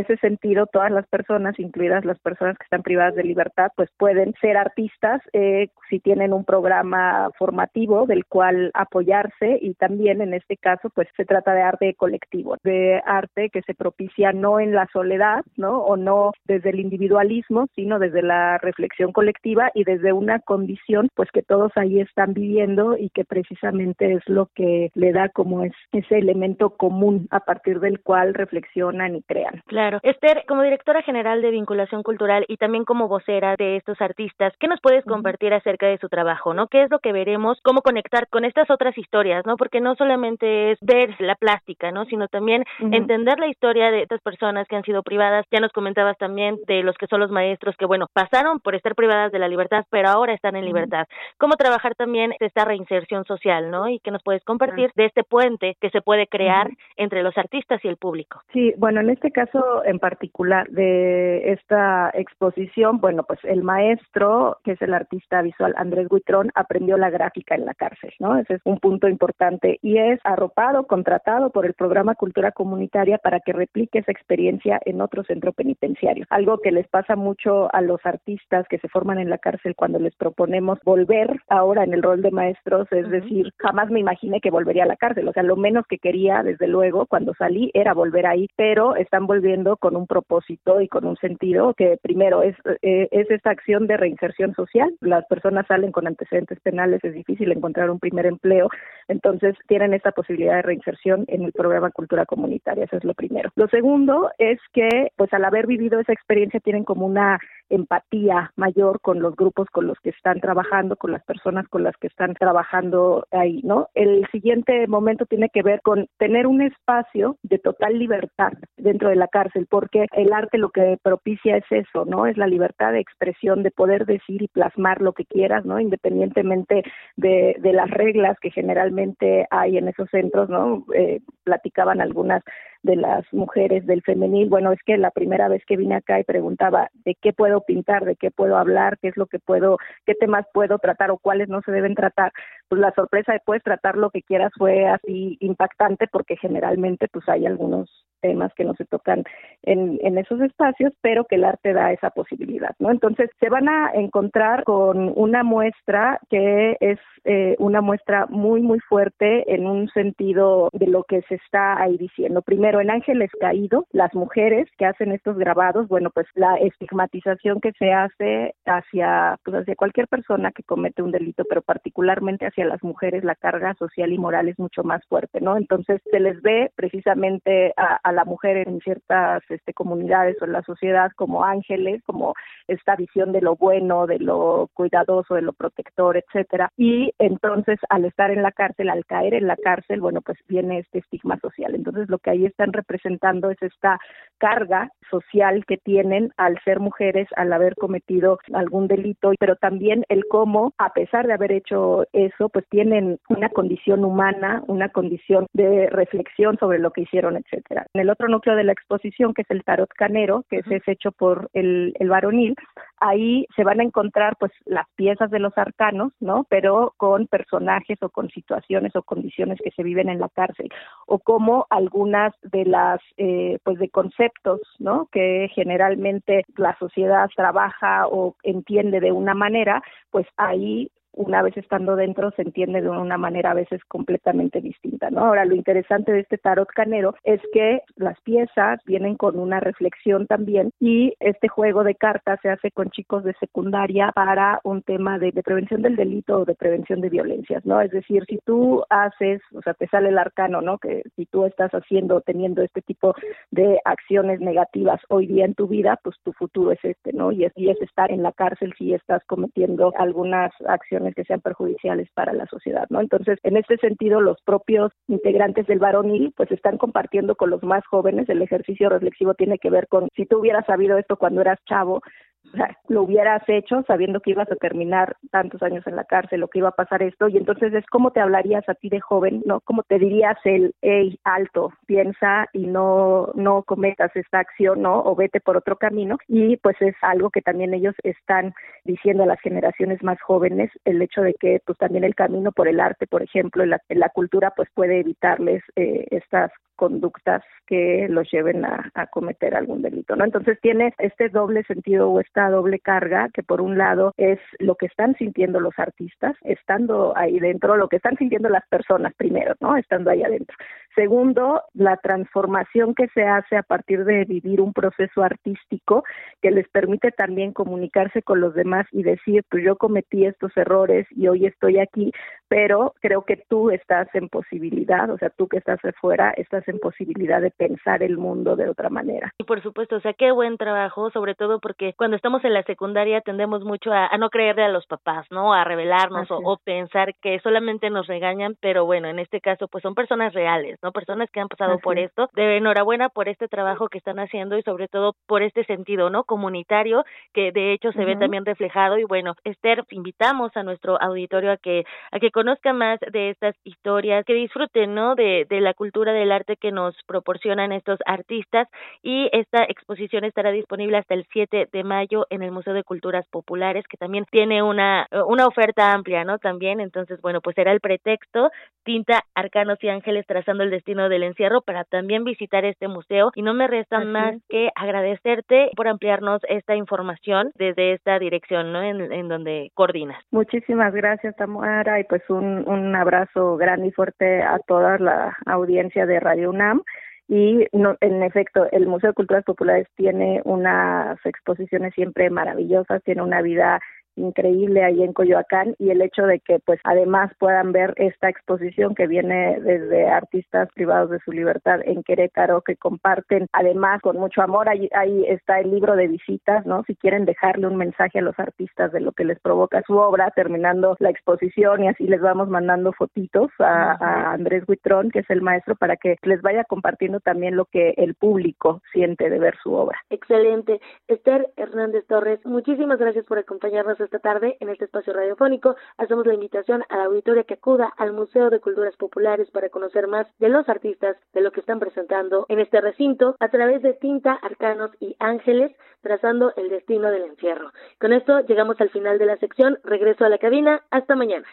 sentido, todas las personas, incluidas las personas que están privadas de libertad, pues pueden ser artistas si tienen un programa formativo del cual apoyarse, y también en este caso pues se trata de arte colectivo, de arte que se propicia no en la soledad, ¿no? O no desde el individualismo, sino desde la reflexión colectiva y desde una condición pues que todos ahí están viviendo y que precisamente es lo que le da como ese elemento común a partir del cual reflexionan y crean. Claro. Esther, como directora general de Vinculación Cultural y también como vocera de estos artistas, ¿qué nos puedes compartir acerca de su trabajo, ¿no? ¿Qué es lo que veremos? ¿Cómo conectar con estas otras historias, ¿no? Porque no solamente es ver la plástica, ¿no? Sino también entender la historia de estas personas que han sido privadas. Ya nos comentabas también de los que son los maestros que, bueno, pasaron por estar privadas de la libertad, pero ahora están en libertad. ¿Cómo trabajar también esta reinserción social, ¿no? Y qué nos puedes compartir de este puente que se puede crear entre los artistas y el público. Sí, bueno, en este caso en particular de esta exposición, bueno, pues el maestro, que es el artista visual Andrés Buitrón, aprendió la gráfica en la cárcel, ¿no? Ese es un punto importante y es arropado, contratado por el programa Cultura Comunitaria para que replique esa experiencia en otro centro penitenciario. Algo que les pasa mucho a los artistas que se forman en la cárcel cuando les proponemos volver ahora en el rol de maestros, es decir, jamás me imaginé que volvería a la cárcel, o sea, lo menos que quería, desde luego, cuando salí era volver ahí, pero están volviendo con un propósito y con un sentido que primero es esta acción de reinserción social. Las personas salen con antecedentes penales, es difícil encontrar un primer empleo, entonces tienen esta posibilidad de reinserción en el programa Cultura Comunitaria, eso es lo primero. Lo segundo es que, pues al haber vivido esa experiencia, tienen como una empatía mayor con los grupos con los que están trabajando, con las personas con las que están trabajando ahí, ¿no? El siguiente momento tiene que ver con tener un espacio de total libertad dentro de la cárcel, porque el arte lo que propicia es eso, ¿no? Es la libertad de expresión, de poder decir y plasmar lo que quieras, ¿no? Independientemente de las reglas que generalmente hay en esos centros, ¿no? Platicaban algunas de las mujeres del femenil, bueno, es que la primera vez que vine acá y preguntaba de qué puedo pintar, de qué puedo hablar, qué es lo que puedo, qué temas puedo tratar o cuáles no se deben tratar, pues la sorpresa de puedes tratar lo que quieras fue así impactante, porque generalmente pues hay algunos temas que no se tocan en esos espacios, pero que el arte da esa posibilidad, ¿no? Entonces se van a encontrar con una muestra que es una muestra muy, muy fuerte en un sentido de lo que se está ahí diciendo. Primero, en Ángeles Caído, las mujeres que hacen estos grabados, bueno, pues la estigmatización que se hace hacia cualquier persona que comete un delito, pero particularmente hacia las mujeres, la carga social y moral es mucho más fuerte, ¿no? Entonces se les ve precisamente a la mujer en ciertas comunidades o en la sociedad como ángeles, como esta visión de lo bueno, de lo cuidadoso, de lo protector, etcétera. Y entonces al estar en la cárcel, al caer en la cárcel, bueno, pues viene este estigma social. Entonces lo que ahí están representando es esta carga social que tienen al ser mujeres, al haber cometido algún delito, pero también el cómo, a pesar de haber hecho eso, pues tienen una condición humana, una condición de reflexión sobre lo que hicieron, etcétera. En el otro núcleo de la exposición, que es el tarot canero, que es hecho por el varonil, ahí se van a encontrar pues las piezas de los arcanos, ¿no? Pero con personajes o con situaciones o condiciones que se viven en la cárcel, o como algunas de las pues de conceptos, ¿no? Que generalmente la sociedad trabaja o entiende de una manera, pues ahí una vez estando dentro se entiende de una manera a veces completamente distinta, ¿no? Ahora, lo interesante de este tarot canero es que las piezas vienen con una reflexión también, y este juego de cartas se hace con chicos de secundaria para un tema de prevención del delito o de prevención de violencias, ¿no? Es decir, si tú haces, o sea, te sale el arcano, ¿no? Que si tú estás haciendo, teniendo este tipo de acciones negativas hoy día en tu vida, pues tu futuro es ¿no? Y es estar en la cárcel si estás cometiendo algunas acciones que sean perjudiciales para la sociedad, ¿no? Entonces, en este sentido, los propios integrantes del varonil, pues están compartiendo con los más jóvenes. El ejercicio reflexivo tiene que ver con, si tú hubieras sabido esto cuando eras chavo, o sea, lo hubieras hecho sabiendo que ibas a terminar tantos años en la cárcel o que iba a pasar esto, y entonces es cómo te hablarías a ti de joven, ¿no? Cómo te dirías hey, alto, piensa y no cometas esta acción, ¿no? O vete por otro camino. Y pues es algo que también ellos están diciendo a las generaciones más jóvenes, el hecho de que pues también el camino por el arte, por ejemplo, en la cultura, pues puede evitarles estas conductas que los lleven a cometer algún delito, ¿no? Entonces tiene este doble sentido o esta doble carga, que por un lado es lo que están sintiendo los artistas, estando ahí dentro, lo que están sintiendo las personas primero, ¿no? Estando ahí adentro. Segundo, la transformación que se hace a partir de vivir un proceso artístico que les permite también comunicarse con los demás y decir, pues yo cometí estos errores y hoy estoy aquí, pero creo que tú estás en posibilidad, o sea, tú que estás afuera, estás en posibilidad de pensar el mundo de otra manera. Y por supuesto, o sea, qué buen trabajo, sobre todo porque cuando estamos en la secundaria tendemos mucho a no creerle a los papás, ¿no? A rebelarnos o pensar que solamente nos regañan, pero bueno, en este caso pues son personas reales, ¿no? Personas que han pasado por esto. De enhorabuena por este trabajo que están haciendo y sobre todo por este sentido, ¿no? Comunitario, que de hecho se ve también reflejado. Y bueno, Esther, invitamos a nuestro auditorio a que conozca más de estas historias, que disfruten, ¿no? De la cultura del arte que nos proporcionan estos artistas, y esta exposición estará disponible hasta el 7 de mayo en el Museo de Culturas Populares, que también tiene una oferta amplia, ¿no? También, entonces, bueno, pues será el pretexto, tinta, arcanos y ángeles trazando el destino del encierro, para también visitar este museo. Y no me resta más que agradecerte por ampliarnos esta información desde esta dirección, ¿no? En donde coordinas. Muchísimas gracias, Tamara, y pues un abrazo grande y fuerte a toda la audiencia de Radio UNAM. Y no, en efecto, el Museo de Culturas Populares tiene unas exposiciones siempre maravillosas, tiene una vida increíble ahí en Coyoacán, y el hecho de que pues además puedan ver esta exposición que viene desde artistas privados de su libertad en Querétaro, que comparten además con mucho amor. Ahí está el libro de visitas, ¿no? Si quieren dejarle un mensaje a los artistas de lo que les provoca su obra terminando la exposición, y así les vamos mandando fotitos a Andrés Huitrón, que es el maestro, para que les vaya compartiendo también lo que el público siente de ver su obra. Excelente. Esther Hernández Torres, muchísimas gracias por acompañarnos esta tarde en este espacio radiofónico. Hacemos la invitación a la auditoría que acuda al Museo de Culturas Populares para conocer más de los artistas, de lo que están presentando en este recinto a través de tinta, arcanos y ángeles, trazando el destino del encierro. Con esto llegamos al final de la sección. Regreso a la cabina. Hasta mañana.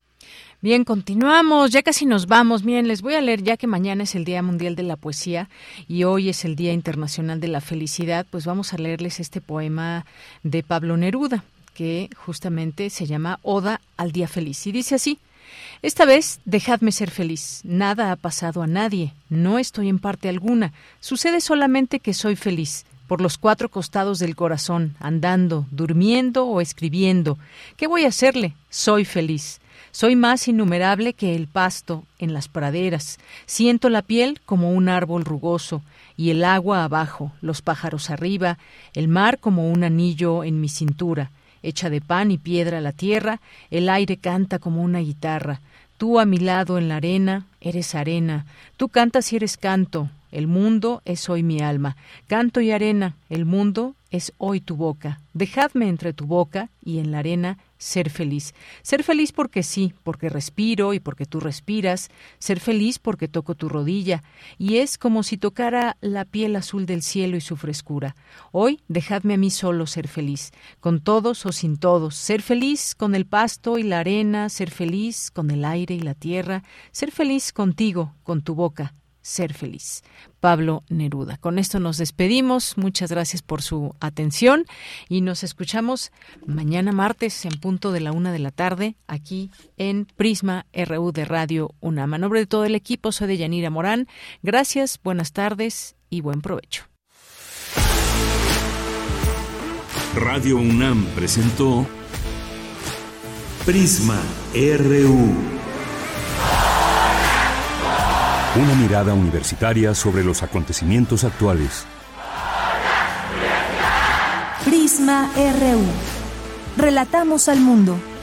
Bien, continuamos, ya casi nos vamos. Miren, les voy a leer, ya que mañana es el Día Mundial de la Poesía y hoy es el Día Internacional de la Felicidad, pues vamos a leerles este poema de Pablo Neruda, que justamente se llama Oda al Día Feliz. Y dice así: esta vez dejadme ser feliz. Nada ha pasado a nadie. No estoy en parte alguna. Sucede solamente que soy feliz. Por los 4 costados del corazón, andando, durmiendo o escribiendo. ¿Qué voy a hacerle? Soy feliz. Soy más innumerable que el pasto en las praderas. Siento la piel como un árbol rugoso y el agua abajo, los pájaros arriba, el mar como un anillo en mi cintura. Hecha de pan y piedra la tierra, el aire canta como una guitarra. Tú a mi lado en la arena, eres arena. Tú cantas y eres canto. El mundo es hoy mi alma. Canto y arena, el mundo es hoy tu boca. Dejadme entre tu boca y en la arena ser feliz. Ser feliz porque sí, porque respiro y porque tú respiras. Ser feliz porque toco tu rodilla. Y es como si tocara la piel azul del cielo y su frescura. Hoy dejadme a mí solo ser feliz, con todos o sin todos. Ser feliz con el pasto y la arena. Ser feliz con el aire y la tierra. Ser feliz contigo, con tu boca. Ser feliz. Pablo Neruda. Con esto nos despedimos. Muchas gracias por su atención y nos escuchamos mañana martes en punto de la 1:00 p.m. aquí en Prisma RU de Radio UNAM. A nombre de todo el equipo, soy Deyanira Morán. Gracias, buenas tardes y buen provecho. Radio UNAM presentó Prisma RU. Una mirada universitaria sobre los acontecimientos actuales. Prisma RU. Relatamos al mundo.